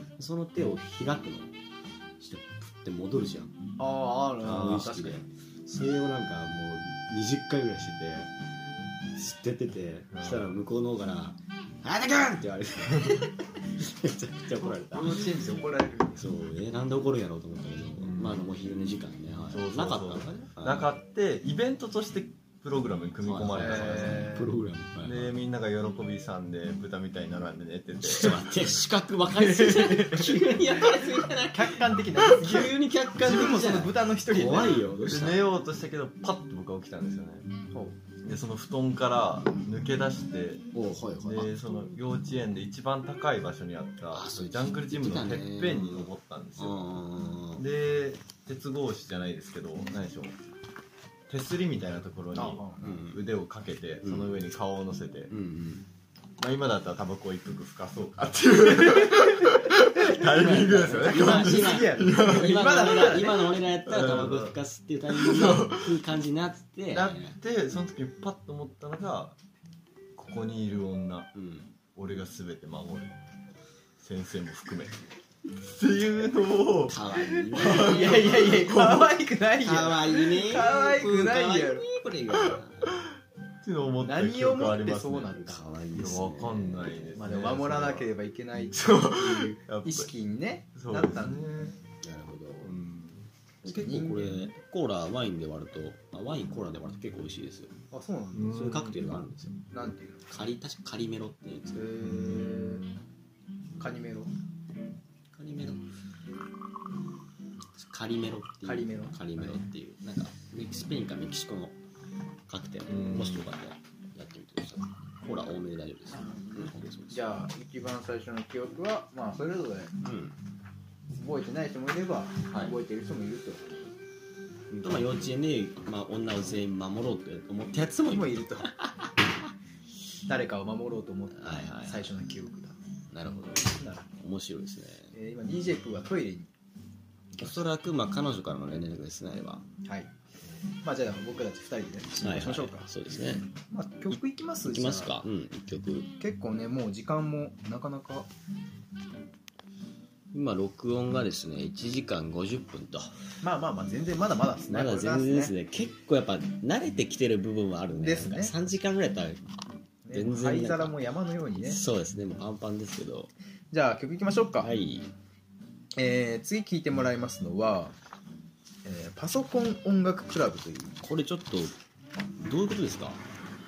その手を開くのしてプッて戻るじゃん。 ああ、あるな、 確かに。それをなんかもうにじゅっかいぐらいしてて吸ってて、そしたら向こうの方から「あたくん!」って言われてめちゃくちゃ怒られた。 幼稚園児怒られる。 そう、えなんで怒るんやろうと思ったけど、うん、まあお昼寝時間ね、はい、そうそうそうなかったのかね。 なかってイベントとしてプログラムに組み込まれたからね。 プログラム、 はい、でみんなが喜びさんで豚みたいに並んで寝てて、 ちょっと待って、視覚分かりすぎじゃない急に分かりすぎじゃない客観的な急に客観的にその豚の一人怖いよ。 で寝ようとしたけどパッと僕は起きたんですよね。でその布団から抜け出して、お、はいはい、でその幼稚園で一番高い場所にあったジャングルジムのてっぺんに登ったんですよ。で鉄格子じゃないですけど何でしょう、手すりみたいなところに腕をかけて、その上に顔を乗せて、うんうん、まあ、今だったらタバコを一服吹かそうかっていうタイミングですよね。 今, 今, 今, 今, の俺ら今の俺らやったらタバコ吹かすっていうタイミングのいい感じになってなってその時にパッと思ったのが、ここにいる女、うん、俺が全て守る、先生も含めっていうのをかわいいねいやいやいや可愛くないよかわいいね可愛くないやろこれがっていうのを思った記何をもって憶ありますね。 そうなんだかわいいですねいやわかんないですね。 まあでも守らなければいけないってそういうやっぱり意識にねそうなったんでですね。 なるほどうん結構これコーラワインで割るとあワインコーラで割ると結構美味しいですよあそうなんだそういうカクテルがあるんですよなんていうのカリ確かカリメロって言うんですけへどーカニメロカリメロカリメロっていうカリメロカリメロっていうなんかメキスペインかメキシコのカクテルうんもしよかったらやってみてくださいコーラ多めで大丈夫ですよ、うん、そうですじゃあ一番最初の記憶はまあそれぞれうん覚えてない人もいれば、 はい覚えてる人もいるととまあ幼稚園で、まあ、女を全員守ろうと思ったやつもいるもいると誰かを守ろうと思ったはいはい最初の記憶だ、 なるほどなるほど、 面白いですねえー、今 ディージェー プーはトイレにおそらくまあ彼女からの連絡ですねあればはいまあじゃあ僕たちふたりで進行しましょうか、 そうですねまあ、曲いきますいきますじゃあかうん一曲結構ねもう時間もなかなか今録音がですねいちじかんごじゅっぷんとまあまあまあ全然まだまだですねまだ全然ですね結構やっぱ慣れてきてる部分はあるねですねなんかさんじかんぐらいやったら全然なんか灰皿も山のようにねそうですねもうパンパンですけどじゃあ曲いきましょうか、 はいえー、次聴いてもらいますのは、えーパソコン音楽クラブというこれちょっとどういうことですか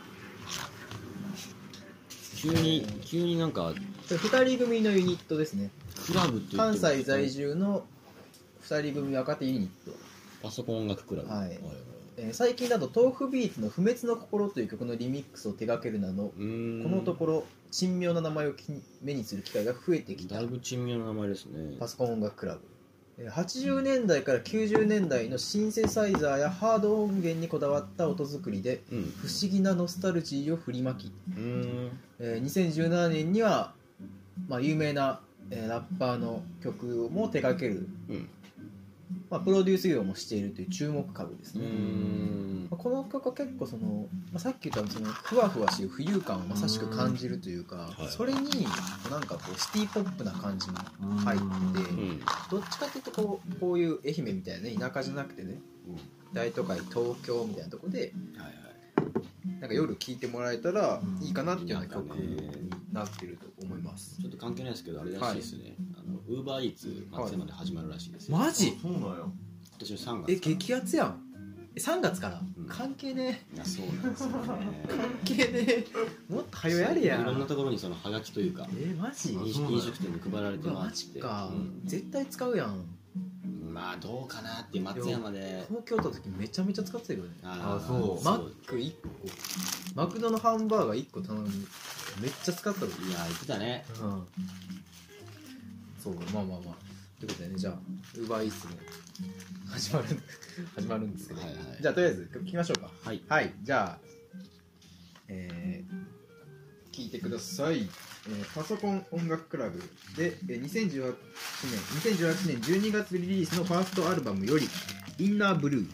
急に急になんかふたり組のユニットですねクラブって言って関西在住住のふたり組若手ユニット、 パソコン音楽クラブはいえー最近だと豆腐ビーツの「不滅の心」という曲のリミックスを手掛けるなどうーんこのところ珍妙な名前を目にする機会が増えてきただいぶ珍妙な名前ですねパソコン音楽クラブえーはちじゅうねんだいからきゅうじゅうねんだいのシンセサイザーやハード音源にこだわった音作りでうん不思議なノスタルジーを振りまき、 うーんえーにせんじゅうななねんには、まあ、有名な、えーラッパーの曲も手掛ける、 うんまあ、プロデュース業もしているという注目株ですうーね、 んまあこの曲は結構その、まあ、さっき言ったそのふわふわしてる浮遊感をまさしく感じるというかはいそれになんかこうシティポップな感じも入ってうんどっちかというとこうこういう愛媛みたいなね田舎じゃなくてね大都会東京みたいなところではいはいなんか夜聴いてもらえたらいいかなっていうような曲なんかねになってると思いますちょっと関係ないですけどあれらしいですね、あのウーバーイーツ松山で始まるらしいですよ、 マジそうなんや。 今年のさんがつえ激アツやんえさんがつから、 うん関係ねいやそうなんですよねえ関係ねえもっと早やれやいろんなところにそのハガキというかえマジ飲食飲食店に配られてうわマますってジか、 うん絶対使うやんまあどうかなっていう松山で東京都の時めちゃめちゃ使ってたよねあーそうマックいっこマクドのハンバーガーいっこ頼むめっちゃ使ったのいや言ってたねうんそうまあまあまあということでねじゃあウーバーイーツも始まる始まるんですけど、 はいはいじゃあとりあえず曲聴きましょうかはいはいじゃあえー、聴いてください、えーパソコン音楽クラブで、えー、にせんじゅうはちねんにせんじゅうはちねんじゅうにがつリリースのファーストアルバムよりインナーブルー、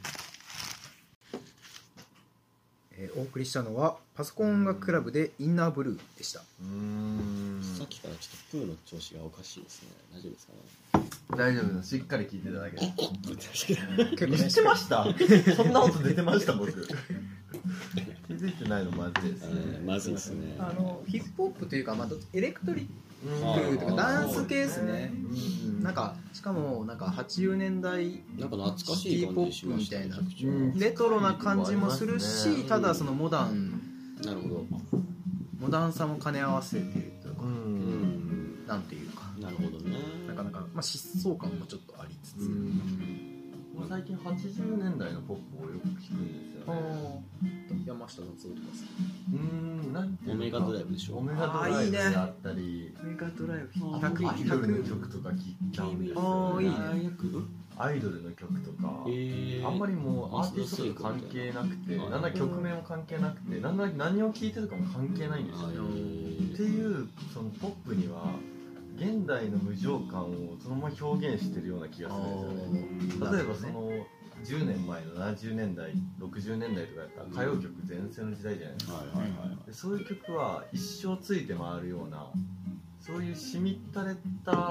えーお送りしたのはパソコン音楽クラブでインナーブルーでした。 うーんさっきからちょっとプーの調子がおかしいですね大丈夫ですかね大丈夫です。しっかり聞いていただける。 結構ね知ってましたそんな音出てました僕気づいてないのマジですえーまずいですねあのヒップホップというか、まあ、どエレクトリッうんクとかダンス系ですね。 うんなんかしかもなんかはちじゅうねんだいなんか懐かしい感じしましたねシティポップみたいな特徴うんレトロな感じもするし、 うんただそのモダンなるほどモダンさも兼ね合わせてるというか、 ううんんなんていうかなるほどねなかなか、まあ、疾走感もちょっとありつつ、 もう最近はちじゅうねんだいのポップをよく聞くんですよね山下達郎とかさうーんなんていうのオメガドライブでしょオメガドライブであったりメガドライブあひゃくアイドルの曲とか聴いちゃうんですよ、 あーいいねアイドルの曲とか、 えーあんまりもうアーティストとか関係なくて、 はいなんなら曲名も関係なくて、なんなら何を聴いてるかも関係ないんですよ、っていうそのポップには現代の無常感をそのまま表現してるような気がするんですよね。例えばそのじゅうねんまえのななじゅうねんだいろくじゅうねんだいとかやったら歌謡曲全盛の時代じゃないですか、 はいはいはいでそういう曲は一生ついて回るようなそういうしみったれた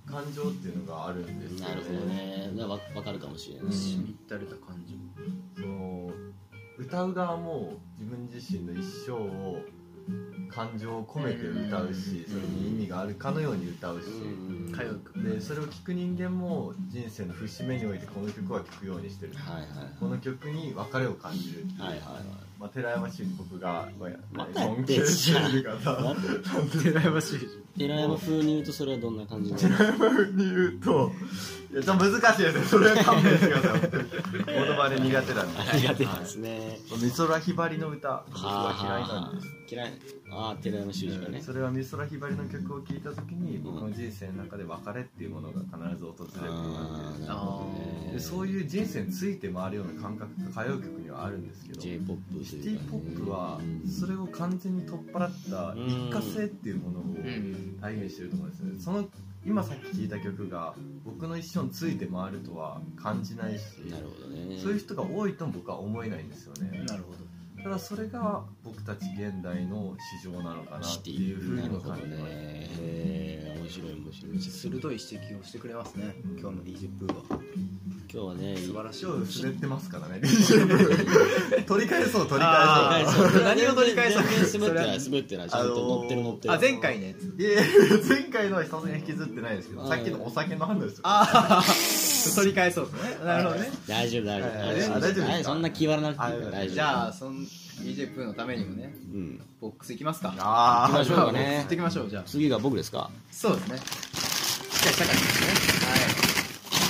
感情っていうのがあるんですよね。 なるほどね。だから分かるかもしれない。 しみったれた感情。 その歌う側も自分自身の一生を感情を込めて歌うし、それに意味があるかのように歌うし、 歌謡曲でそれを聴く人間も人生の節目においてこの曲は聴くようにしてる、 はいはい、 この曲に別れを感じるっていう、 はいはいはい、 まあ、寺山修司僕が、まあまたや尊敬ってんじゃんしてる方寺山修司寺山風に言うとそれはどんな感じなの？ 寺山風に言うといやちょっと難しいですね。それは勘弁してください。モノマネ苦手なんで苦手なんですね。 美空ひばりの歌僕は嫌いなんです。 嫌い。ああ、寺山修司がね。 それは美空ひばりの曲を聴いた時に僕の人生の中で別れっていうものが必ず訪れるので、でそういう人生について回るような感覚が歌謡曲にはあるんですけど、 J-ポップ、 シティポップはそれを完全に取っ払った一過性っていうものを体現してると思うんですね。その今さっき聴いた曲が僕の一生について回るとは感じないし、 なるほどね、 そういう人が多いと僕は思えないんですよね。 なるほど。 ただそれが僕たち現代の市場なのかなっていうふうにも感じます。 へえ、面白い面白い。 鋭い指摘をしてくれますね、うん、今日の ディージェー プーは。 今日はね、 素晴らしい。滑ってますからね。取り返そう取り返そう。 何を取り返そう。 滑ってない滑ってない。ちゃんと乗ってる乗ってる。 あ、前回のやつ。 いや前回のはさすがに引きずってないですけど、さっきのお酒の話ですよ。 ああ、取り返そうですね。なるほどね。 大丈夫大丈夫。 大丈夫。 そんな気張らなくていいから大丈夫。 じゃあその ディージェー プーのためにもね、うん、ボックス行きますか。 ああ、行きましょうかね。 行ってきましょう。じゃあ次が僕ですか。 そうですね。じゃあシャカシャカですね。はい。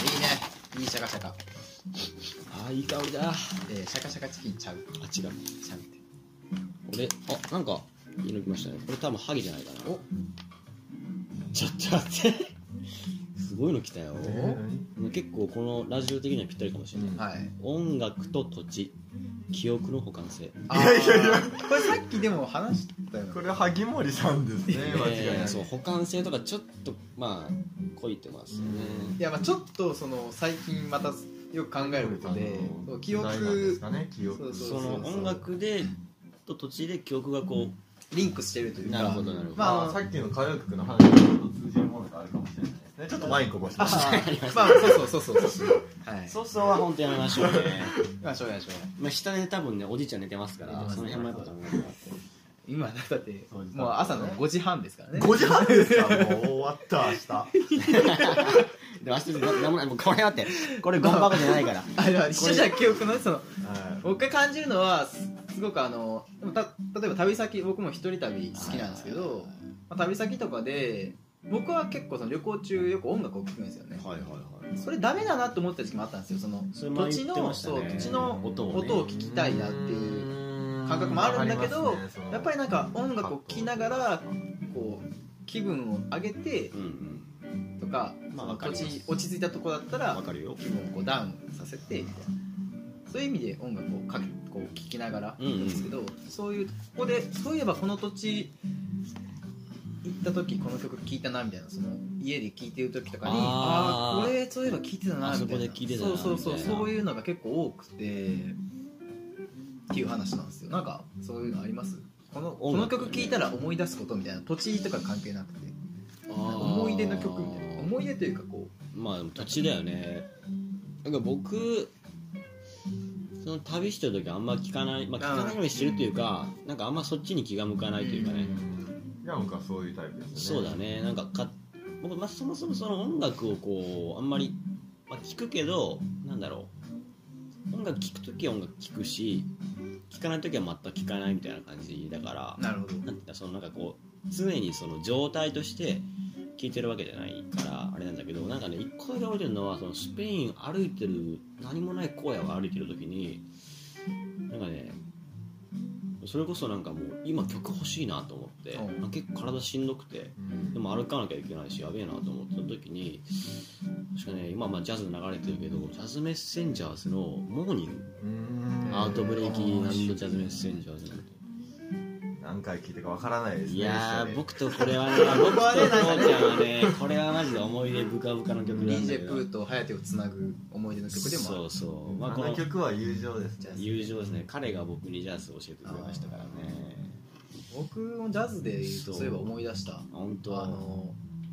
いいね。いいシャカシャカ。 ああ、いい香りだ。 えー、シャカシャカチキンちゃう。 あ、違う。ちゃうって。俺、あ、なんかいいの来ましたね。これ多分ハゲじゃないかな。お、ちょっと待って。すごいの来たよ。結構このラジオ的にはぴったりかもしれない。はい。音楽と土地、記憶の補完性。 いやいやいや、 これさっきでも話したよ。 これ萩森さんですね。間違いない。 そう、補完性とかちょっとまあこいてますね。 いや、まあちょっとその最近またよく考えることで、記憶、 その音楽でと土地で記憶がこうリンクしてるというか。 なるほどなるほど。 まあさっきの歌謡曲の話と通じるものがあるかもしれないですね。ちょっとワインこぼしました。 まあそうそうそうそうそう。 はい。そうそうは本当やめましょうね。 まあしょうやしょう。 まあ下で多分ねおじいちゃん寝てますから、その辺もやっぱ考えてもらって。 今だってもう朝のごじはんですからね。 ごじはんですか。もう終わった明日。 で明日でもないもうこれ待ってこれゴンバカじゃないから。 あ、でも一緒じゃ記憶のその僕が感じるのはすごくあのた例えば旅先、僕も一人旅好きなんですけど、まあ、旅先とかで僕は結構その旅行中よく音楽を聴くんですよね。はいはいはい。それダメだなと思った時期もあったんですよ。その土地のそう土地の音を聞きたいなっていう感覚もあるんだけど、やっぱりなんか音楽を聴きながらこう気分を上げてとか、土地落ち着いたとこだったら気分をこうダウンさせてみたいな、そういう意味で音楽をかけこう聴きながらなんですけど、そういうここでそういえばこの土地行った時この曲聴いたなみたいな、その家で聴いてる時とかに、ああこれそういえば聴いてたなみたいな、そうそうそう、そういうのが結構多くてっていう話なんですよ。なんかそういうのあります？このこの曲聴いたら思い出すことみたいな、土地とか関係なくて思い出の曲みたいな、思い出というかこう、まあ土地だよね。なんか僕その旅してる時あんま聞かない、まあ、聞かないようにしてるというか、なんかあんまそっちに気が向かないというかね。 いや僕はそういうタイプですね。 そうだね。なんかか僕、まあ、そもそもその音楽をこうあんまり、まあ、聞くけどなんだろう、音楽聴くときは音楽聴くし聴かないときは全く聴かないみたいな感じだから、 なるほど。 なんてそのなんかこう常にその状態として聴いてるわけじゃないからあれなんだけど、なんかね一個だけ覚えてるのはそのスペイン歩いてる何もない荒野を歩いてるときになんかね、それこそなんかもう今曲欲しいなと思って、うん、結構体しんどくて、うん、でも歩かなきゃいけないしやべえなと思った時に、確かね今まあジャズ流れてるけどジャズメッセンジャーズのモーニング、アートブレイキー&ジャズメッセンジャーズなんて何回聞いてかわからないですね。 いやー僕とこれはね僕とこうちゃんはねこれはマジで思い出深々の曲なんだけどディージェー プーと颯をつなぐ思い出の曲でもある。 そうそう、 まあ、この曲は友情ですね。 友情ですね。彼が僕にジャズを教えてくれましたからね。 僕もジャズで言うとそういえば思い出した。 本当あの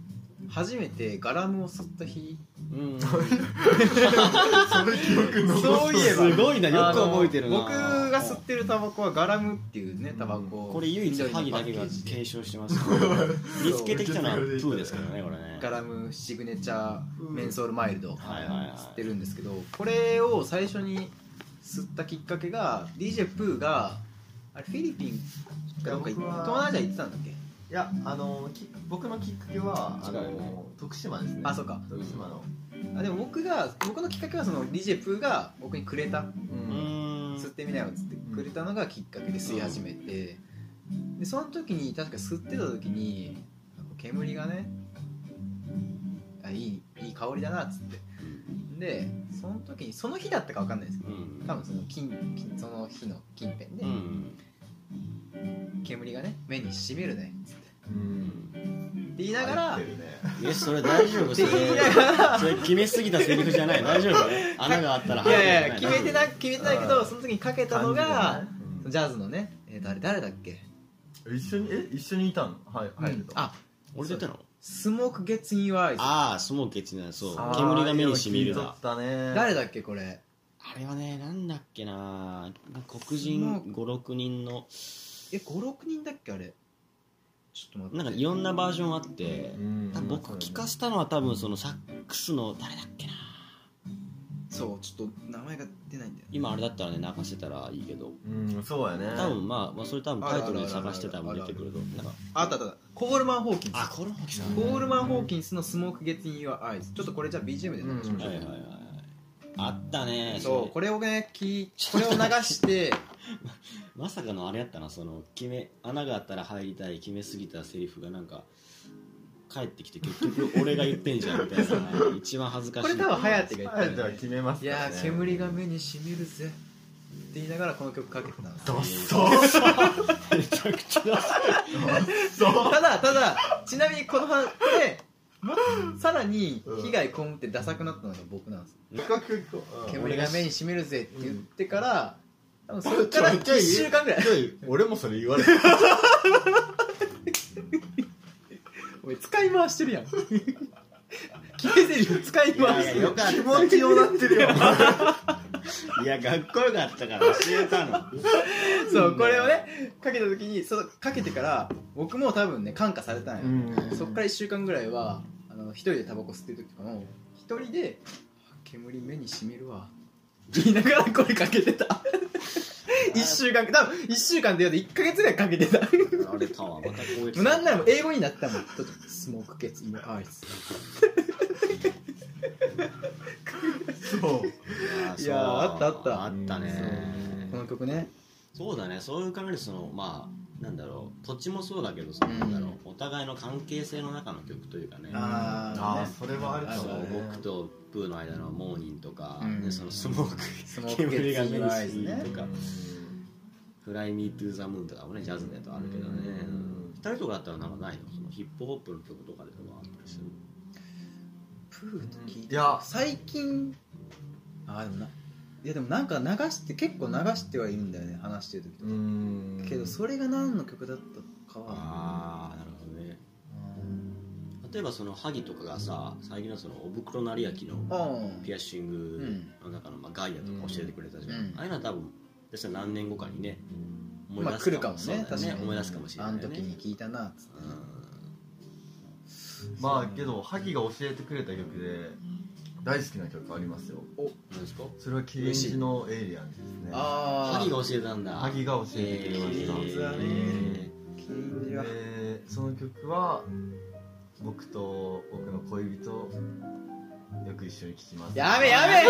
初めてガラムを吸った日、 うんそれ記憶のそういえばすごいな、よく覚えてるな。 僕が吸ってるタバコはガラムっていうねタバコ、 これ唯一ハギだけが継承してますけど見つけてきたのはプーですけどね、これね。 ガラムシグネチャーメンソールマイルドはいはいはい吸ってるんですけど、これを最初に吸ったきっかけが ディージェー プーがあれフィリピンかどっか東南アジア行ってたんだっけ。 いや、あのき僕のきっかけはあの、 違うよね、 徳島ですね。 あ、そうか、 徳島の、 あでも僕が僕のきっかけはその ディージェー プーが僕にくれた、 うーん吸ってみなよっつってくれたのがきっかけで吸い始めて、でその時に確か吸ってた時に煙がね、あいいいい香りだなっつって、でその時にその日だったか分かんないですけど、 うん多分その近近その日の近辺で、 うん煙がね目にしみるねっつってうんって言いながら、 入ってるね。 え、それ大丈夫？それって言いながらそれ決めすぎたセリフじゃない？大丈夫？穴があったらい入るやいや決めてなな決めてないけど、その時にかけたのが、 感じジャズのね、えー、誰誰だっけ、 うん一緒にえ一緒にいたの？はい、入ると。 あ俺と言ったの？ スモークゲッツインユアイズ、 ああ、スモークゲッツね、そうあー煙が目にしみる今聞いとだ。 ったね。 誰だっけこれ、 あれはね、なんだっけな、黒人ご、ろくにんのえごろくにんだっけあれ、ちょっと待って、 なんかいろんなバージョンあってう、ん多分僕聞かせたのは多分そのサックスの誰だっけな、 そうちょっと名前が出ないんだよね。 今あれだったらね流せたらいいけど、 うん、そうやね。 多分まあ、まあ、それ多分タイトルで探して多分出てくると、なんかあったあった、コールマン・ホーキンス、 あ、コロンホキさん、 コールマン・ホーキンスのスモークゲッツインユアアイズ、ちょっとこれじゃあ ビージーエム で流しましょう。 はいはいはい、あったね。 そうこれをねきこれを流してまさかのあれやったな、その決め穴があったら入りたい決めすぎたセリフがなんか帰ってきて結局俺が言ってんじゃんみたいな一番恥ずかしい。 これ多分ハヤテが言あえてはったよね、 決めますいからね。 やー煙が目にしみるぜって言いながらこの曲かけてたんですよ。 どっそめちゃくちゃそうただただちなみにこの話これもさらに被害被ってダサくなったのが僕なんですよ。煙が目にしみるぜって言ってから多分そっからいっしゅうかんぐらい俺もそれ言われた。 おい使い回してるやん決め台詞使い回してる。 よかった気持ちようなってるよ。 いやかっこよかったから教えたのそうこれをねかけた時にそのかけてから僕も多分ね感化されたんよ、 うんそっからいっしゅうかんぐらいはあの一人でタバコ吸ってる時とかも一人で「煙目にしみるわ」言いながら声かけてたいっしゅうかん多分いっしゅうかんでいっかげつぐらいかけてたもあれたわまた攻撃うなんならもう英語になったもんスモークゲッツインアイズそういやーあったあったあったねこの曲ねそうだね、そういう考えるとそのまあなんだろう土地もそうだけどその、 うんなんだろうお互いの関係性の中の曲というかね、 あーねあーそれはあるかそうもね。 僕とプーの間のモーニンとか、 うんね、そのスモークスモークゲ煙がッツインアイ目にしズねみるとか、フライミートゥーザムーンとかもねジャズだとあるけどね、 うんふたりとかだったらなんかないのそのヒップホップの曲とかではあったりするプーと聞いていや最近あーでもないやでもなんか流して結構流してはいるんだよね話してる時とうかんけどそれが何の曲だったかはああなるほどね例えばその萩とかがさ最近のそのおぶくろ成明のうんピアッシングの中のまあガイアとか教えてくれたじゃん、 うんああいうのは多分ですから何年後かにね思いまあ出す来るかもねそうだよ確かに思い出すかもしれないねあの時に聞いたなっつってまあけど萩が教えてくれた曲で大好きな曲ありますよ。 何ですかそれはキリンジのエイリアンですね。 ああ萩が教えたんだ萩が教えてくれました。 えー上手だねキリンジはでその曲は僕と僕の恋人よく一緒に聴きます。 やめやめやめ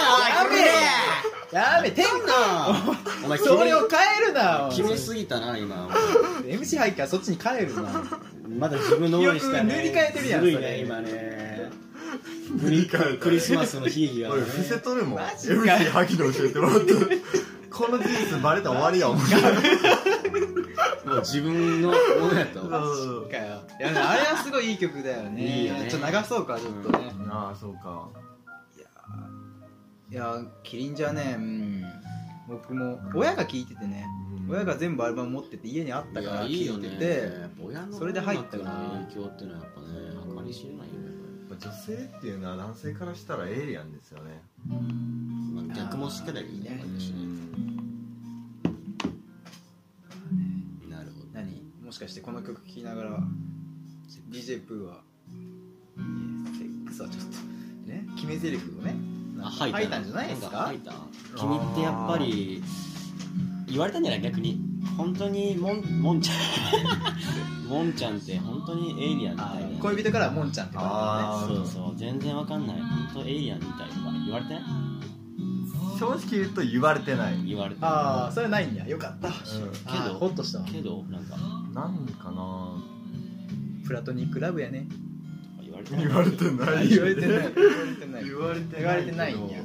やめ天のお前それを変えるな決めすぎたな今エムシー 入っからそっちに帰るなまだ自分の思いしたね記憶塗り替えてるやんずるいそれね今ねクリクリスマスの悲劇がねおい伏せとるもん。エムシマジかー 萩で教えてもらった。この事実バレたら終わりやお前。 もう自分のものやったわそうかよいやあれはすごいいい曲だよねいいよねちょっと流そうかちょっとね、 ああそうか。 いやキリンじゃねうん僕も親が聴いててね、うん、親が全部アルバム持ってて家にあったから聴いてて、それで入ったから影響っていうのはやっぱね計り知れないよね。 女性っていうのは男性からしたらエイリアンですよね。 まあ、逆もしっかりいいね。なるほど。 何もしかしてこの曲聴きながら ディージェー プーはセックスはちょっとね決め台詞をね吐いたんじゃないですか。吐いた。 君ってやっぱり言われたんじゃない逆に。本当にもんもんちゃんもんちゃんって本当にエイリアンみたいな。 恋人からもんちゃんって言われてね。そうそう全然わかんない。本当エイリアンみたいとか言われてない。 正直言うと言われてない。 言われてない。 ああそれないんや。よかった。うん、 けどホッとした。 けどなんかなんかな。 プラトニックラブやね。 言われてない。 言われてない。 言われてない。言われてない。 言われてない。 言われてないんや。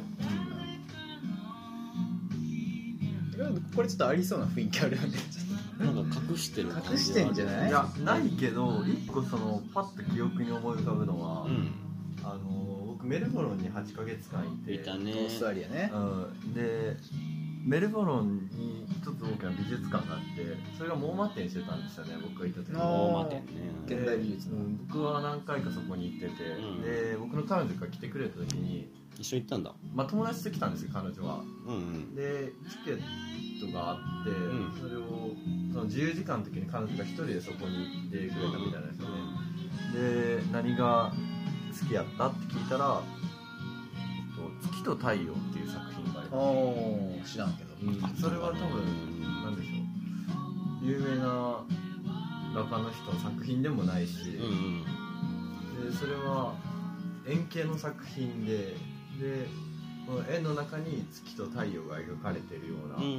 これちょっとありそうな雰囲気あるよね。 なんか隠してる感じ。 隠してんじゃない？ いやないけど一個そのパッと記憶に思い浮かぶのは、うん、あの僕メルボルンにはちかげつかんいて、 いたね。 オーストラリアね。 うん、でメルボルンに一つ大きな美術館があってそれがモーマ店してたんですよね僕が行った時に。 モーマ店ね。 現代美術の、 うん、僕は何回かそこに行ってて、うん、で僕の彼女が来てくれた時に一緒に行ったんだ。 まあ友達と来たんですよ彼女は。 うんうん、 でチケットがあって、うん、それをその自由時間の時に彼女が一人でそこに行ってくれたみたいなんですよね。で何が好きやったって聞いたら「月と太陽」っていう作品があります。知らんけど、 うん、それは多分何でしょう有名な画家の人の作品でもないし、うんうん、でそれは円形の作品ででこの絵の中に月と太陽が描かれているような、うんうん、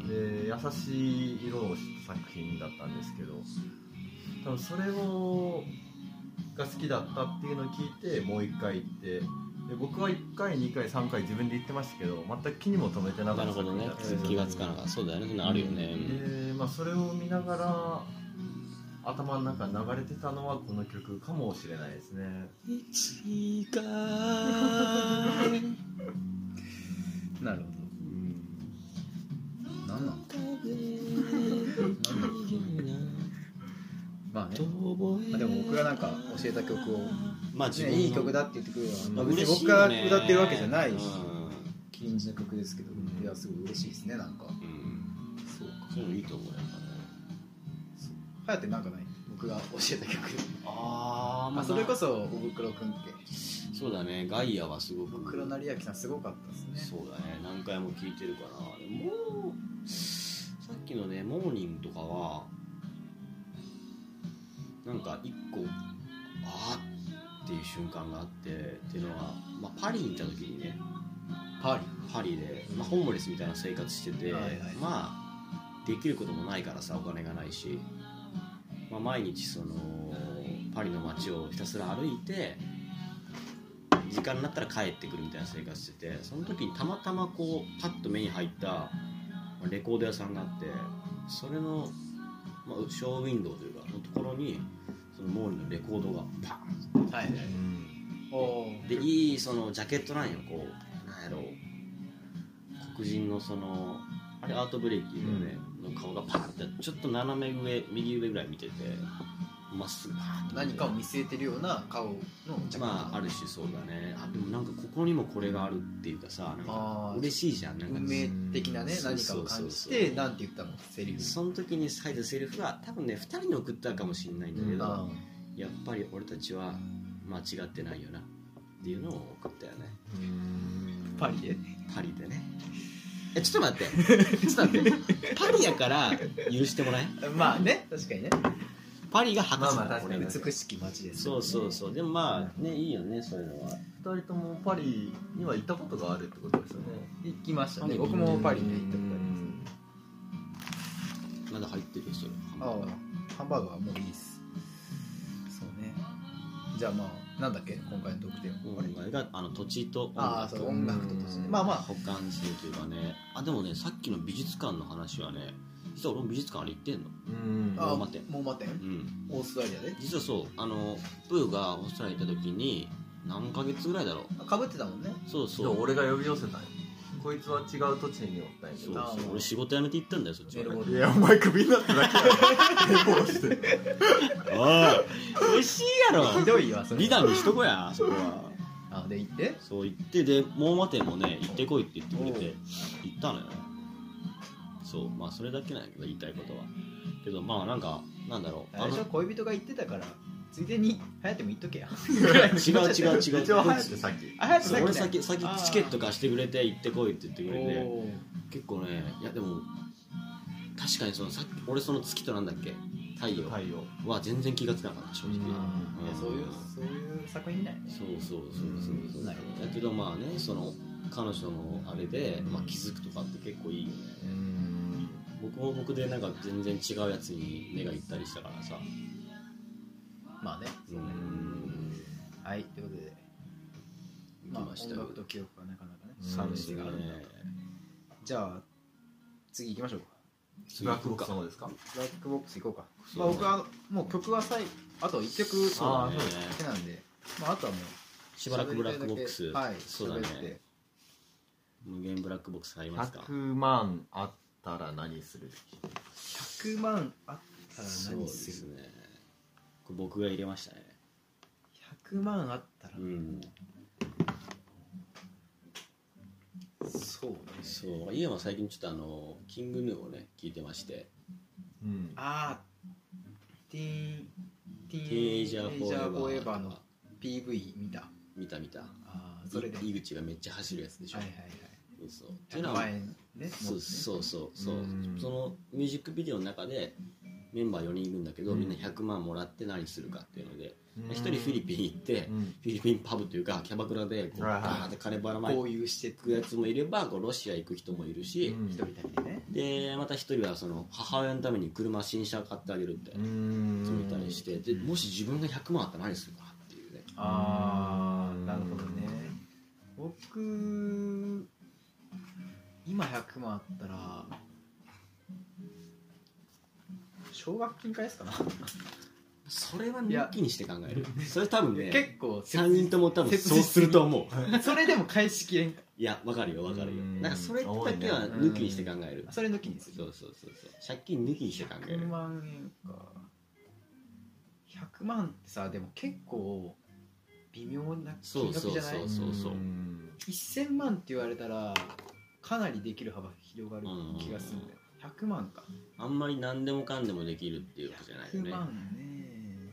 で優しい色をした作品だったんですけど多分それをが好きだったっていうのを聞いてもう一回行ってで僕はいっかいにかいさんかい自分で行ってましたけど全く気にも留めてなかった。 なるほどね。気がつかなかった。そうだよね。あるよね。 で、まあ、それを見ながら頭の中に流れてたのはこの曲かもしれないですね。 いつかなるほど。なんなんまあね、まあ、でも僕がなんか教えた曲を、まあね、いい曲だって言ってくれるのは、まあ、別に僕が歌ってるわけじゃないし、キリンジの曲ですけど、うん、いやすごい嬉しいですねなんか、うん、 そうかそういうのいいと思うよね。 はやってなんかない僕が教えた曲あ、 まあそれこそおぶくろくんってそうだね。ガイアはすごく黒成明さんすごかったですね。そうだね何回も聴いてるかな。でもさっきのねモーニングとかはなんか一個あーっていう瞬間があってっていうのは、まあ、パリに行った時にねパリパリで、まあ、ホームレスみたいな生活してて、はいはい、まあできることもないからさお金がないし、まあ、毎日そのパリの街をひたすら歩いて時間になったら帰ってくるみたいな生活しててその時にたまたまこうパッと目に入ったレコード屋さんがあってそれの、まあ、ショーウィンドウというかのところにそのモーリーのレコードがパン、はいはい、うん、でいいそのジャケットラインをこうなんやろう黒人のそのあれアートブレイキーのね、うん、の顔がパンってちょっと斜め上右上ぐらい見ててまっすぐパーンと何かを見据えてるような顔のジャケットまああるしそうだね。あでもなんかここにもこれがあるっていうかさなんか嬉しいじゃん。なんか運命的なね何かを感じてなんて言ったのセリフその時に入ったセリフが多分ねふたりに送ったかもしれないんだけど、うん、やっぱり俺たちは間違ってないよなっていうのを送ったよね。 うーんパリでパリでねえちょっと待ってちょっと待ってパリやから許してもらえまあね確かにねパリが博士だ、まあ、美しき街です、ね、 そうそうそうでもまあねいいよねそういうのは。 ふたりともパリには行ったことがあるってことですよね。 行きましたね。僕もパリに行ったことあります。まだ入ってるよそれ。 ああハンバーガーはもういいですそうね。じゃあまあなんだっけ今回の特典今回があの土地と音楽ああそう音楽と土地ねまあまあ補完するというかね。あでもねさっきの美術館の話はね実は俺も美術館あれ行ってんの。 うんモーマ店モーマ店、うん、オーストラリアで実はそうあのプーがオーストラリア行った時に何ヶ月ぐらいだろうかぶってたもんね。 そうそう俺が呼び寄せたんよこいつは違う土地におったんやけど、 そうそう俺仕事辞めて行ったんだよそっちは。 いやお前クビになっただけやろどうしておい美味しいやろひどいわそれ。 美談にしとこやそこは。 あで行って。 そう行ってでモーマ店もね行ってこいって言ってくれて行ったのよ。そうまあそれだけなんやけど言いたいことはけどまあなんかなんだろう最初恋人が言ってたからついでに颯も言っとけや。 違う違う違う一応隼人先あ颯そう俺先先先チケット貸してくれて行ってこいって言ってくれておー結構ねいやでも確かにそのさっき俺その月となんだっけ太陽太陽は全然気がつかなかった正直。 いやうんそういうそういう作品だよね。 そうそうそうそうそうなるほどだけどまあねその彼女のあれで、まあ、気づくとかって結構いいよね。 うん僕も僕でなんか全然違うやつに目がいったりしたからさ。 まあね。 うんはいということで、 行きましたよ。 音楽と記憶がなかなかねうんそうですね。 じゃあ次行きましょうか。 ブラックボックスの方ですか？ ブラックボックス行こうか。 そうまあ僕はもう曲は最あといっきょくそうだねだけなんで、まああとはもうしばらくブラックボックス。 はいそうだね喋って。 無限ブラックボックス入りますか。 ひゃくまんあったら何する？ ひゃくまんあったらそう何ですする？ ね。これ僕が入れましたね。 ひゃくまんあったら、 うん。 そうね。 そう家は最近ちょっとあのキングヌーをね聞いてまして。 うんああ、ティーンティティーンエイジャーフォーエバーフォーエバーの ピーブイ 見た。 見た見た。 ああ、それで。はい井口がめっちゃ走るやつでしょ。 はいはい。 そう。 ひゃくまん円ね。 そうそうそうそううんそのミュージックビデオの中でメンバーよにんいるんだけど、 うんみんなひゃくまんもらって何するかっていうのでうん一人フィリピン行って、 うんフィリピンパブというかキャバクラでこうはいはいバーって金ばらまいこういうしてていくやつもいればこうロシア行く人もいるし、 うん一人旅でね。 でまた一人はその母親のために車新車買ってあげるってうん決めたりしてでもし自分がひゃくまんあったら何するかっていうね。 ああ、なるほどね。僕今ひゃくまんあったら奨学金返すかな。 それは抜きにして考える。それ多分ね結構さんにんとも多分そうすると思う。 それでも返しきれんか。 いやわかるよわかるようんなんかそれだけは抜きにして考える。 それ抜きにする。 そうそうそうそう借金抜きにして考え 100 る。 万円か。ひゃくまんってさ、でも結構微妙な金額じゃない？ そうそうそうせんまんって言われたらかなりできる幅広がる気がするんだよ。ひゃくまんか。 あんまり何でもかんでもできるっていうわけじゃないよひゃくまね。 んね。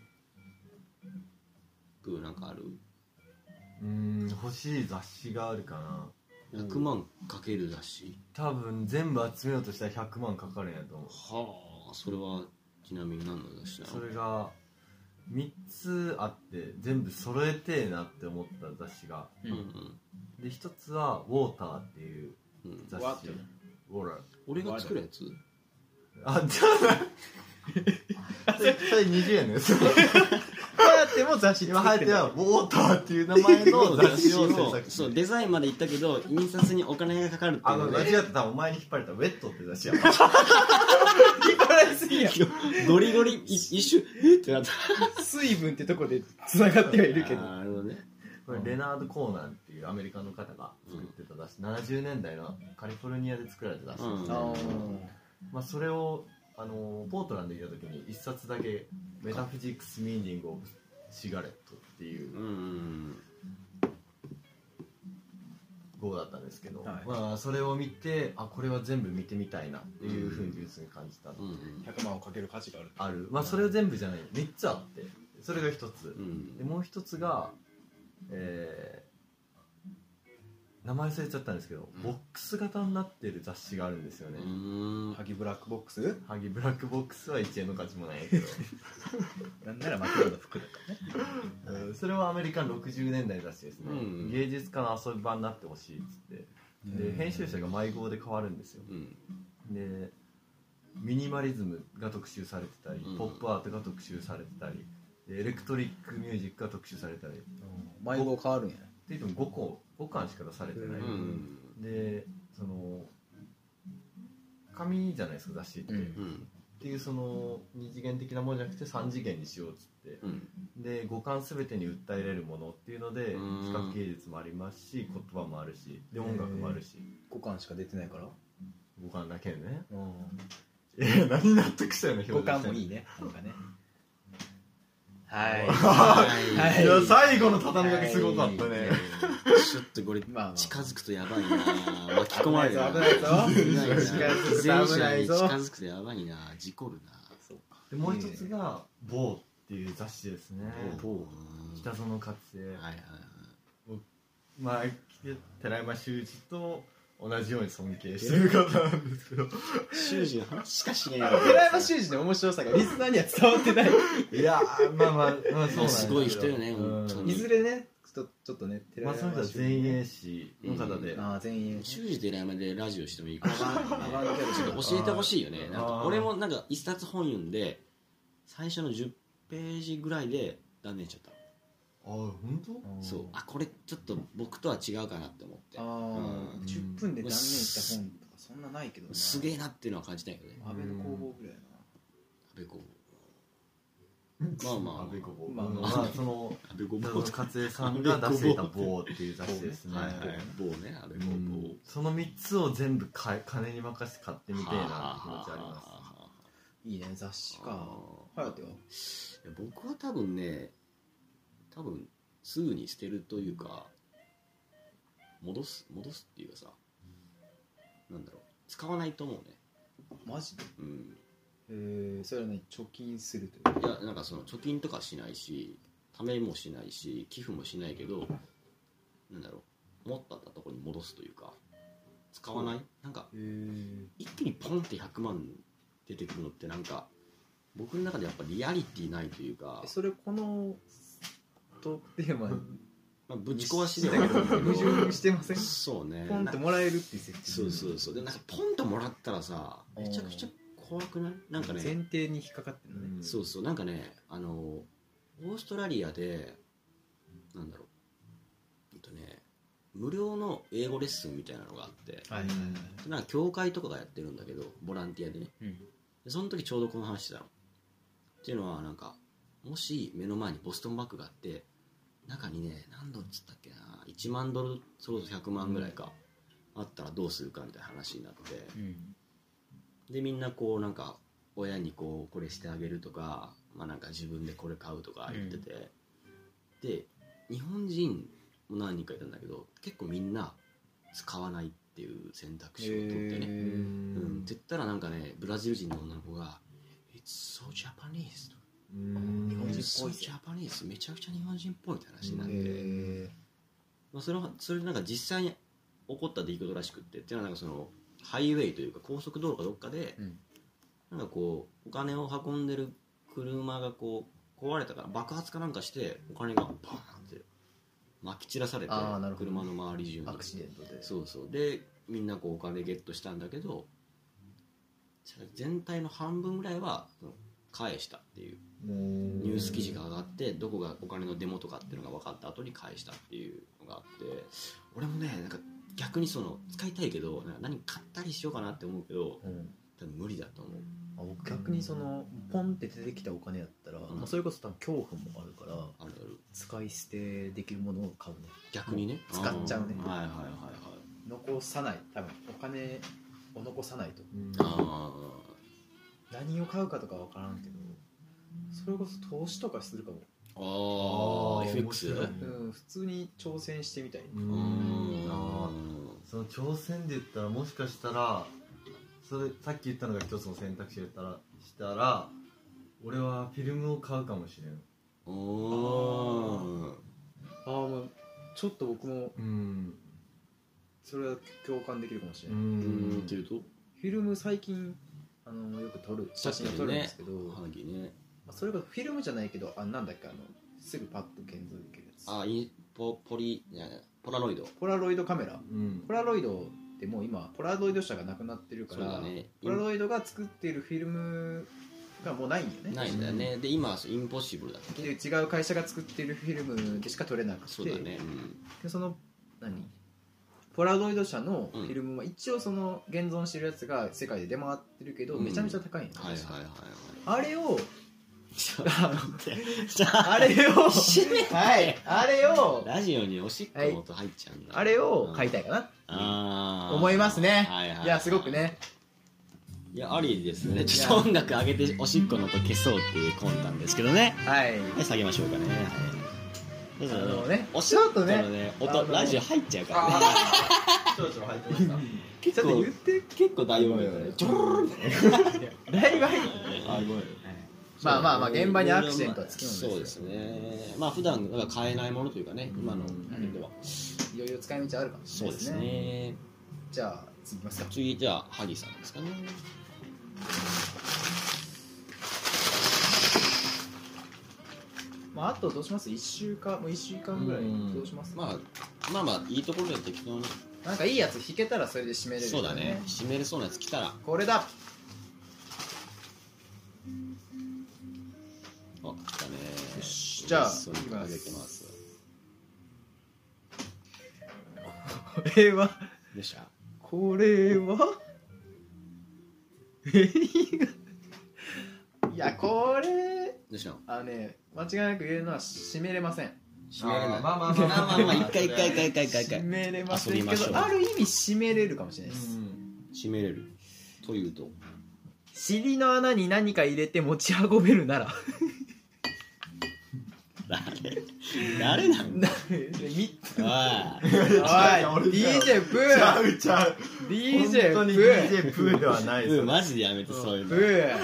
グーなんかある？ うん欲しい雑誌があるかな。 ひゃくまんかける雑誌。 多分全部集めようとしたらひゃくまんかかるんやと思う。 はあそれはちなみに何の雑誌なの？ それがみっつあって全部揃えてえなって思った雑誌が、 うんうんでひとつは「ウォーター」っていううん雑誌。 ワットウォーター俺が作るやつ？ あじゃあそれそれにじゅうえんのやつ。 はやっても雑誌今流行ってるのは「ウォーター」っていう名前の雑誌を制作してそうデザインまでいったけど印刷にお金がかかるっていあのうので間違って多分お前に引っ張れた「ウェット」って雑誌やゴリゴリい一瞬えってなった水分ってとこで繋がってはいるけど。 あーなるほどね。 これレナード・コーナンっていうアメリカの方が作ってた雑誌、ななじゅうねんだいのカリフォルニアで作られた雑誌ですね、 うんまあ、それをあのポートランドにいた時に一冊だけ「メタフィジックス・ミーニング・オブ・シガレット」っていううん号だったんですけど、 はいまあ、それを見てあこれは全部見てみたいなっていうふうに純粋に感じた、 うんうんひゃくまんをかける価値がある。 ある、まあ、それは全部じゃないみっつあってそれがひとつ、 うんでもう一つが、えー名前忘れちゃったんですけど、 うんボックス型になってる雑誌があるんですよね、 うんハギブラックボックス？ ハギブラックボックスはいちえんの価値もないけどなんならマクドの服だからね。 うんそれはアメリカのろくじゅうねんだいの雑誌ですね、 うん芸術家の遊び場になってほしいっつってで編集者が毎号で変わるんですようんでミニマリズムが特集されてたり、 うんポップアートが特集されてたりでエレクトリックミュージックが特集されたりって迷子変わるんや。 言ってもごこごかんしか出されてない、 うんでその紙じゃないですか雑誌って、 うんうんっていうその二次元的なものじゃなくて三次元にしようっつって、うん、で五感全てに訴えれるものっていうので視覚芸術もありますし言葉もあるしで音楽もあるし、 五感しか出てないから五感だけね、うん、え何納得したよね五感もいいねなんかねはい、 はい、いや最後の畳みかけすごかったね、はい、 ちょっとこれ近づくとやばいな巻き込まれるな危ないぞ近づくとやばいな事故るなそうでもう一つが「ボー」っていう雑誌ですねボー北園勝恵、はいはいはい、まあ寺山修司と同じように尊敬してる方なんですけど修司の話しかしない寺山修司の面白さがリスナーには伝わってないいやまあまあ、まあ、そうなんすごい人よね本当にいずれねちょっとちょっとね寺山修司は前衛師の方で、 うん、あ前衛修司寺山でラジオしてもいいかもしれないちょっと教えてほしいよねなんか俺もなんか一冊本読んで最初のじゅっページぐらいで断念しちゃったあ本当そうあこれちょっと僕とは違うかなって思ってあ、 うん、じゅっぷんで断念した本とかそんなないけどなすげえなっていうのは感じたいけどね安倍の工房ぐらいな安倍工房まあまあ安倍工房まあまあその安倍工房勝恵さんが出していた「棒」っていう雑誌ですね棒ね安倍工房そのみっつを全部金に任せて買ってみてえなって気持ちありますいいね雑誌か颯は僕は多分ね多分すぐに捨てるというか戻す戻すっていうかさなんだろう使わないと思うねマジでうんえー、それはね貯金するといういやなんかその貯金とかしないし貯めもしないし寄付もしないけどなんだろう持ったところに戻すというか使わないなんか一気にポンってひゃくまん出てくるのってなんか僕の中でやっぱリアリティないというかそれこのとテーマにまあぶち壊しだけど矛盾してませんそうねポンともらえるっていう設定そうそうそうでなんかポンともらったらさめちゃくちゃ怖くないなんかね前提に引っかかってるのね、 うん、そうそうなんかねあのオーストラリアでなんだろうえっとね無料の英語レッスンみたいなのがあって、はいはいはい、なんか教会とかがやってるんだけどボランティアでね、うん、でその時ちょうどこの話してたのっていうのはなんかもし目の前にボストンバッグがあって中にね何ドルっつったっけないちまんドルそろそろひゃくまんぐらいか、うん、あったらどうするかみたいな話になって、うん、でみんなこうなんか親にこうこれしてあげるとか、まあ、なんか自分でこれ買うとか言ってて、うん、で日本人も何人かいたんだけど結構みんな使わないっていう選択肢を取ってね、うん、って言ったらなんかねブラジル人の女の子が「It's so Japanese」と日本人っぽいジャパニーズめちゃくちゃ日本人っぽいって話になって、まあ、それはそれなんか実際に起こった出来事らしくってっていうのはなんかそのハイウェイというか高速道路かどっかで、うん、なんかこうお金を運んでる車がこう壊れたから爆発かなんかしてお金がバーンって撒き散らされて車の周り中にアクシデントでそうそうでみんなこうお金ゲットしたんだけど全体の半分ぐらいは返したっていうニュース記事が上がってどこがお金の出元かっていうのが分かった後に返したっていうのがあって俺もねなんか逆にその使いたいけどなんか何買ったりしようかなって思うけど、うん、多分無理だと思うあ僕逆にそのポンって出てきたお金やったら、うんまあ、それこそ多分恐怖もあるからあるある使い捨てできるものを買うね逆にね使っちゃうねはいはいはいはい残さない多分お金を残さないと、うん、 あ何を買うかとか分からんけどそれこそ投資とかするかもああ エフエックス、 うん、普通に挑戦してみたいうんあその挑戦で言ったらもしかしたらそれさっき言ったのが一つの選択肢だったらしたら俺はフィルムを買うかもしれんおああもうちょっと僕もうんそれは共感できるかもしれないうんっていうとフィルム最近あのよく撮る写真を撮るんですけど、 はぎねそれがフィルムじゃないけどあなんだっけあのすぐパッと現像できるやつあイポポリいやポラロイドポラロイドカメラ、うん、ポラロイドってもう今ポラロイド社がなくなってるから、ね、ポラロイドが作っているフィルムがもうないんだよねないんだよね、うん、で今はインポッシブルだっけで違う会社が作っているフィルムでしか撮れなくてそうだね、うん、 でその何ポラロイド社のフィルムは一応その現存してるやつが世界で出回ってるけど、めちゃめちゃ高いんよ、 はいはいはいはいあれをあれをはいあれをラジオにおしっこの音入っちゃうんだ、 あれを買いたいかなあ思いますね。 はいはいはい、 いやすごくね、 いやありですね。ちょっと音楽上げておしっこの音消そうっていう魂胆ですけどね。 はい、 はい、下げましょうかね。はい、 あのね、 おしっこのね音ラジオ入っちゃうからね。 ちょろちょろ入ってました。 結構言って結構大丈夫だよね。ちょろろみたいな。 だいぶ入ってあごめん。 まあまあまあ現場にアクシデントはつきものですよ。 そうですね。まあ普段は買えないものというかね、今の辺では、 いろいろ使い道あるかもしれないですね。 そうですね。 じゃあ次いきますか。 次じゃあ萩さんですかね。 まああとどうします？いっしゅうかんもういっしゅうかんぐらいどうします？ まあまあまあいいところで適当に。 なんかいいやつ弾けたらそれで締めれる、ね。 そうだね。締めれそうなやつ来たら。 これだ。 あ、来たね。 よし、じゃあそういうの上げてます。 これはでした。 これはいやこれでした。 あのね間違いなく言えるのは締めれません。 締めれない。 まあまあまあまあまあまあ一回一回一回一回一回一回締めれませんけ遊びましょうどある意味締めれるかもしれないです。 締めれるというと尻の穴に何か入れて持ち運べるなら誰誰なんだみおいおい ディージェー プーちゃうちゃうディージェー本当にプディーージェー プーではないですうんマジでやめてそういうプの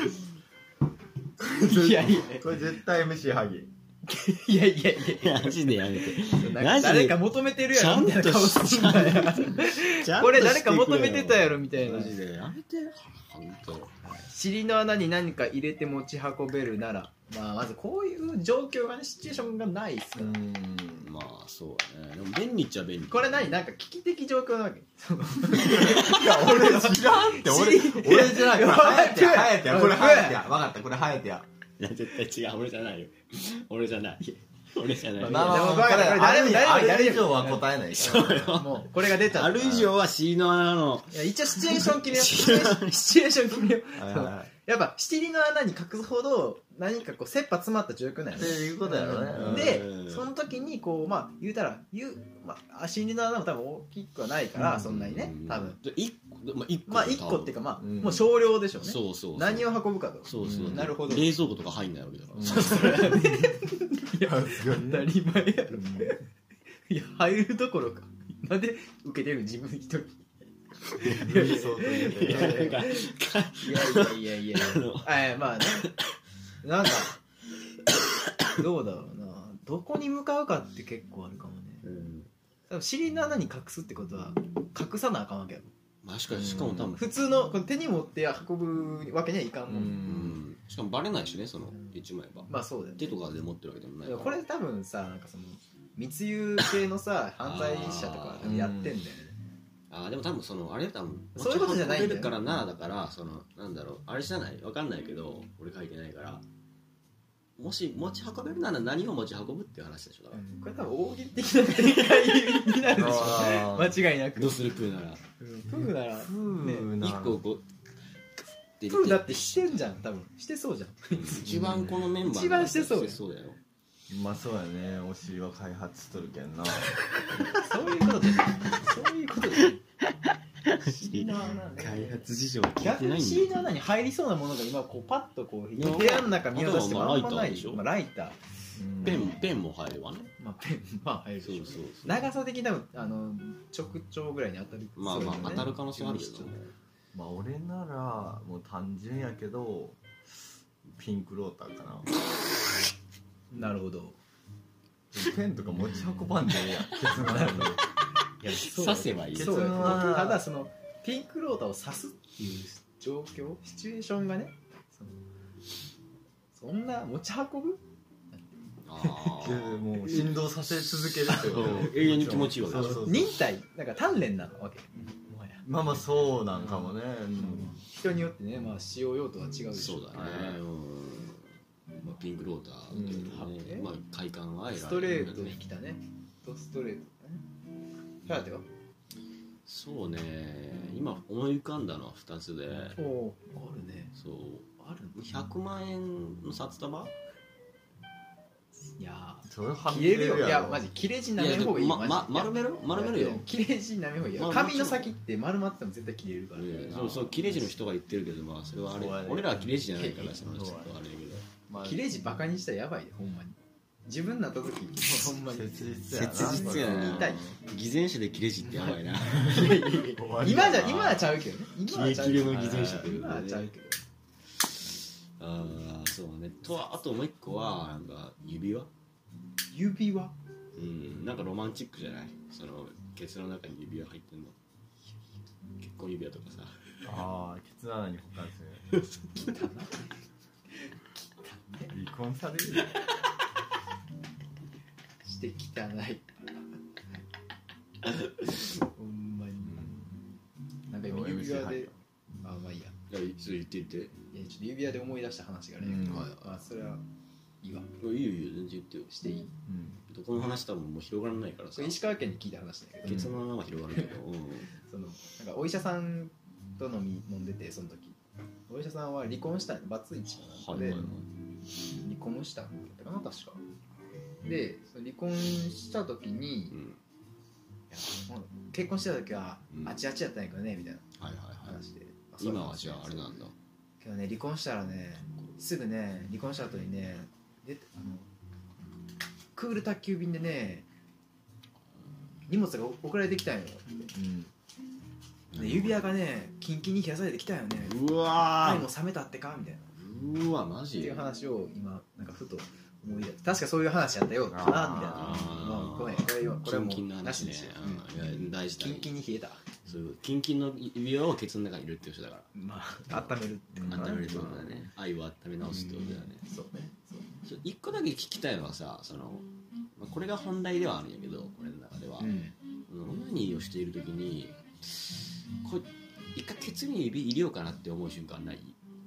ーいやいやこれ絶対 エムシー ハギいやいやいやマジでやめてなんか誰か求めてるやろみたいな顔すんだよこれ誰か求めてたやろみたいな。 マジでやめて本当尻の穴に何か入れて持ち運べるなら、まあまずこういう状況がねシチュエーションがないっすから。 まあそうだねでも便利っちゃ便利これ何なんか危機的状況なわけ。 いや俺知らんって俺俺じゃないこれハヤテやハヤテやこれハヤテや分かったこれハヤテやいや絶対違う俺じゃないよ俺じゃない俺じゃないまあまあでもこれある誰もあ誰もる以上は答えないからもうこれが出ちゃったある以上は尻の穴のいや一応シチュエーション決めようシチュエーション決めようはいはいはいやっぱ尻の穴に隠すほど何かこう切羽詰まった状況なんやねっていうことやろねうんでその時にこうまあ言うたら言う、まあ、尻の穴も多分大きくはないから、うん、そんなにね多分いっこまあいっこまあいっこっていうかまあ、 うん、 もう少量でしょうね。 そうそうそう何を運ぶかと。 そうそう、 うん、なるほど冷蔵庫とか入んないわけだから、うん、 それはねいや当たり前やろ、うん、いや入るどころかなんで受けてる自分一人いやいやいやいやいやいやあまあねなんかどうだろうなどこに向かうかって結構あるかもね、うん、多分尻の穴に隠すってことは隠さなあかんわけやろ。 確かにしかも多分普通のこの手に持って運ぶわけにはいかんもん、うんうんしかもバレないしねその言っちまえば、 まあそうだよ、ね、 手とかで持ってるわけでもないからこれ多分さなんかその密輸系のさ犯罪者とかやってんだよね。 ああでも多分そのあれ多分そういうことじゃないんだよ、ね、 持ち運べるからなだからそのなんだろうあれじゃないわかんないけど俺書いてないからもし持ち運べるなら何を持ち運ぶっていう話でしょだから、 うん、これ多分大喜利的な展開になるでしょ間違いなく。 どうするプーなら、 うん、プーならプーね一個こうプーだってしてんじゃん多分してそうじゃん一番このメンバー一番してそうそうだよまあそうやねお尻は開発しとるけんなそういうことじゃないそういうことじゃない尻の穴ね開発事情は聞いて逆にないんだ尻の穴に入りそうなものが今こうパッとこう部屋の中見渡してもあんまないでしょ。まあライターペンペンも入ればねまあペンまあ入るでしょ。 そうそうそう長さ的に多分あの直腸ぐらいに当たるまあまあ当たる可能性あるけどまあ俺ならもう単純やけどピンクローターかななるほどペンとか持ち運ばんでええやんケツの穴に刺せばいいそうだただそのピンクローターを刺すっていう状況シチュエーションがねそのそんな持ち運ぶあもう振動させ続けるって永遠に気持ちいいわけでしょ。忍耐なんか鍛錬なわけまあまあそうなんかもね、うん、 人によってね、まあ、使用用途は違うでしょ。 そうだね、うんまあ、ピンクローターっていうのはね、うんまあ、快感は得られる、 ストレートに来たねドストレートね。ハヤテはそうね、今思い浮かんだのはふたつで、 おあるね。 そうあるひゃくまんえんの札束。 いやそれ切れるよ。いやマジ切れ字なめん方がいい。 まま、丸める丸めるよ。 切れ字なめん方がいいよ。紙の先って丸まっても絶対切れるから、ね、 そうそう切れ字の人が言ってるけど、まあそれはあれ、俺らは切れ字じゃないから、そのちょっとあれだけど、 まあ、切れ字バカにしたらやばいでほんまに。自分なった時ほんまに切実やな。 切実やな。 痛い。 偽善者で切れ字ってやばいな。 今じゃ今はちゃうけどね。今はちゃうけど。 キレキレの偽善者っていう今はちゃうけど。 ああそうね。とあともう一個はなんか指輪。 指輪。 うんなんかロマンチックじゃない。そのケツの中に指輪入ってんの。結婚指輪とかさ。 ああケツ穴に保管する。離婚されるよ。 して汚い。ほんまに。なんか今指輪で、あまあいいや。 いやそれ言って言って。 いやちょっと指輪で思い出した話がね。 うんまあ、まあ、それはいいわ。 いいよいいよ全然言ってよ。 していい？ うん。 どこの話多分もう広がらないからさ。 石川県に聞いた話だけど、 ケツの穴は広がるけど。うん、 そのなんかお医者さんと飲み飲んでてその時、お医者さんは離婚したいバツイチかなんかで、 はいはいはい、 離婚したんだったかな確か。でその離婚した時に、うん、いやもう結婚してた時は、うん、あちあちやったんやけどねみたいな話で、 はいはいはい、今はじゃああれなんだけどね離婚したらねすぐね離婚した後にねであのクール宅急便でね荷物が送られてきたんよって、うん、で指輪がねキンキンに冷やされてきたよね。 うわーもう冷めたってかみたいな。 うわマジっていう話を今なんかふと思い出して、確かそういう話やったよなみたいな。もうごめんこれこれもなしにして、 うん、大事だ。 キンキンに冷えた。 そうキンキンの指輪をケツの中に入れるって人だから。 まあ温めるって温めるってことだね。愛を温め直すってことだね。 そうね。 そう一個だけ聞きたいのはさ、そのまあこれが本題ではあるんやけど、俺の中では、うん、オナニーをしている時にこれ一回ケツに指入れようかなって思う瞬間ない？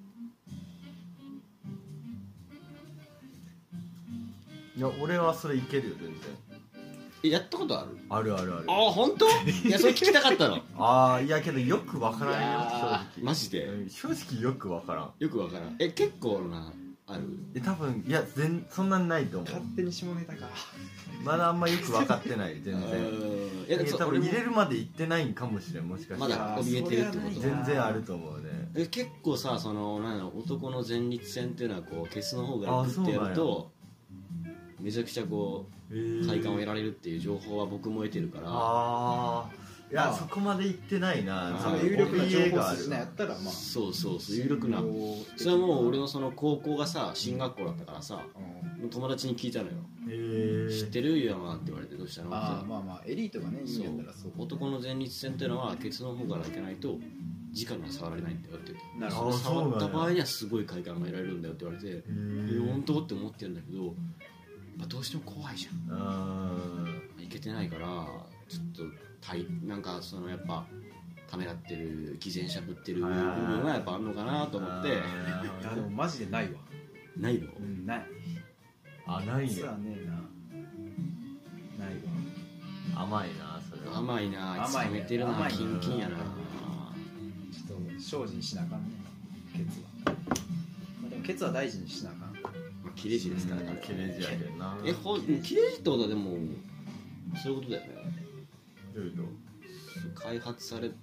いや俺はそれいけるよ全然。 えやったことある？ あるあるある。 ああ本当？いやそれ聞きたかったの。 ああいやけどよくわからんよ正直。 マジで？ 正直よくわからん。 よくわからん。え結構なある？ え多分いや全そんなにないと思う。 勝手に下ネタか。 まだあんまよく分かってない全然。いや多分入れるまで行ってないんかもしれんもしかしたら。 まだ怯えてるってこと？ 全然あると思うね。 え結構さそのなん男の前立腺っていうのはこうケツの方がグッてやるとめちゃくちゃこう快感を得られるっていう情報は僕も得てるから。 ああいやそこまで行ってないな。 その有力な情報筋やったらまあそうそうそう有力な。それはもう俺のその高校がさ進学校だったからさ、うん、友達に聞いたのよ。知ってるよなって言われてどうしたの？ あまあまあエリートがねいいんやったらそう。 男の前立腺っていうのはケツの方からいけないと直には触られないんだよって言って。 なるほど。触った場合にはすごい快感が得られるんだよって言われて、えー、本当って思ってるんだけど、まあ、どうしても怖いじゃん。あいけてないからちょっとなんかそのやっぱためらってる偽善者ぶってる部分はやっぱあるのかなと思って。いやでもマジでないわ。 ないの？ うん、ない。 あないね。 実はねえな。ないわ。甘いなそれは。 甘いな。甘い冷めてるな。キンキンやな。 ちょっと精進しなあかんね。ケツは。まあ、でもケツは大事にしなあかん。 まあ切れ字ですからね。 切れ字やけどな。 えほ切れ字ってことはでもそういうことだよね。 どういうこと？ 開発されい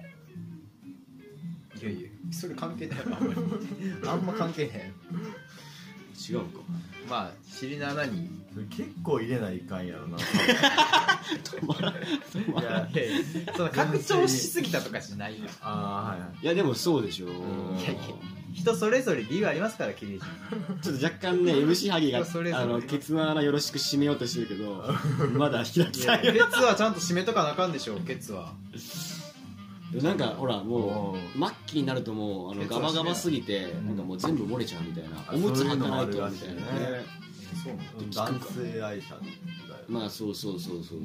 やいやそれ関係ないわあんまりあんま関係ない違うか。 まあ尻の穴に結構入れないかんやろな。 止まら止まらいやいやその拡張しすぎたとかじゃないよ。 ああはい。 いやでもそうでしょう。いやいや人それぞれ理由ありますから切れ字。 ちょっと若干ね エムシー ハゲがあのケツの穴よろしく締めようとしてるけどまだ開きたい。 ケツはちゃんと締めとかなあかんでしょケツは。 なんかほらもう末期になるともうあのガバガバすぎてなんかもう全部漏れちゃうみたいな。おむつ履かないとみたいなね。 そう男性愛者だよ。 まあそうそうそうそうそう。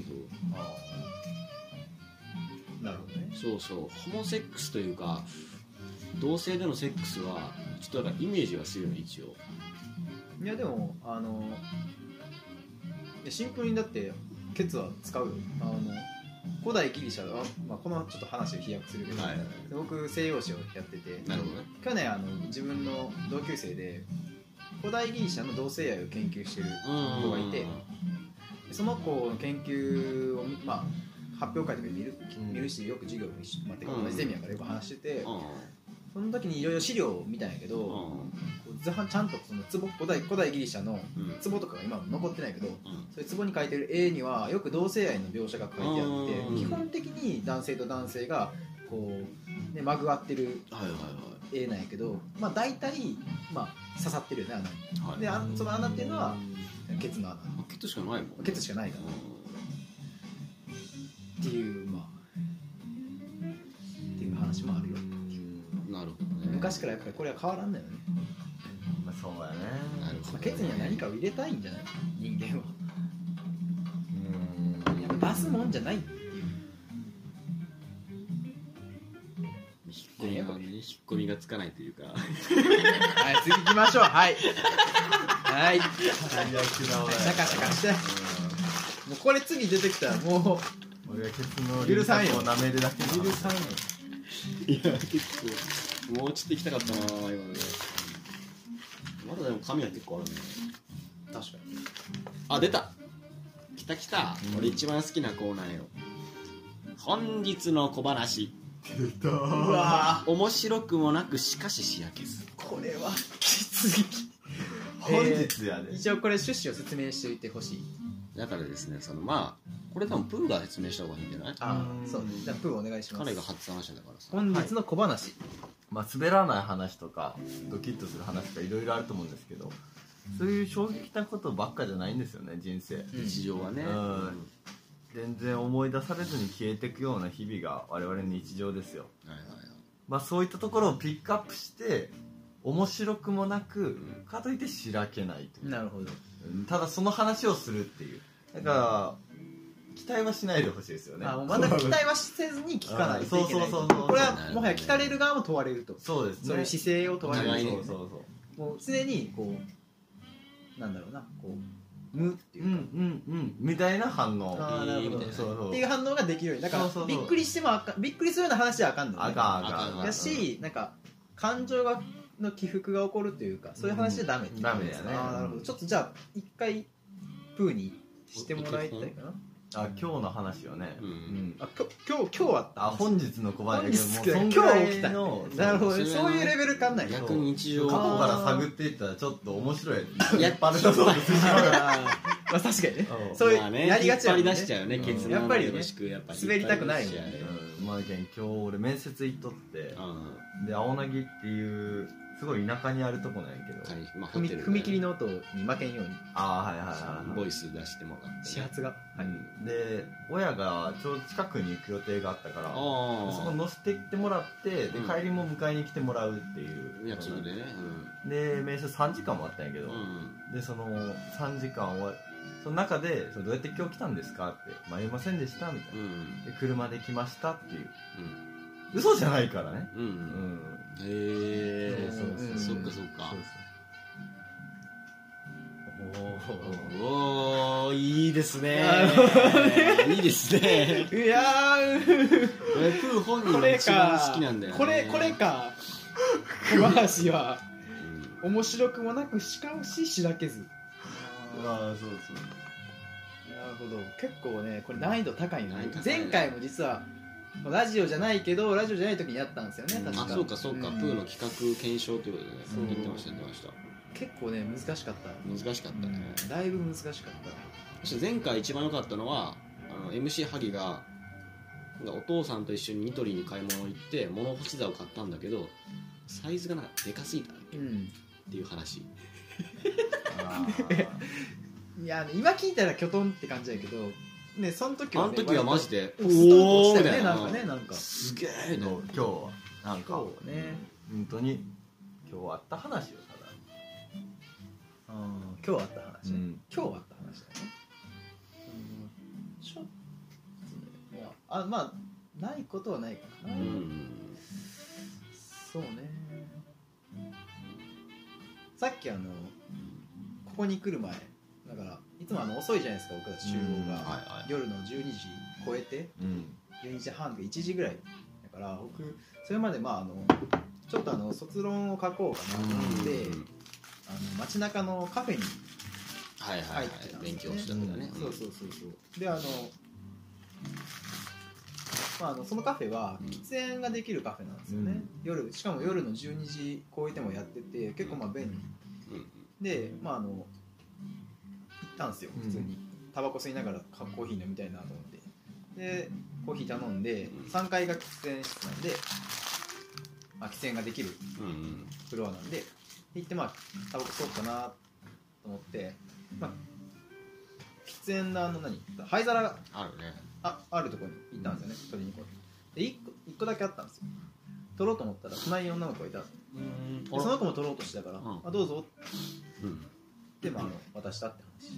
なるほどね。 そうそうホモセックスというか同性でのセックスはちょっとだからイメージはするの一応。 いやでもあのシンプルにだってケツは使うよ。あの古代ギリシャは、まあ、このちょっと話を飛躍するけど、 はい、 僕西洋史をやってて、 なるほどね、 去年あの自分の同級生で古代ギリシャの同性愛を研究してる子がいて、その子の研究を、まあ、発表会とかで見る、見るしよく授業も一緒、まあ、同じゼミやからよく話してて、その時にいろいろ資料を見たんやけど、ちゃんとその壺古代、古代ギリシャの壺とかが今も残ってないけど、そういう壺に描いてる絵にはよく同性愛の描写が書いてあって、基本的に男性と男性がこう、ね、まぐわってる絵なんやけど、まあ、大体、まあ、刺さってるよね、穴に、はい、であその穴っていうのはケツの穴、 ケツしかないもん、 ケツしかないからっていう、まあっていう話もあるよ。 なるほどね。 昔からやっぱりこれは変わらんだよね。 まあそうやね。 なるほどね。 ケツには何かを入れたいんじゃない？人間は。 うん。 やっぱ出すもんじゃないっていう。 引っ込みがね、引っ込みがつかないというか。 はい、次行きましょう。はい。はい。 最悪だ俺。 シャカシャカして。もうこれ次出てきたらもう俺がケツのリルサを舐めるだけ許さんよ。 いや結構もうちょっと行きたかったな今ね。まだでも髪は結構あるね。 確かに。 あ、出た。来た来た、うん、俺一番好きなコーナーよ。本日の小話。 出た。 うわ面白くもなくしかししやけず。 これはきつい。 本日やで、 えー、一応これ趣旨を説明しておいてほしい。 だからですね、そのまあこれ多分プーが説明した方がいいんじゃない？ ああ、そうね。じゃあプーお願いします。 彼が初話だからさ。 本日の小話。はい、 まあ滑らない話とかドキッとする話とかいろいろあると思うんですけど、そういう衝撃なことばっかじゃないんですよね、人生。 日常はね。 うん。全然思い出されずに消えていくような日々が我々の日常ですよ。はいはいはい。まあそういったところをピックアップして面白くもなく、かといってしらけないという。 なるほど。 ただその話をするっていう。だから期待はしないでほしいですよね。 あ、まだ期待はせずに聞かないといけない。 そうそうそうそう。 これはもはや聞かれる側も問われると。 そうですね。 そういう姿勢を問われる。 そうそうそう。 もう常にこうなんだろうな、こう無っていうか、 うんうんうんみたいな反応。 ああ、なるほど。 そうそうっていう反応ができるように。だからびっくりしてもあかん、びっくりするような話はあかんのね。 あかんあかん。 やし、なんか感情がの起伏が起こるというか、そういう話でダメっていう。 ダメだよね。 ああ、なるほど。ちょっとじゃあ一回プーにしてもらいたいかな。 あ、今日の話をね。 うん。 あ、今日今日あった。 あ、本日の小話だけどもう今日起きた。なるほどね。そういうレベル感ない。 逆に日常過去から探っていったらちょっと面白い。 やっぱりそうまあ確かにね。そういうやりがちやもんね。 引っ張り出しちゃうね。ケツのやっぱりね。滑りたくないもんね。 まあ今日俺面接行っとって、で青凪っていうすごい田舎にあるとこなんやけど、 まあホテル踏切の音に負けんように。 ああはいはいはい。 ボイス出してもらって。 始発が。はい。 で親がちょうど近くに行く予定があったから、そこ乗せてってもらって、で帰りも迎えに来てもらうっていう約束でね。 で面接さんじかんもあったんやけど、でそのさんじかんはその中で「どうやって今日来たんですか?」って「迷いませんでした?」みたいな、で車で来ましたっていう、嘘じゃないからね。 へえ、そっかそっか。おお、いいですね。いいですね。 いやー、 俺プー本人が一番好きなんだよね。 これこれか。小話は面白くもなくしかししらけず。 ああ、そうそう。 なるほど。結構ね、これ難易度高いよね。前回も実はラジオじゃないけどラジオじゃない時にやったんですよね。確か。 あ、そうかそうか。プーの企画検証ということでね、言ってました言ってました。 結構ね難しかった。 難しかったね。 だいぶ難しかった。 そして前回一番良かったのはあの エムシー 萩がお父さんと一緒にニトリに買い物行って物干し座を買ったんだけどサイズがなんかでかすぎたっていう話。 いや今聞いたらキョトンって感じだけどね、その時は、ね、 あの時はマジでおおーね、なんかね、なんかすげえね。 今日はなんかね、 本当に今日あった話よ、ただ。 うん、今日あった話、ね、うん、今日あった話だね。うん、ちょっとね、いや、あ、まあないことはないかな。うん、そうね。さっきあのここに来る前だからいつもあの遅いじゃないですか、僕たち集合が、はいはい、夜のじゅうにじ超えてうんじゅうにじはんとかいちじぐらいだから僕それまでまああのちょっとあの卒論を書こうかなと思って、 うんあの街中のカフェにはいはいはい入ってたんです勉よ強してたんだね、 そうそうそうそうであの、まあ、あのそのカフェは喫煙ができるカフェなんですよね、うん、夜しかも夜のじゅうにじ超えてもやってて結構まあ便利、うん、でまああの行ったんですよ普通にタバコ吸いながらコーヒー飲みたいなと思ってでコーヒー頼んでさんがいが喫煙室なんで、まあ、喫煙ができるフロアなんで行ってまあタバコ吸おうかなと思って、まあ、喫煙のあの何灰皿があるねあ, あるところに行ったんですよね、取りに行こうで 1, 個いっこだけあったんですよ。取ろうと思ったら隣に女の子がいた。うんでその子も取ろうとしてたから、うん、あどうぞ、うん、で、まあ、あの渡したって話。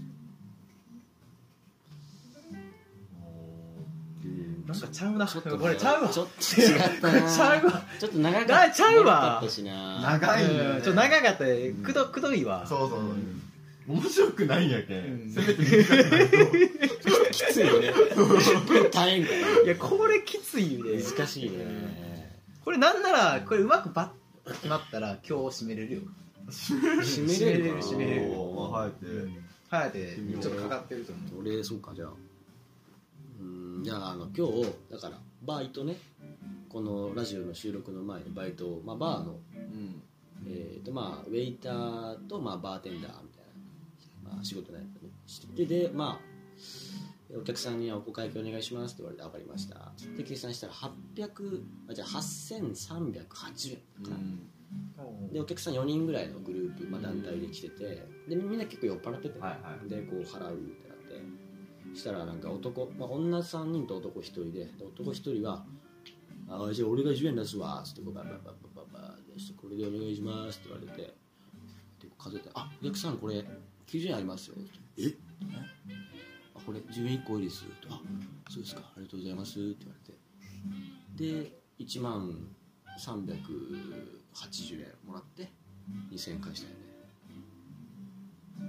なんかちゃうな、これちゃうわ、ちょっと違ったなちゃうわ、ちょっと長かったちゃうわ長いんだよね、ちょっと長かったでくどくどいわ。そうそう、うん面白くないんやけん、うん、せめて短くないときついよね大変かいやこれきついよね難しいねこれなんならこれうまくバッと決まったら今日締めれるよ締めれる締めれるはやてはやてちょっとかかってると思う。 俺そうかじゃあうんじゃああの今日だからバイトねこのラジオの収録の前にバイト、まあ、バーの、うんえーとまあ、ウェイターと、まあ、バーテンダーみたいなまあ、仕事なんやけどしてでまあお客さんにお会計お願いしますって言われて分かりましたで計算したらはっぴゃくあじゃあはっせんさんびゃくはちじゅうえんかな、うん、でお客さんよにんぐらいのグループ、まあ、団体で来ててでみんな結構酔っ払ってて、はいはい、でこう払うってなってしたらなんか男、まあ、女さんにんと男ひとりで男ひとりはあじゃあ俺がじゅうえん出すわってこうババババババこれでお願いしますって言われてで数えてあお客さんこれきゅうじゅうえんありますよ。えあこれじゅうえんいっこ多いです。あそうですかありがとうございますって言われてでいちまんさんびゃくはちじゅうえんもらってにせんえん返したよね。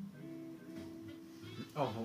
ああ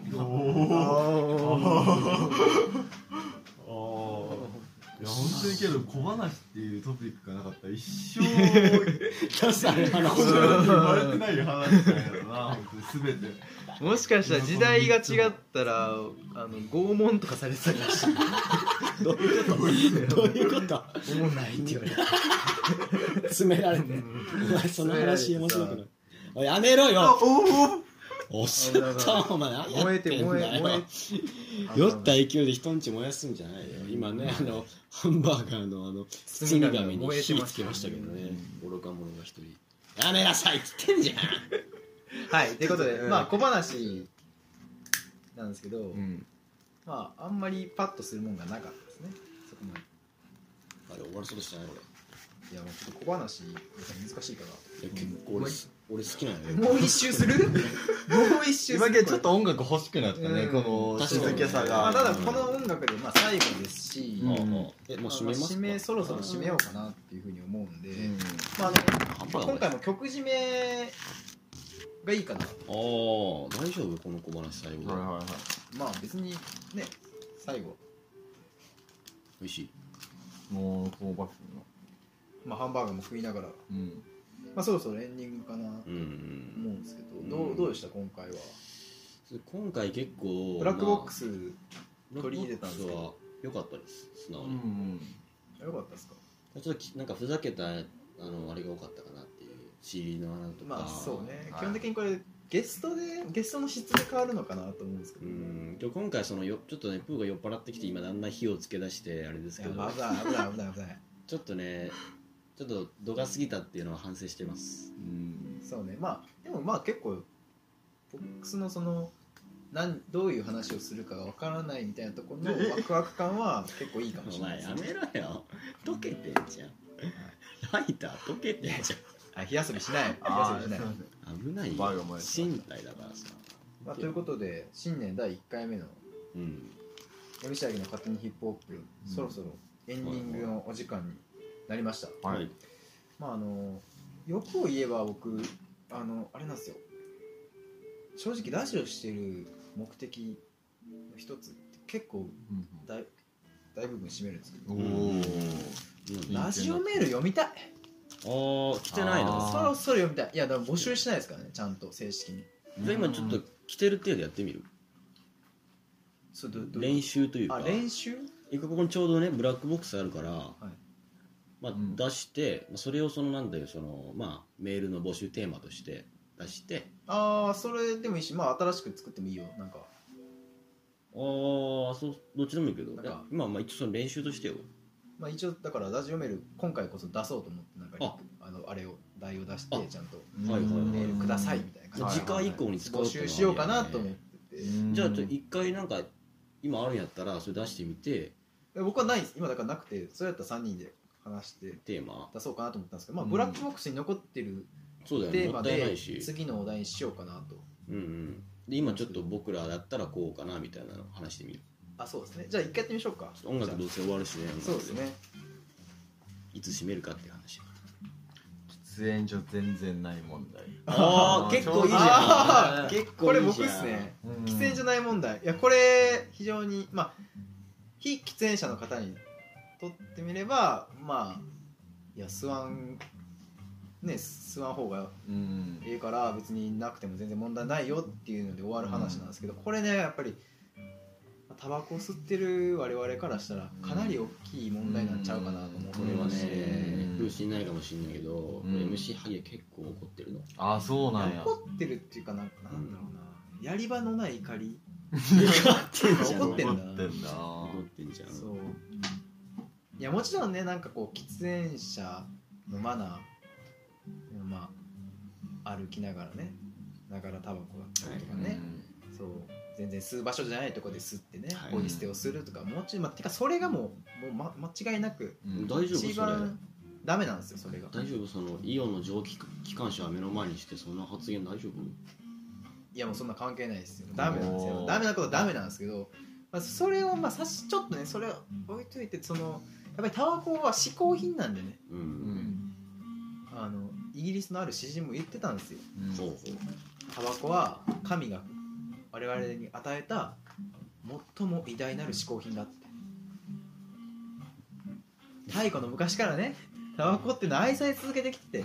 いや本当にけど小話っていうトピックがなかったら一生キャスある話生まれてない話なんやろな本当に全てもしかしたら時代が違ったらあの拷問とかされてたかもしれないどういうことどういうことおもないって言われて詰められてお前その話面白くないおいやめろよおっしゃったお前何やってんだよ酔った勢いで人んち燃やすんじゃないよ今ねあのハンバーガーのあの包み紙に火つけましたけどね愚か者が一人やめなさいっつってんじゃんはいということでまあ小話なんですけど、うん、まああんまりパッとするもんがなかったですねそこまであれ終わらそうとしてない俺いやもうちょっと小話難しいから結構俺、うん俺好きなのよもう一周するもう一周する今けちょっと音楽欲しくなったね、うん、この静けさが、 まあ、ただこの音楽でまあ最後ですし、うんうん、 えもう締めますか、 まあ、締めそろそろ締めようかなっていうふうに思うんで、うんまあ、あの今回も曲締めがいいかなああ大丈夫この小話最後で、はいはいはい、 まあ別にね最後美味しいもう香ばしいなまあハンバーガーも食いながら、うんまあ、そろそろエンディングかなと思うんですけど、うん、ど, うどうでした今回は今回結構ブラックボックス取り入れたんですけど良かったです素直に、うんうん、良かったですかちょっとなんかふざけたあのあれが多かったかなっていう シーディー の穴とかまあそうね、はい、基本的にこれゲストでゲストの質で変わるのかなと思うんですけど、 うん今回そのよちょっとねプーが酔っ払ってきて今だんだん火をつけ出してあれですけど危ない危ない危ない危ないちょっとねちょっと度が過ぎたっていうのは反省してます。 うん、そうね。まあでもまあ結構ボックスのそのなんどういう話をするかがわからないみたいなところのワクワク感は結構いいかもしれないです、ね。 お前やめろよ。溶けてんじゃん。ライター溶けてんじゃん。あ火遊びしない。火遊びしない。 危ないよ。身体だからさ。 まあということで新年だいいっかいめのうん。森下明の勝手にヒップホップ、うん、そろそろエンディングのお時間に。なりました。はい。まああの欲を言えば僕あのあれなんですよ。正直ラジオしてる目的の一つって結構大大部分占めるんですけど、 おおラジオメール読みたい。 ああ来てないの。 そろそろ読みたい。いやだから募集してないですからね、ちゃんと正式に。 じゃあ今ちょっと来てる程度やってみる。 そうどど練習というか。 あ練習？ ここにちょうどねブラックボックスあるから、 はい、 まあ、出してそれをそのなんだよそのまあメールの募集テーマとして出して。 ああそれでもいいし、まあ新しく作ってもいいよなんか。ああそうどっちでもいいけど、今まあ一応その練習としてよ。 まあ一応だからラジオメール今回こそ出そうと思ってなんかああのあれを題を出してちゃんとメールくださいみたいな感じで次回以降に使う募集しようかなと思ってて。 じゃあ一回なんか今あるんやったらそれ出してみて。 僕はないです今だからなくて、それやったらさんにんで話してテーマ出そうかなと思ったんですけど、まあブラックボックスに残ってるテーマで次のお題にしようかなと。 うんうんで今ちょっと僕らだったらこうかなみたいなの話してみる。 あそうですね、じゃあ一回やってみましょうか。 音楽どうせ終わるしね。 そうですね、 いつ閉めるかっていう話。 喫煙所全然ない問題。 ああ結構いいじゃん。結構これ僕ですね、喫煙所ない問題。いやこれ非常にまあ非喫煙者の方にとってみればまあいや吸わんね吸わん方がいいから別になくても全然問題ないよっていうので終わる話なんですけど、これねやっぱりタバコを吸ってる我々からしたらかなり大きい問題になっちゃうかなと思ってまして、 風刺ないかもしれないけど エムシー ハゲ結構怒ってるの。 ああそうなんや。 怒ってるっていうかなんかなんだろうな、やり場のない怒り怒ってんだ。 怒ってんだ怒ってんじゃん。 そういやもちろんねなんかこう喫煙者のマナーまあ歩きながらねながらタバコだったりとかね、はい、そう全然吸う場所じゃないところで吸ってね、はい、ポイ捨てをするとかもちろん、まあ、てかそれがもう、もう、ま、間違いなく、 うん、大丈夫一番ダメなんですよそれが。 大丈夫そのイオンの蒸気機関車を目の前にしてそんな発言大丈夫？ いやもうそんな関係ないですよ。ダメなんですよ。ダメなことはダメなんですけど、まあ、それをまあさしちょっとねそれを置いといてそのやっぱりタバコは嗜好品なんでね、うんうん、あのイギリスのある詩人も言ってたんですよ、うん、タバコは神が我々に与えた最も偉大なる嗜好品だって。太古の昔からねタバコっていうのは愛され続けてきてて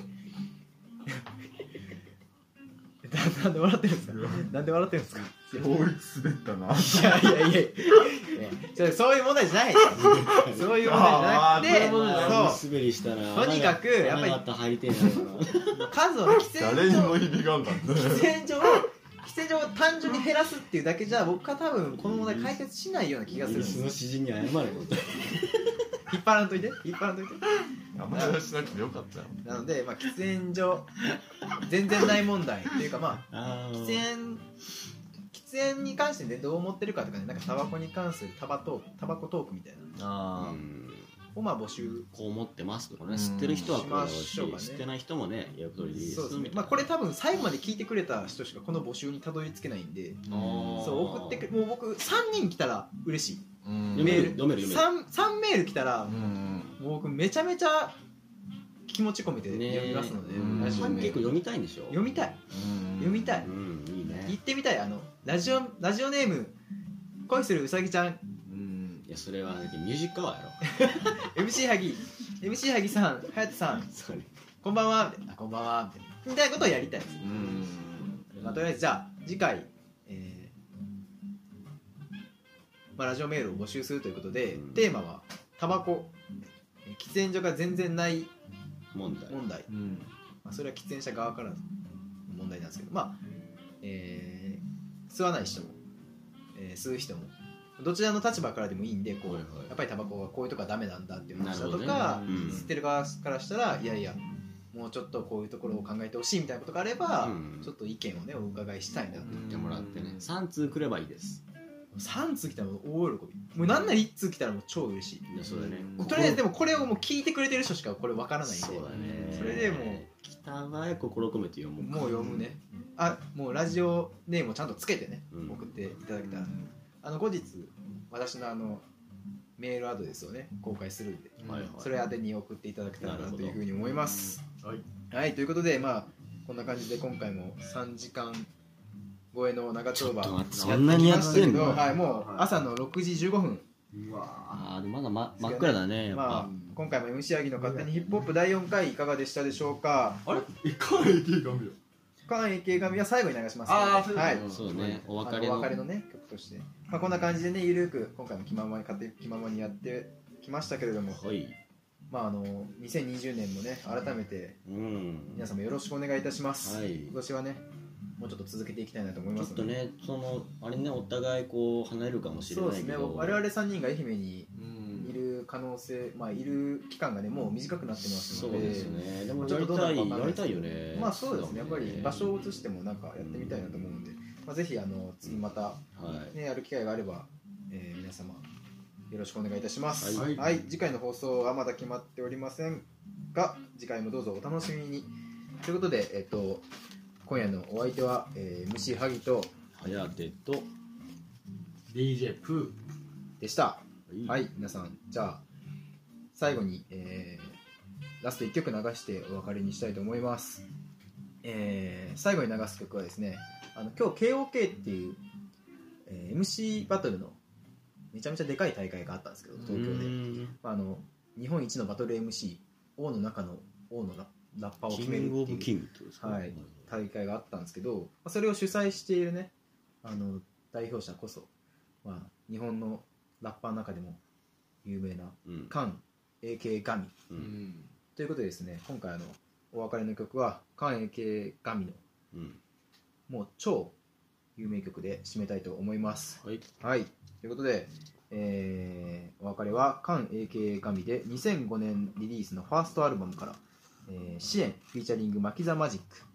なんで笑ってるんですか？なんで笑ってるんですか？ 法律滑ったな。 いやいやいやいやそういう問題じゃないそういう問題じゃなくてそう滑りしたらとにかくやっぱり数を喫誰にも響かんかった喫煙所を喫煙所を単純に減らすっていうだけじゃ僕は多分この問題解決しないような気がするんです。 その詩人に謝れ引っ張らんといて引っ張らんといてあんまりしなくてよかったよ。 なので、まあ、喫煙所全然ない問題っていうかまあ喫煙喫煙に関して、ね、どう思ってるかとかねなんかタバコに関するタバトークタバコトークみたいなあをまあ募集こう思ってますとかね知ってる人はこうだろうし、ね、知ってない人もねやる通りでいいです。 そうですね、まあ、これ多分最後まで聞いてくれた人しかこの募集にたどり着けないんでそう送ってくもう僕さんにん来たら嬉しい。メール読める読める 3, 3メール来たら、うん、もう僕めちゃめちゃ気持ち込めて読みますので、 ね、ラジオ結構読みたいんでしょ。 読みたい読みたい、うん、いいね。言ってみたい。あのラジオラジオネーム恋するうさぎちゃん、 うん、いやそれはミュージックアワーやろエムシー はぎ エムシー はぎさんはやてさんこんばんはみたいなこんばんはみたいなみたいなことをやりたいです。うん、まあ、とりあえずじゃあ次回まあ、ラジオメールを募集するということで、うん、テーマはタバコ喫煙所が全然ない問題、問題、うんまあ、それは喫煙者側からの問題なんですけど、まあえー、吸わない人も、えー、吸う人もどちらの立場からでもいいんでこう、はいはい、やっぱりタバコがこういうとこはダメなんだっていう話だとか、ねうん、吸ってる側からしたらいやいやもうちょっとこういうところを考えてほしいみたいなことがあれば、うん、ちょっと意見をねお伺いしたいなと言ってもらってねさん通来ればいいです。 さん通来たら大喜び。もうなんならいっ通来たらもう超嬉しい。 いやそうだね。 とりあえずでもこれをもう聞いてくれてる人しかこれ分からないんで。 そうだね。 それでもう来た場合心込めて読む。 もう読むね。あもうラジオネームをちゃんとつけてね、うん、送っていただけたら、あの後日私のあのメールアドレスをね公開するんで、はいはい、それ宛てに送っていただけたらなというふうに思います。はい。はいということでまあこんな感じで今回もさんじかん超えの長丁場やってきそんなにやってんの、 はい、もう朝のろくじじゅうごふん。 うわあ、まだ、ま、真っ暗だね、やっぱ、 まあ、今回も エムシー ヤギの勝手にヒップホップだいよんかいいかがでしたでしょうか。 あれカン エーケー 神よカン エーケー 神は最後に流します、ね、 ああ、そうはい、 そうね、お別れのお別れのね曲として、まあ、こんな感じでね、ゆるく今回も気ままに勝手に気ままにやってきましたけれども、 はい、 まああのにせんにじゅうねんもね改めて皆様よろしくお願いいたします、はい、今年はねもうちょっと続けていきたいなと思いますので、 ちょっとね、そのあれね、お互いこう離れるかもしれないけど、そうですね、 我々さんにんが愛媛にいる可能性、まあいる期間がねもう短くなってますので、 そうですね、でもやりたい、やりたいよね。 まあそうですね、やっぱり場所を移してもなんかやってみたいなと思うので、まあ、ぜひあの次また、ね、やる機会があれば、えー、皆様よろしくお願いいたします、はいはい、次回の放送はまだ決まっておりませんが、次回もどうぞお楽しみにということで、えっと今夜のお相手は、えー、エムシー 萩と颯とディージェー プーでした。はい、皆さん、じゃあ最後に、えー、ラストいっきょく流してお別れにしたいと思います。えー、最後に流す曲はですね、あの今日 ケーオーケー っていう、えー、エムシー バトルのめちゃめちゃでかい大会があったんですけど、東京で、まあ、あの日本一のバトル エムシー 王の中の王のララッパーを決めるっていう、 キングオブキングですか、 はい、大会があったんですけど、それを主催しているね、あの代表者こそ、まあ、日本のラッパーの中でも有名な、うん、カン エーケー ガミ、うん、ということでですね、今回あのお別れの曲はカン エーケー ガミの、うん、もう超有名曲で締めたいと思います。はい、はい、ということで、えー、お別れはカン エーケー ガミでにせんごねんリリースのファーストアルバムから、えー、支援フィーチャリングマキザマジック